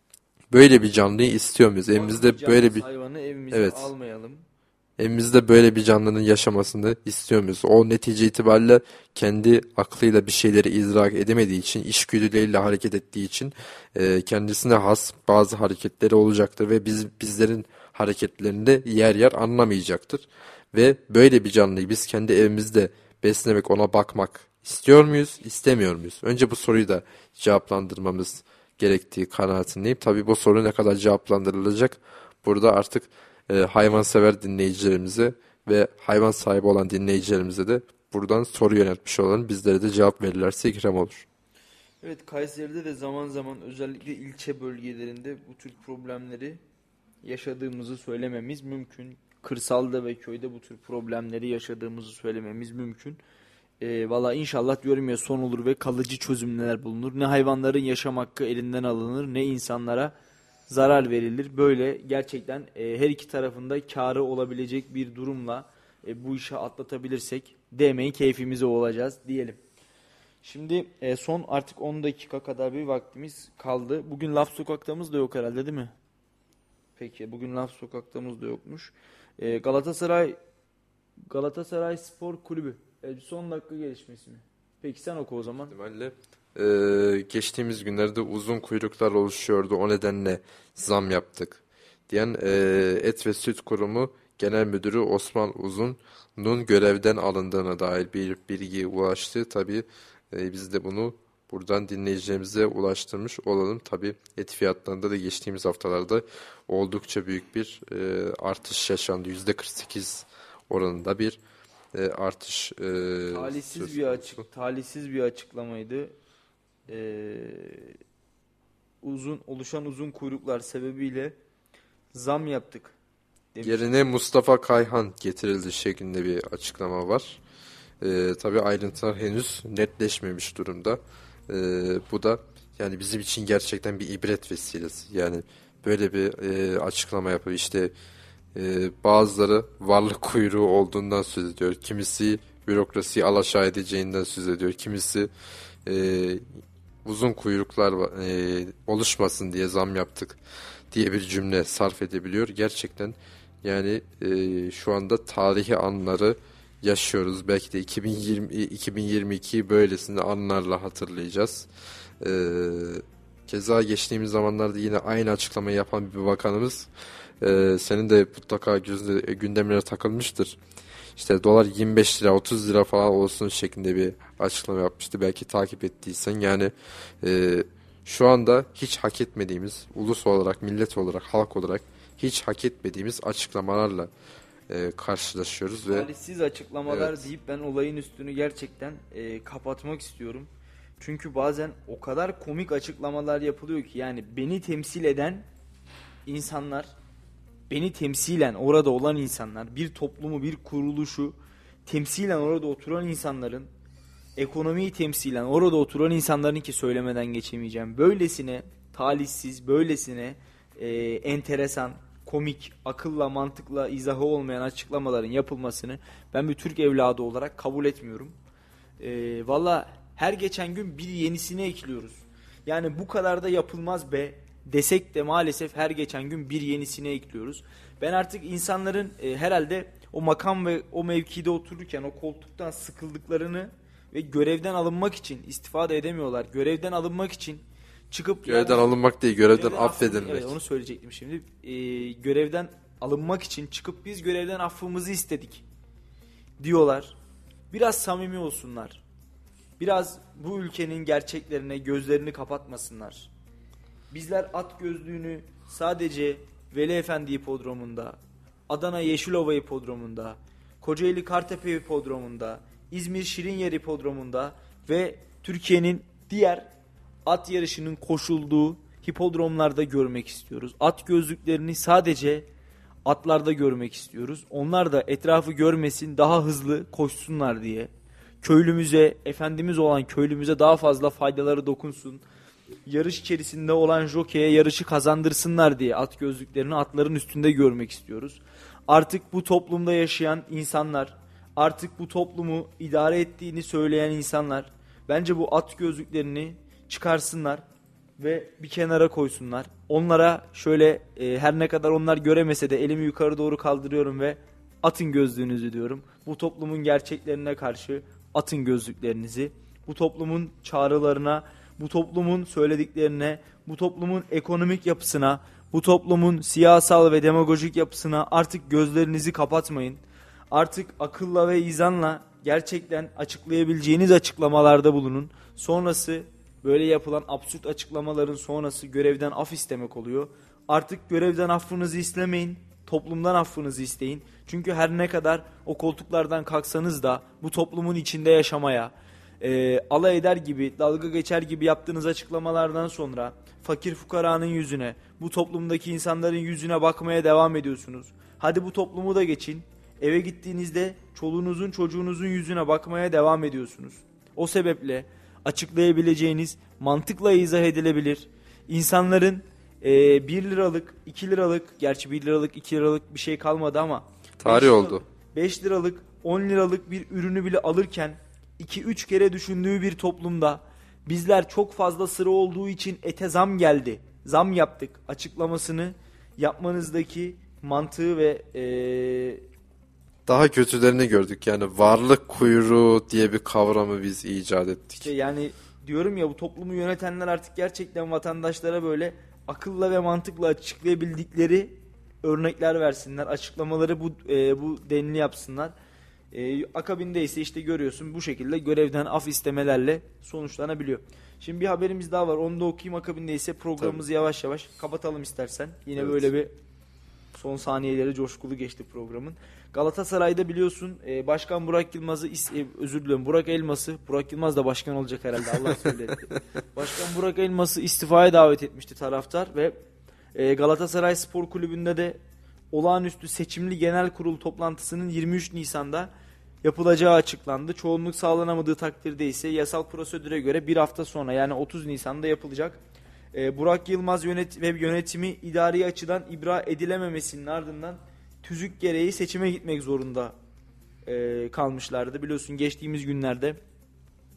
böyle bir canlıyı istiyor muyuz? Evimizde böyle bir hayvanı evimize Evet. almayalım. evimizde böyle bir canlının yaşamasını istiyor muyuz? O netice itibariyle kendi aklıyla bir şeyleri idrak edemediği için, içgüdüleriyle hareket ettiği için e, kendisine has bazı hareketleri olacaktır ve biz bizlerin hareketlerinde yer yer anlamayacaktır. Ve böyle bir canlıyı biz kendi evimizde beslemek, ona bakmak istiyor muyuz, istemiyor muyuz? Önce bu soruyu da cevaplandırmamız gerektiği kanaatindeyim. Tabii bu soru ne kadar cevaplandırılacak? Burada artık e, hayvansever dinleyicilerimize ve hayvan sahibi olan dinleyicilerimize de buradan soru yöneltmiş olalım. Bizlere de cevap verirlerse ikram olur. Evet, Kayseri'de de zaman zaman özellikle ilçe bölgelerinde bu tür problemleri yaşadığımızı söylememiz mümkün. Kırsalda ve köyde bu tür problemleri yaşadığımızı söylememiz mümkün. E, Valla inşallah diyorum ya, son olur ve kalıcı çözümler bulunur. Ne hayvanların yaşam hakkı elinden alınır, ne insanlara zarar verilir. Böyle gerçekten e, her iki tarafında kârı olabilecek bir durumla e, bu işi atlatabilirsek demeyin keyfimize olacağız diyelim. Şimdi e, son artık on dakika kadar bir vaktimiz kaldı. Bugün Laf Sokak'tamız da yok herhalde, değil mi? Peki, bugün Laf Sokak'tamız da yokmuş. E, Galatasaray Galatasaray Spor Kulübü. E, son dakika gelişmesi mi? Peki sen oku o zaman. İhtimalle e, geçtiğimiz günlerde uzun kuyruklar oluşuyordu. O nedenle zam yaptık diyen e, Et ve Süt Kurumu Genel Müdürü Osman Uzun'un görevden alındığına dair bir bilgi ulaştı. Tabii e, biz de bunu buradan dinleyicilerimize ulaştırmış olalım. Tabii et fiyatlarında da geçtiğimiz haftalarda oldukça büyük bir e, artış yaşandı. yüzde kırk sekiz oranında bir e, artış. E, Talihsiz bir açık, talihsiz bir açıklamaydı. Ee, uzun oluşan uzun kuyruklar sebebiyle zam yaptık demiş. Yerine Mustafa Kayhan getirildi şeklinde bir açıklama var. Ee, tabii ayrıntılar henüz netleşmemiş durumda. Ee, bu da yani bizim için gerçekten bir ibret vesilesi. Yani böyle bir e, açıklama yapıyor. İşte e, bazıları varlık kuyruğu olduğundan söz ediyor. Kimisi bürokrasiyi alaşağı edeceğinden söz ediyor. Kimisi e, uzun kuyruklar e, oluşmasın diye zam yaptık diye bir cümle sarf edebiliyor. Gerçekten yani e, şu anda tarihi anları yaşıyoruz. Belki de iki bin yirmi iki bin yirmi ikiyi böylesine anlarla hatırlayacağız. E, keza geçtiğimiz zamanlarda yine aynı açıklamayı yapan bir bakanımız, e, senin de mutlaka gözde, gündemine takılmıştır. İşte dolar yirmi beş lira otuz lira falan olsun şeklinde bir açıklama yapmıştı. Belki takip ettiysen yani e, şu anda hiç hak etmediğimiz, ulus olarak, millet olarak, halk olarak hiç hak etmediğimiz açıklamalarla e, karşılaşıyoruz. ve Talihsiz açıklamalar Evet. deyip ben olayın üstünü gerçekten e, kapatmak istiyorum. Çünkü bazen o kadar komik açıklamalar yapılıyor ki yani beni temsil eden insanlar, beni temsilen orada olan insanlar, bir toplumu, bir kuruluşu temsilen orada oturan insanların, ekonomiyi temsilen orada oturan insanların, ki söylemeden geçemeyeceğim, böylesine talihsiz, böylesine e, enteresan, komik, akılla mantıkla izahı olmayan açıklamaların yapılmasını ben bir Türk evladı olarak kabul etmiyorum. E, Valla her geçen gün bir yenisine ekliyoruz. Yani bu kadar da yapılmaz be desek de maalesef her geçen gün bir yenisine ekliyoruz. Ben artık insanların e, herhalde o makam ve o mevkide otururken o koltuktan sıkıldıklarını ve görevden alınmak için istifade edemiyorlar. Görevden alınmak için çıkıp görevden yani, alınmak değil, görevden görevden affedilmek. Evet, onu söyleyecektim şimdi. E, görevden alınmak için çıkıp biz görevden affımızı istedik diyorlar. Biraz samimi olsunlar. Biraz bu ülkenin gerçeklerine gözlerini kapatmasınlar. Bizler at gözlüğünü sadece Veli Efendi hipodromunda, Adana Yeşilova hipodromunda, Kocaeli Kartepe hipodromunda, İzmir Şirinyer hipodromunda ve Türkiye'nin diğer at yarışının koşulduğu hipodromlarda görmek istiyoruz. At gözlüklerini sadece atlarda görmek istiyoruz. Onlar da etrafı görmesin, daha hızlı koşsunlar diye. Köylümüze, efendimiz olan köylümüze daha fazla faydaları dokunsun. Yarış içerisinde olan jokeye yarışı kazandırsınlar diye at gözlüklerini atların üstünde görmek istiyoruz. Artık bu toplumda yaşayan insanlar, artık bu toplumu idare ettiğini söyleyen insanlar bence bu at gözlüklerini çıkarsınlar ve bir kenara koysunlar. Onlara şöyle e, her ne kadar onlar göremese de elimi yukarı doğru kaldırıyorum ve atın gözlüğünüzü diyorum. Bu toplumun gerçeklerine karşı atın gözlüklerinizi, bu toplumun çağrılarına, bu toplumun söylediklerine, bu toplumun ekonomik yapısına, bu toplumun siyasal ve demagojik yapısına artık gözlerinizi kapatmayın. Artık akılla ve izanla gerçekten açıklayabileceğiniz açıklamalarda bulunun. Sonrası böyle yapılan absürt açıklamaların sonrası görevden af istemek oluyor. Artık görevden affınızı istemeyin, toplumdan affınızı isteyin. Çünkü her ne kadar o koltuklardan kalksanız da bu toplumun içinde yaşamaya, e, alay eder gibi, dalga geçer gibi yaptığınız açıklamalardan sonra fakir fukaranın yüzüne, bu toplumdaki insanların yüzüne bakmaya devam ediyorsunuz. Hadi bu toplumu da geçin. Eve gittiğinizde çoluğunuzun çocuğunuzun yüzüne bakmaya devam ediyorsunuz. O sebeple açıklayabileceğiniz, mantıkla izah edilebilir, insanların e, bir liralık, iki liralık, gerçi bir liralık, iki liralık bir şey kalmadı ama Tarih oldu. beş liralık, on liralık bir ürünü bile alırken iki üç kere düşündüğü bir toplumda bizler çok fazla sıra olduğu için ete zam geldi, zam yaptık açıklamasını yapmanızdaki mantığı ve e, Daha kötülerini gördük. Yani varlık kuyruğu diye bir kavramı biz icat ettik. işte yani diyorum ya, bu toplumu yönetenler artık gerçekten vatandaşlara böyle akılla ve mantıkla açıklayabildikleri örnekler versinler. Açıklamaları bu e, bu denli yapsınlar. E, akabinde ise işte görüyorsun bu şekilde görevden af istemelerle sonuçlanabiliyor. Şimdi bir haberimiz daha var. Onu da okuyayım. Akabinde ise programımızı Tabii. yavaş yavaş kapatalım istersen. Yine evet. böyle bir son saniyeleri coşkulu geçti programın. Galatasaray'da biliyorsun e, Başkan Burak Yılmaz'ı e, özür diliyorum Burak Elmas'ı Burak Yılmaz da başkan olacak herhalde, Allah söyledi. Başkan Burak Elmas'ı istifaya davet etmişti taraftar ve e, Galatasaray Spor Kulübü'nde de olağanüstü seçimli genel kurul toplantısının yirmi üç Nisan'da yapılacağı açıklandı. Çoğunluk sağlanamadığı takdirde ise yasal prosedüre göre bir hafta sonra, yani otuz Nisan'da yapılacak. Ee, Burak Yılmaz yönet ve yönetimi idari açıdan ibra edilememesinin ardından tüzük gereği seçime gitmek zorunda e, kalmışlardı. Biliyorsun geçtiğimiz günlerde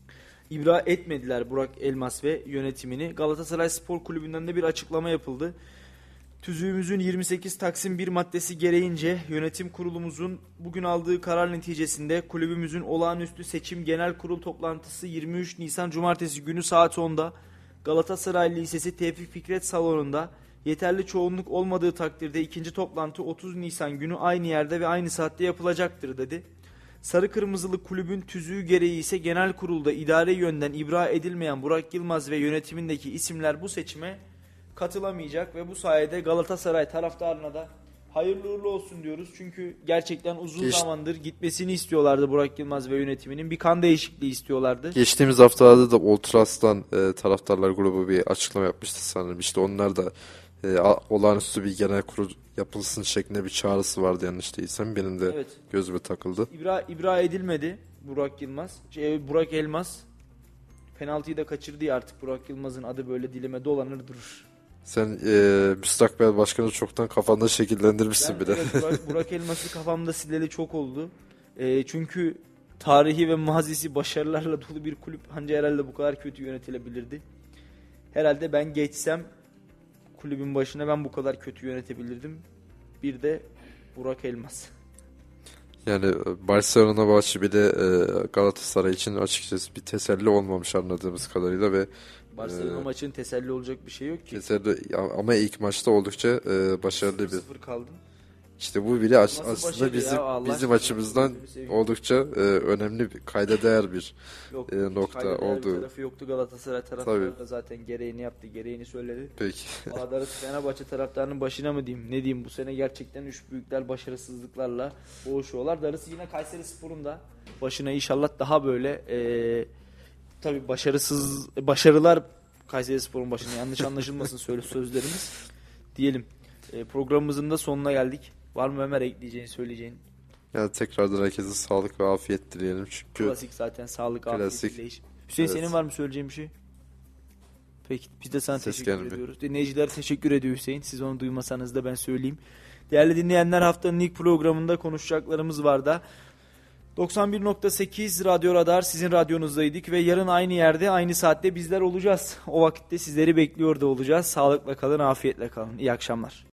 ibra etmediler Burak Elmas ve yönetimini. Galatasaray Spor Kulübü'nden de bir açıklama yapıldı. Tüzüğümüzün yirmi sekiz Taksim bir maddesi gereğince yönetim kurulumuzun bugün aldığı karar neticesinde kulübümüzün olağanüstü seçim genel kurul toplantısı yirmi üç Nisan Cumartesi günü saat onda Galatasaray Lisesi Tevfik Fikret Salonu'nda, yeterli çoğunluk olmadığı takdirde ikinci toplantı otuz Nisan günü aynı yerde ve aynı saatte yapılacaktır dedi. Sarı Kırmızılı kulübün tüzüğü gereği ise genel kurulda idari yönden ibra edilmeyen Burak Yılmaz ve yönetimindeki isimler bu seçime katılamayacak ve bu sayede Galatasaray taraftarına da hayırlı uğurlu olsun diyoruz. Çünkü gerçekten uzun Geç... zamandır gitmesini istiyorlardı Burak Yılmaz ve yönetiminin. Bir kan değişikliği istiyorlardı. Geçtiğimiz haftalarda da Ultras'tan e, taraftarlar grubu bir açıklama yapmıştı sanırım. İşte onlar da e, olağanüstü bir genel kurul yapılsın şeklinde bir çağrısı vardı yanlış değilsem. Benim de evet. gözüme takıldı. İbra, ibra edilmedi Burak Yılmaz. Şey, Burak Elmas penaltıyı da kaçırdı ya, artık Burak Yılmaz'ın adı böyle dilime dolanır durur. Sen e, müstakbel başkanı çoktan kafanda şekillendirmişsin ben, bile. Evet, Burak, Burak Elmas'ı kafamda sileli çok oldu. E, çünkü tarihi ve mazisi başarılarla dolu bir kulüp anca herhalde bu kadar kötü yönetilebilirdi. Herhalde ben geçsem kulübün başına ben bu kadar kötü yönetebilirdim. Bir de Burak Elmas. Yani Barcelona maçı bile e, Galatasaray için açıkçası bir teselli olmamış anladığımız kadarıyla ve Barcelona e, maçının teselli olacak bir şey yok ki. Teselli, ama ilk maçta oldukça e, başarılı bir. sıfır kaldın. İşte bu bile as- aslında bizim ya, bizim açımızdan oldukça e, önemli bir, kayda değer bir Yok, e, nokta oldu. Bir tarafı yoktu. Galatasaray taraftarı da zaten gereğini yaptı, gereğini söyledi. Peki. Darısı Fenerbahçe taraftarının başına mı diyeyim, ne diyeyim, bu sene gerçekten üç büyükler başarısızlıklarla boğuşuyorlar. Darısı yine Kayserispor'un da başına inşallah daha böyle e, tabii başarısız başarılar Kayserispor'un başına, yanlış anlaşılmasın söyle sözlerimiz diyelim. E, programımızın da sonuna geldik. Var mı Ömer ekleyeceğin, söyleyeceğin? Yani tekrardan herkese sağlık ve afiyet dileyelim çünkü. Klasik zaten sağlık, Klasik. afiyet dileyiş. Hüseyin evet. Senin var mı söyleyeceğin bir şey? Peki biz de sana Ses teşekkür gelmiyor. ediyoruz. Dinleyiciler teşekkür ediyor Hüseyin. Siz onu duymasanız da ben söyleyeyim. Değerli dinleyenler, haftanın ilk programında konuşacaklarımız var da. doksan bir nokta sekiz Radyo Radar sizin radyonuzdaydık ve yarın aynı yerde aynı saatte bizler olacağız. O vakitte sizleri bekliyor da olacağız. Sağlıkla kalın, afiyetle kalın. İyi akşamlar.